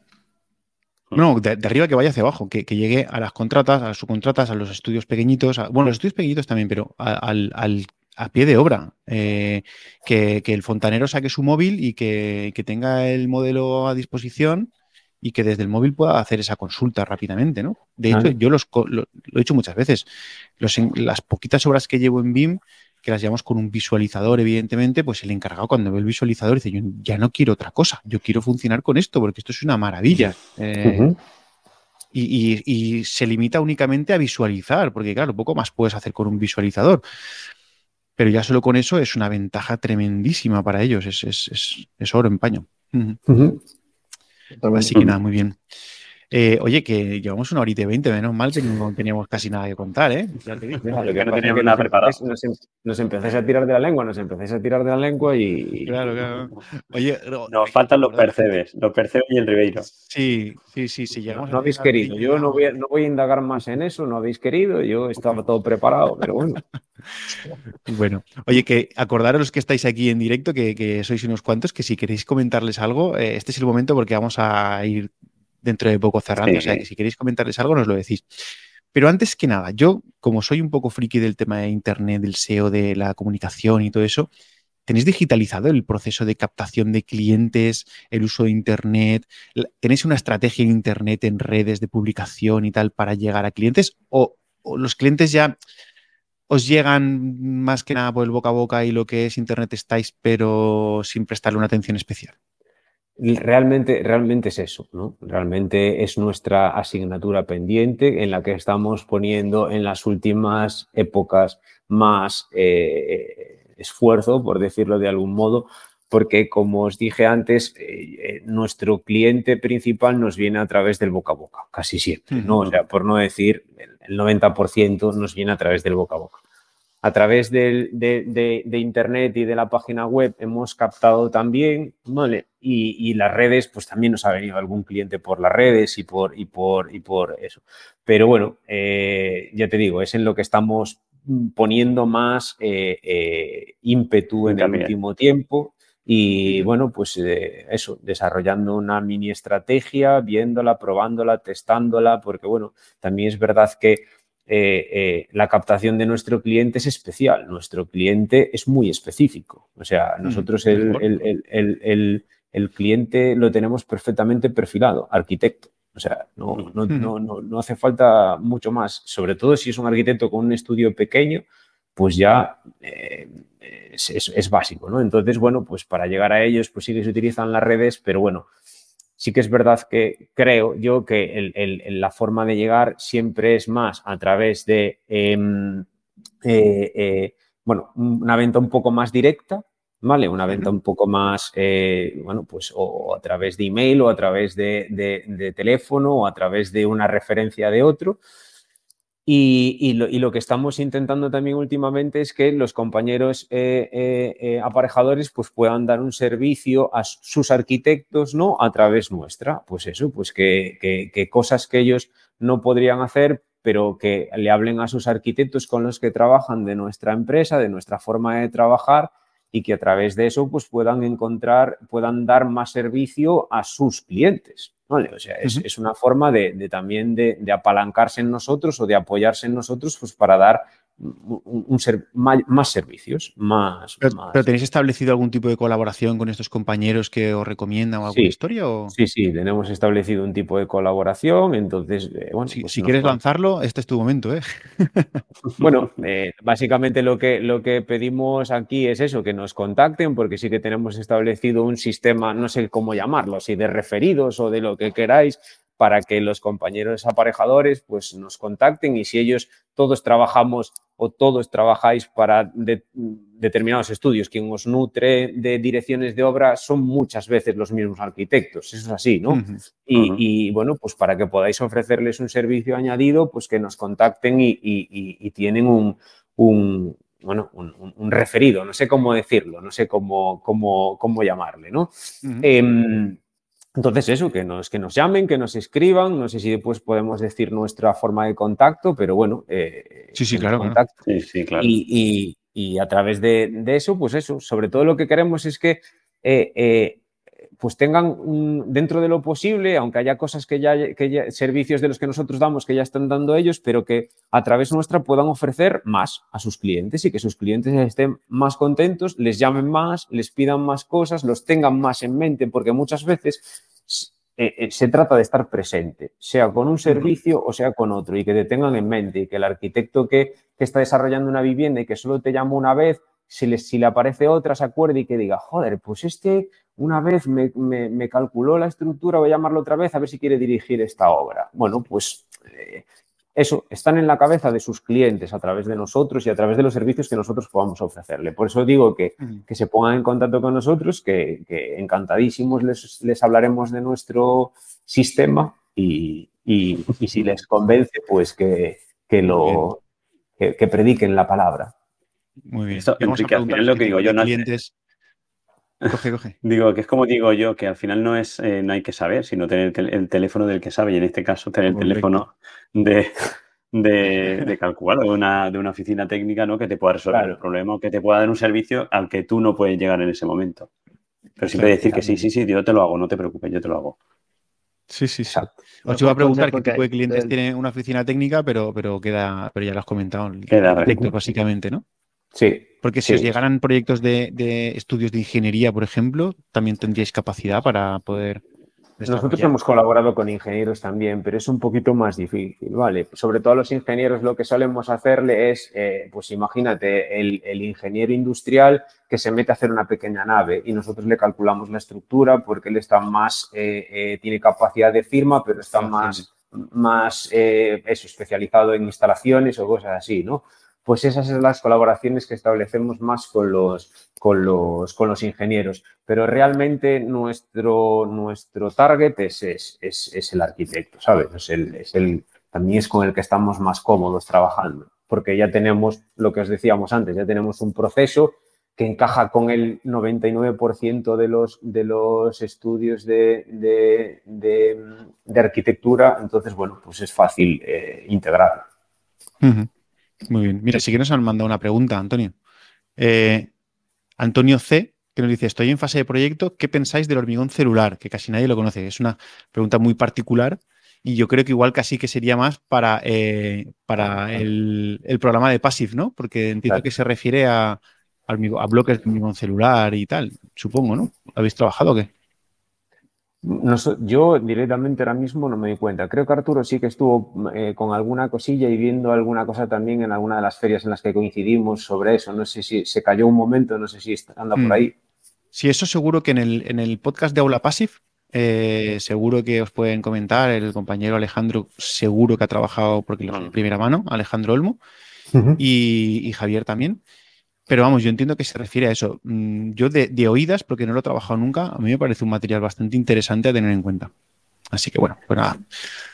No, de, de arriba que vaya hacia abajo, que, que llegue a las contratas, a las subcontratas, a los estudios pequeñitos, a, bueno, los estudios pequeñitos también, pero a, al, al, a pie de obra, eh, que, que el fontanero saque su móvil y que, que tenga el modelo a disposición y que desde el móvil pueda hacer esa consulta rápidamente, ¿no? De hecho, Ah. yo los, lo, lo he dicho muchas veces, los, las poquitas horas que llevo en B I M, que las llevamos con un visualizador, evidentemente, pues el encargado cuando ve el visualizador dice, yo ya no quiero otra cosa, yo quiero funcionar con esto porque esto es una maravilla. Eh, uh-huh. y, y, y se limita únicamente a visualizar, porque claro, poco más puedes hacer con un visualizador. Pero ya solo con eso es una ventaja tremendísima para ellos, es, es, es, es oro en paño. Uh-huh. Uh-huh. Así que nada, muy bien. Eh, oye, que llevamos una horita y veinte, menos mal que no teníamos casi nada que contar, ¿eh? Ya te digo. Lo que, que no teníamos que nada preparado. Nos, nos empezáis a tirar de la lengua, nos empezáis a tirar de la lengua y... Claro, claro. Oye, no, nos faltan los percebes, los percebes y el Ribeiro. Sí, sí, sí, sí. No, no habéis querido. Yo no voy, a, no voy a indagar más en eso, no habéis querido. Yo estaba todo preparado, pero bueno. Bueno, oye, que acordaros los que estáis aquí en directo, que, que sois unos cuantos, que si queréis comentarles algo, eh, este es el momento porque vamos a ir dentro de poco cerrando, sí. O sea, que si queréis comentarles algo, nos lo decís. Pero antes que nada, yo, como soy un poco friki del tema de Internet, del S E O, de la comunicación y todo eso, ¿tenéis digitalizado el proceso de captación de clientes, el uso de Internet? ¿Tenéis una estrategia en Internet, en redes de publicación y tal para llegar a clientes? ¿O, o los clientes ya os llegan más que nada por el boca a boca y lo que es Internet estáis, pero sin prestarle una atención especial? Realmente, realmente es eso, ¿no? Realmente es nuestra asignatura pendiente en la que estamos poniendo en las últimas épocas más eh, esfuerzo, por decirlo de algún modo, porque, como os dije antes, eh, nuestro cliente principal nos viene a través del boca a boca, casi siempre, ¿no? O sea, por no decir el noventa por ciento nos viene a través del boca a boca. A través de, de, de, de Internet y de la página web hemos captado también, ¿vale? Y, y las redes, pues también nos ha venido algún cliente por las redes y por, y por, y por eso. Pero bueno, eh, ya te digo, es en lo que estamos poniendo más eh, eh, ímpetu en el último tiempo. Y bueno, pues eh, eso, desarrollando una mini estrategia, viéndola, probándola, testándola, porque bueno, también es verdad que Eh, eh, la captación de nuestro cliente es especial, nuestro cliente es muy específico, o sea, nosotros el, el, el, el, el, el cliente lo tenemos perfectamente perfilado, arquitecto, o sea, no, no, no, no, no hace falta mucho más, sobre todo si es un arquitecto con un estudio pequeño, pues ya eh, es, es, es básico, ¿no? Entonces, bueno, pues para llegar a ellos, pues sí que se utilizan las redes, pero bueno, sí que es verdad que creo yo que el, el, la forma de llegar siempre es más a través de, eh, eh, eh, bueno, una venta un poco más directa, ¿vale? Una venta un poco más, eh, bueno, pues o a través de email o a través de, de, de teléfono o a través de una referencia de otro. Y, y, lo, y lo que estamos intentando también últimamente es que los compañeros eh, eh, eh, aparejadores pues puedan dar un servicio a sus arquitectos, ¿no? A través nuestra. Pues eso, pues que, que, que cosas que ellos no podrían hacer, pero que le hablen a sus arquitectos con los que trabajan de nuestra empresa, de nuestra forma de trabajar, y que a través de eso pues puedan encontrar, puedan dar más servicio a sus clientes. ¿Vale? O sea, es, uh-huh. es una forma de, de también de, de apalancarse en nosotros o de apoyarse en nosotros pues, para dar un, un ser, más, más servicios, más pero, más... ¿Pero tenéis establecido algún tipo de colaboración con estos compañeros que os recomiendan o alguna sí, historia? O... Sí, sí, tenemos establecido un tipo de colaboración, entonces, eh, bueno... Si, pues si quieres lanzarlo, este es tu momento, ¿eh? Bueno, eh, básicamente lo que, lo que pedimos aquí es eso, que nos contacten, porque sí que tenemos establecido un sistema, no sé cómo llamarlo, si de referidos o de lo que queráis, para que los compañeros aparejadores pues nos contacten, y si ellos todos trabajamos o todos trabajáis para de, determinados estudios, quien os nutre de direcciones de obra son muchas veces los mismos arquitectos, eso es así, ¿no? Uh-huh. Y, uh-huh. y bueno, pues para que podáis ofrecerles un servicio añadido, pues que nos contacten y, y, y, y tienen un, un bueno, un, un referido, no sé cómo decirlo, no sé cómo, cómo, cómo llamarle, ¿no? Uh-huh. Eh, Entonces eso, que nos, que nos llamen, que nos escriban, no sé si después podemos decir nuestra forma de contacto, pero bueno, eh, sí, sí, que claro, nos contacten. Claro. Sí, sí, claro. Y, y, y a través de, de eso, pues eso, sobre todo lo que queremos es que eh, eh, pues tengan un, dentro de lo posible, aunque haya cosas que ya, que ya, servicios de los que nosotros damos que ya están dando ellos, pero que a través nuestra puedan ofrecer más a sus clientes y que sus clientes estén más contentos, les llamen más, les pidan más cosas, los tengan más en mente, porque muchas veces eh, eh, se trata de estar presente, sea con un servicio o sea con otro, y que te tengan en mente, y que el arquitecto que, que está desarrollando una vivienda y que solo te llama una vez, si le, si le aparece otra, se acuerde y que diga, joder, pues este una vez me, me, me calculó la estructura, voy a llamarlo otra vez a ver si quiere dirigir esta obra. Bueno, pues eh, eso, están en la cabeza de sus clientes a través de nosotros y a través de los servicios que nosotros podamos ofrecerle. Por eso digo que, que se pongan en contacto con nosotros, que, que encantadísimos les, les hablaremos de nuestro sistema y, y, y si les convence, pues que, que, lo, que, que prediquen la palabra. Muy bien. Esto, Y vamos a Enrique, al final preguntaros lo qué que digo tipo yo de no hace- clientes... Coge, coge. Digo, que es como digo yo, que al final no es eh, no hay que saber, sino tener el, tel- el teléfono del que sabe, y en este caso tener el Correcto. teléfono de, de, de calcular, o de una, de una oficina técnica, ¿no? Que te pueda resolver Claro. el problema o que te pueda dar un servicio al que tú no puedes llegar en ese momento. Pero siempre Claro. decir que sí, sí, sí, yo te lo hago, no te preocupes, yo te lo hago. Sí, sí, sí. Exacto. Os iba a Mejor preguntar consejo qué tipo que de clientes hay. tiene una oficina técnica, pero, pero queda, pero ya lo has comentado, el Queda arquitecto, re- básicamente, ¿no? Sí. Porque si os Sí. llegaran proyectos de, de estudios de ingeniería, por ejemplo, también tendríais capacidad para poder Nosotros desarrollar. hemos colaborado con ingenieros también, pero es un poquito más difícil, ¿vale? Sobre todo a los ingenieros lo que solemos hacerle es, eh, pues imagínate, el, el ingeniero industrial que se mete a hacer una pequeña nave y nosotros le calculamos la estructura porque él está más, eh, eh, tiene capacidad de firma, pero está más, más eh, eso, especializado en instalaciones o cosas así, ¿no? Pues esas son las colaboraciones que establecemos más con los, con los, con los ingenieros. Pero realmente nuestro, nuestro target es, es, es, es el arquitecto, ¿sabes? Es el, es el, también es con el que estamos más cómodos trabajando, porque ya tenemos lo que os decíamos antes, ya tenemos un proceso que encaja con el noventa y nueve por ciento de los, de los estudios de, de, de, de arquitectura, entonces, bueno, pues es fácil eh, integrarlo. Uh-huh. Muy bien. Mira, sí que nos han mandado una pregunta, Antonio. Eh, Antonio C., que nos dice, estoy en fase de proyecto, ¿qué pensáis del hormigón celular? Que casi nadie lo conoce. Es una pregunta muy particular y yo creo que igual casi que sería más para, eh, para el, el programa de Passive, ¿no? Porque entiendo Claro. que se refiere a, a, hormigo- a bloques de hormigón celular y tal, supongo, ¿no? ¿Habéis trabajado o qué? No so- yo directamente ahora mismo no me di cuenta. Creo que Arturo sí que estuvo eh, con alguna cosilla y viendo alguna cosa también en alguna de las ferias en las que coincidimos sobre eso. No sé si se cayó un momento, no sé si está- anda por Mm. ahí. Sí, eso seguro que en el, en el podcast de Aula Passive, eh, seguro que os pueden comentar. El compañero Alejandro seguro que ha trabajado, porque lo hace de Mm. primera mano, Alejandro Olmo, y, y Javier también. Pero vamos, yo entiendo que se refiere a eso. Mm, Yo de, de oídas, porque no lo he trabajado nunca, a mí me parece un material bastante interesante a tener en cuenta. Así que bueno, pues nada.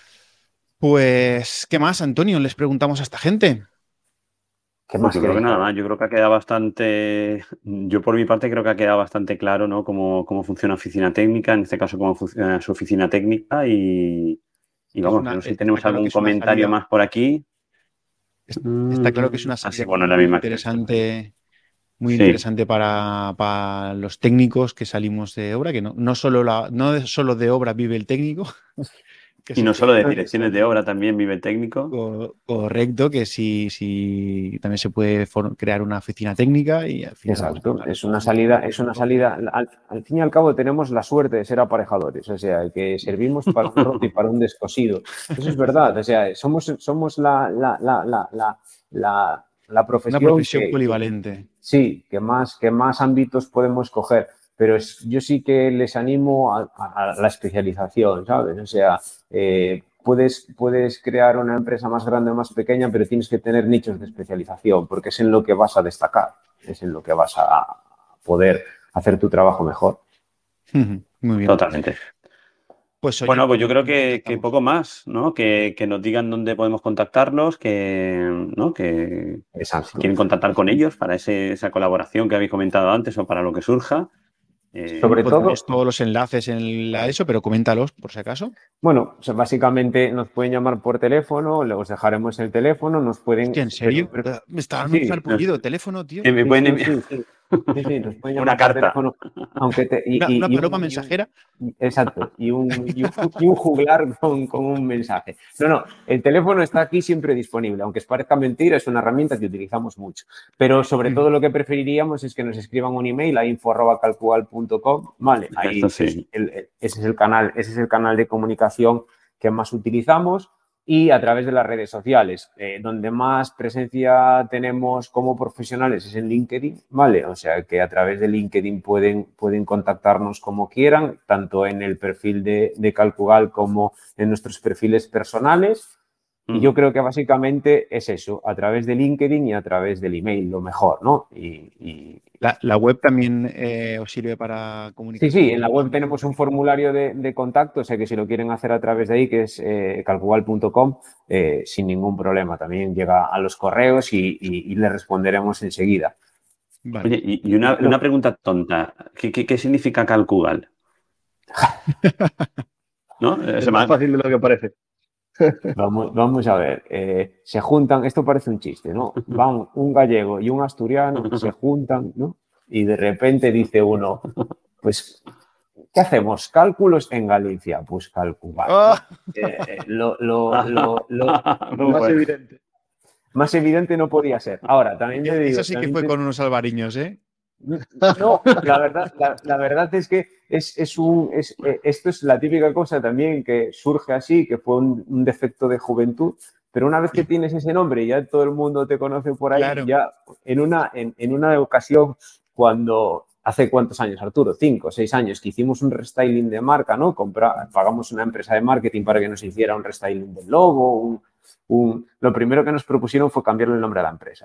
Pues, ¿qué más, Antonio? Les preguntamos a esta gente. ¿Qué Pues más yo creo que queréis nada saber? más, yo creo que ha quedado bastante, yo por mi parte creo que ha quedado bastante claro, ¿no? Cómo, cómo funciona oficina técnica, en este caso cómo funciona su oficina técnica y, y Que es vamos, una, no sé si está tenemos claro que algún es una comentario salida, más por aquí. es- está claro que es una Así, salida bueno, la muy misma que interesante, muy sí. interesante para, para los técnicos que salimos de obra, que no, no solo la, no de- solo de obra vive el técnico, que es Y el no solo de que direcciones de obra, también vive el técnico. Co- correcto, que sí, sí, también se puede for- crear una oficina técnica y al final, pues, Exacto, claro, es una es un poco salida, lo que es una recoge. salida. Al, al fin y al cabo tenemos la suerte de ser aparejadores, o sea, que servimos para un roto y para un descosido. Eso es verdad, o sea, somos, somos la, la, la, la, la, la, la Una profesión profesión que, que- polivalente. sí, que más, que más ámbitos podemos coger, pero es- yo sí que les animo a, a- a la especialización, ¿sabes? O sea, eh, puedes, puedes crear una empresa más grande o más pequeña, pero tienes que tener nichos de especialización, porque es en lo que vas a destacar, es en lo que vas a poder hacer tu trabajo mejor. Ujú, muy bien. Totalmente. Pues oye, Bueno, pues yo ¿con creo quién que, que contactamos? poco más, ¿no? Que, que nos digan dónde podemos contactarlos, que, ¿no? Que si Exacto. quieren contactar con ellos para ese- esa colaboración que habéis comentado antes o para lo que surja. eh, Sobre Pondremos todo, todos los enlaces en la eso, pero coméntalos por si acaso. bueno, o sea, básicamente nos pueden llamar por teléfono, os dejaremos el teléfono, nos pueden... Hostia, ¿en Pero, serio? pero- Eh, Me está dando un sí, nos- salpullido. ¿Teléfono, tío? que me sí, pueden sí, enviar, sí, sí. Sí, sí, nos pueden Una llamar por carta. teléfono, aunque te, y, Una, y- una y un- paloma y un- mensajera. Exacto, y un, y un, y un juglar con, con un mensaje. No, no, el teléfono está aquí siempre disponible, aunque os parezca mentira, es una herramienta que utilizamos mucho. Pero sobre Mm. todo lo que preferiríamos es que nos escriban un email a info arroba calcugal punto com, ¿vale? Ahí Esto sí. es el- ese es el canal, ese es el canal de comunicación que más utilizamos. Y a través de las redes sociales, eh, donde más presencia tenemos como profesionales es en LinkedIn, ¿vale? O sea que a través de LinkedIn pueden, pueden contactarnos como quieran, tanto en el perfil de, de Calcugal como en nuestros perfiles personales. Y yo creo que básicamente es eso, a través de LinkedIn y a través del email, lo mejor, ¿no? Y, y, La, la web también eh, os sirve para Sí, comunicación. sí, en la web tenemos un formulario de, de contacto, o sea que si lo quieren hacer a través de ahí, que es eh, calcugal punto com, eh, sin ningún problema. También llega a los correos y, y- y le responderemos enseguida. Vale. Oye, y, y una, Lo- una pregunta tonta. ¿Qué, qué, qué significa Calcugal? ¿No? Eh, Es se me más ha- fácil de lo que parece. Vamos, vamos a ver, eh, se juntan, esto parece un chiste, ¿no? Van un gallego y un asturiano, se juntan, ¿no? Y de repente dice uno, pues, ¿qué hacemos? Cálculos en Galicia, pues calcular, ¿no? ¡Ah! Eh, lo, lo- lo- lo- ¿Cómo Más fue? evidente. más evidente no podía ser. Ahora, también te digo, Eso sí que también fue te- con unos albariños, ¿eh? no, la verdad, la, la verdad es que es, es un, es, eh, esto es la típica cosa también que surge así, que fue un, un defecto de juventud, pero una vez que tienes ese nombre y ya todo el mundo te conoce por ahí, Claro. ya en una, en, en una ocasión cuando, hace cuántos años, Arturo, cinco o seis años, que hicimos un restyling de marca, ¿no? Compra, pagamos una empresa de marketing para que nos hiciera un restyling del logo, un, un, lo primero que nos propusieron fue cambiarle el nombre a la empresa.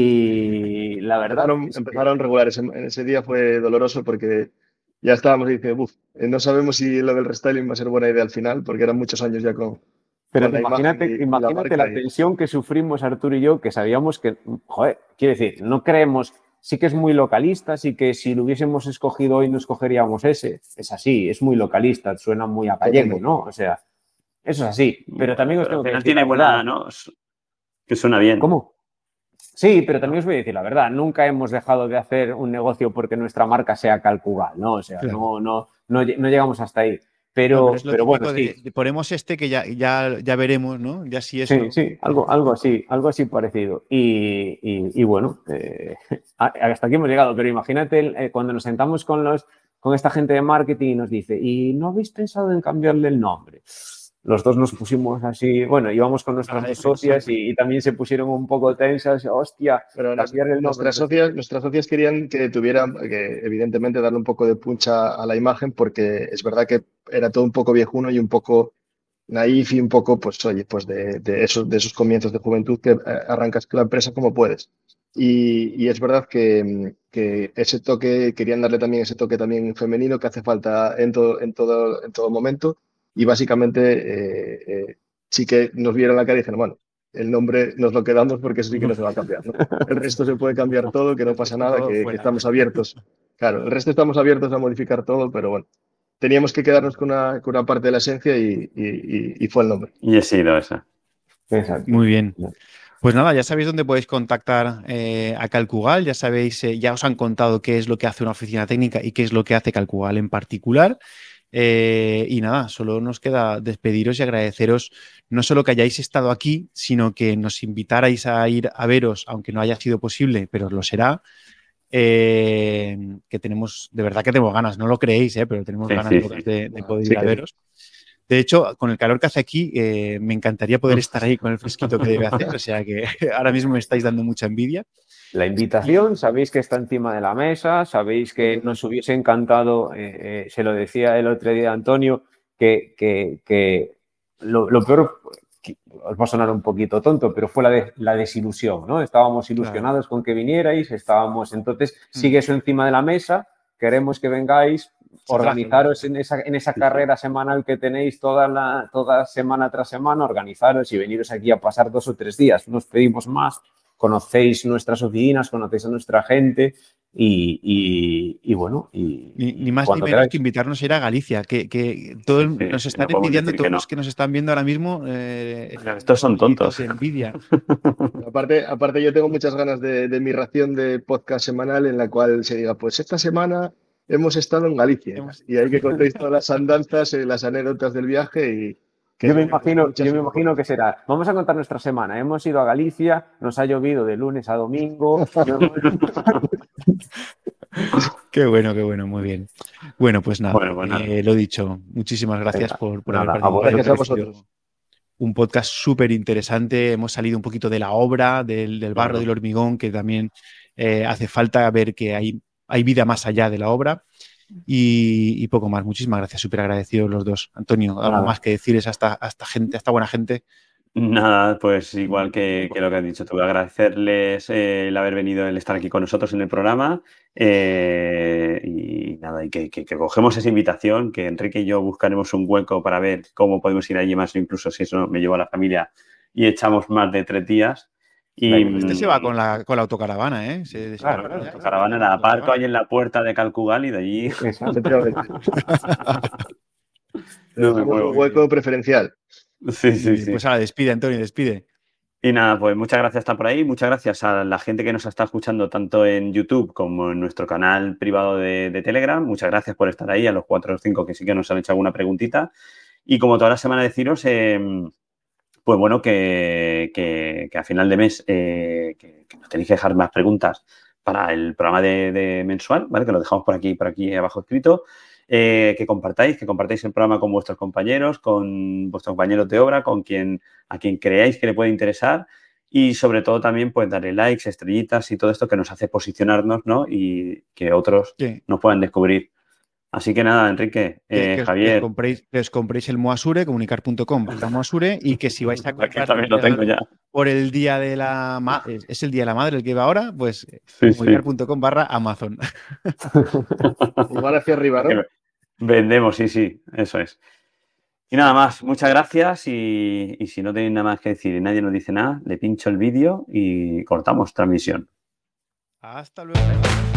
Y la verdad Empezaron, es empezaron regulares. En, en ese día fue doloroso porque ya estábamos y dice, "Buf, eh, no sabemos si lo del restyling va a ser buena idea al final, porque eran muchos años ya con, Pero con la imagen imagínate, y, y la imagínate marca. la Y, tensión que sufrimos Arturo y yo, que sabíamos que, joder, quiero decir, no creemos, sí que es muy localista, sí que si lo hubiésemos escogido hoy no escogeríamos ese, es así, es muy localista, suena muy a gallego, totalmente. ¿no? O sea, eso es así, pero también os Pero al tengo que final decir tiene la verdad. buena, ¿no? Que suena bien. ¿Cómo? Sí, pero también os voy a decir la verdad, nunca hemos dejado de hacer un negocio porque nuestra marca sea Calcugal, ¿no? O sea, Claro. no, no, no, no llegamos hasta ahí. No, Pero, pero es lo pero bueno, típico sí. de, de ponemos este que ya, ya, ya veremos, ¿no? Ya si Sí, eso. sí, algo, algo así, algo así parecido. Y, y- y bueno, eh, hasta aquí hemos llegado, pero imagínate eh, cuando nos sentamos con, los, con esta gente de marketing y nos dice, ¿y no habéis pensado en cambiarle el nombre? Los dos nos pusimos así, bueno, íbamos con A nuestras la dos defensiva. socias y, y también se pusieron un poco tensas, hostia, Pero nos- cambiarle el nombre. nuestras socias, nuestras socias querían que tuviera, que evidentemente darle un poco de puncha a la imagen, porque es verdad que era todo un poco viejuno y un poco naif y un poco, pues oye, pues de, de esos, de esos comienzos de juventud que eh, arrancas la empresa como puedes. Y, y es verdad que, que ese toque, querían darle también ese toque también femenino que hace falta en todo, en todo, en todo momento. Y básicamente eh, eh, sí que nos vieron la cara y dijeron, bueno, el nombre nos lo quedamos porque eso sí que no se va a cambiar, ¿no? El resto se puede cambiar todo, que no El pasa resto nada, todo que, que fuera. estamos abiertos. Claro, el resto estamos abiertos a modificar todo, pero bueno, teníamos que quedarnos con una, con una parte de la esencia y, y- y- y fue el nombre. Y he sido esa. Exacto. Muy bien. Pues nada, ya sabéis dónde podéis contactar eh, a Calcugal, ya sabéis, eh, ya os han contado qué es lo que hace una oficina técnica y qué es lo que hace Calcugal en particular. Eh, y nada, solo nos queda despediros y agradeceros no solo que hayáis estado aquí, sino que nos invitarais a ir a veros, aunque no haya sido posible, pero lo será. Eh, que tenemos, de verdad que tenemos ganas, no lo creéis, eh, pero tenemos Sí, ganas sí, locas sí. de, de poder Sí ir a que sí. veros. De hecho, con el calor que hace aquí, eh, me encantaría poder estar ahí con el fresquito que debe hacer, o sea que ahora mismo me estáis dando mucha envidia. La invitación, sabéis que está encima de la mesa, sabéis que nos hubiese encantado, eh, eh, se lo decía el otro día Antonio, que, que, que lo, lo peor, que os va a sonar un poquito tonto, pero fue la, de, la desilusión, ¿no? Estábamos ilusionados con que vinierais, estábamos, entonces sigue eso encima de la mesa, queremos que vengáis, organizaros en esa, en esa carrera semanal que tenéis toda, la, toda semana tras semana, organizaros y veniros aquí a pasar dos o tres días, no os pedimos más. Conocéis nuestras oficinas, conocéis a nuestra gente Y, y, y bueno, y, Ni, ni más ni cuando menos queráis. que invitarnos a ir a Galicia, que, que todo el- Sí, nos sí, están no podemos envidiando decir todos que no. los que nos están viendo ahora mismo. Eh, Estos son tontos. de envidia. Aparte, aparte yo tengo muchas ganas de, de mi ración de podcast semanal en la cual se diga, pues esta semana hemos estado en Galicia Hemos- y ahí que contéis todas las andanzas, eh, las anécdotas del viaje y que Yo me bueno, pues imagino, muchas yo me imagino que informaciones. será, vamos a contar nuestra semana. Hemos ido a Galicia, nos ha llovido de lunes a domingo. Qué bueno, qué bueno, muy bien. Bueno, pues nada, Bueno, pues nada. eh, lo dicho, muchísimas gracias Venga, por, por nada, haber a participado. Gracias Me a ha parecido vosotros. un podcast súper interesante. Hemos salido un poquito de la obra, del, del barro, Claro. del hormigón, que también eh, hace falta ver que hay, hay vida más allá de la obra. Y, y poco más. Muchísimas gracias, súper agradecidos los dos. Antonio, ¿algo Nada. más que decirles a esta, a esta gente, a esta buena gente? Nada, pues igual que, que lo que has dicho tú, agradecerles eh, el haber venido, el estar aquí con nosotros en el programa eh, y nada, y que, que, que cogemos esa invitación, que Enrique y yo buscaremos un hueco para ver cómo podemos ir allí más, incluso si eso me llevo a la familia y echamos más de tres días. Y Venga. Este se va con la, con la autocaravana, ¿eh? Se, se Claro, va claro, ya, la ¿eh? caravana la aparco ahí en la puerta de Calcugal y de allí Exacto. Efectivamente. no me Dejamos un muevo. Muy bien, hueco preferencial. Sí, muy sí, bien. sí. Pues ahora, despide, Antonio, despide. Y nada, pues muchas gracias por estar por ahí, muchas gracias a la gente que nos está escuchando tanto en YouTube como en nuestro canal privado de, de Telegram. Muchas gracias por estar ahí, a los cuatro o cinco que sí que nos han hecho alguna preguntita. Y como toda la semana deciros, eh, pues bueno, que, que, que a final de mes eh, que, que nos tenéis que dejar más preguntas para el programa de, de mensual, ¿vale? Que lo dejamos por aquí, por aquí abajo escrito. Eh, que compartáis, que compartáis el programa con vuestros compañeros, con vuestros compañeros de obra, con quien, a quien creáis que le puede interesar y sobre todo también pues darle likes, estrellitas y todo esto que nos hace posicionarnos, ¿no? Y que otros Sí. nos puedan descubrir. Así que nada, Enrique, Que, eh, que os, que os Javier, compréis, que os compréis el Moasure, comunicar punto com barra Moasure, y que si vais a aquí comprar también lo tengo algo ya. por el día de la ma- es es el día de la madre el que va ahora, pues Sí, sí. comunicar punto com barra Amazon. Igual hacia arriba, ¿no? Que vendemos, sí, sí, eso es. Y nada más, muchas gracias y, y si no tenéis nada más que decir y nadie nos dice nada, le pincho el vídeo y cortamos transmisión. Hasta luego.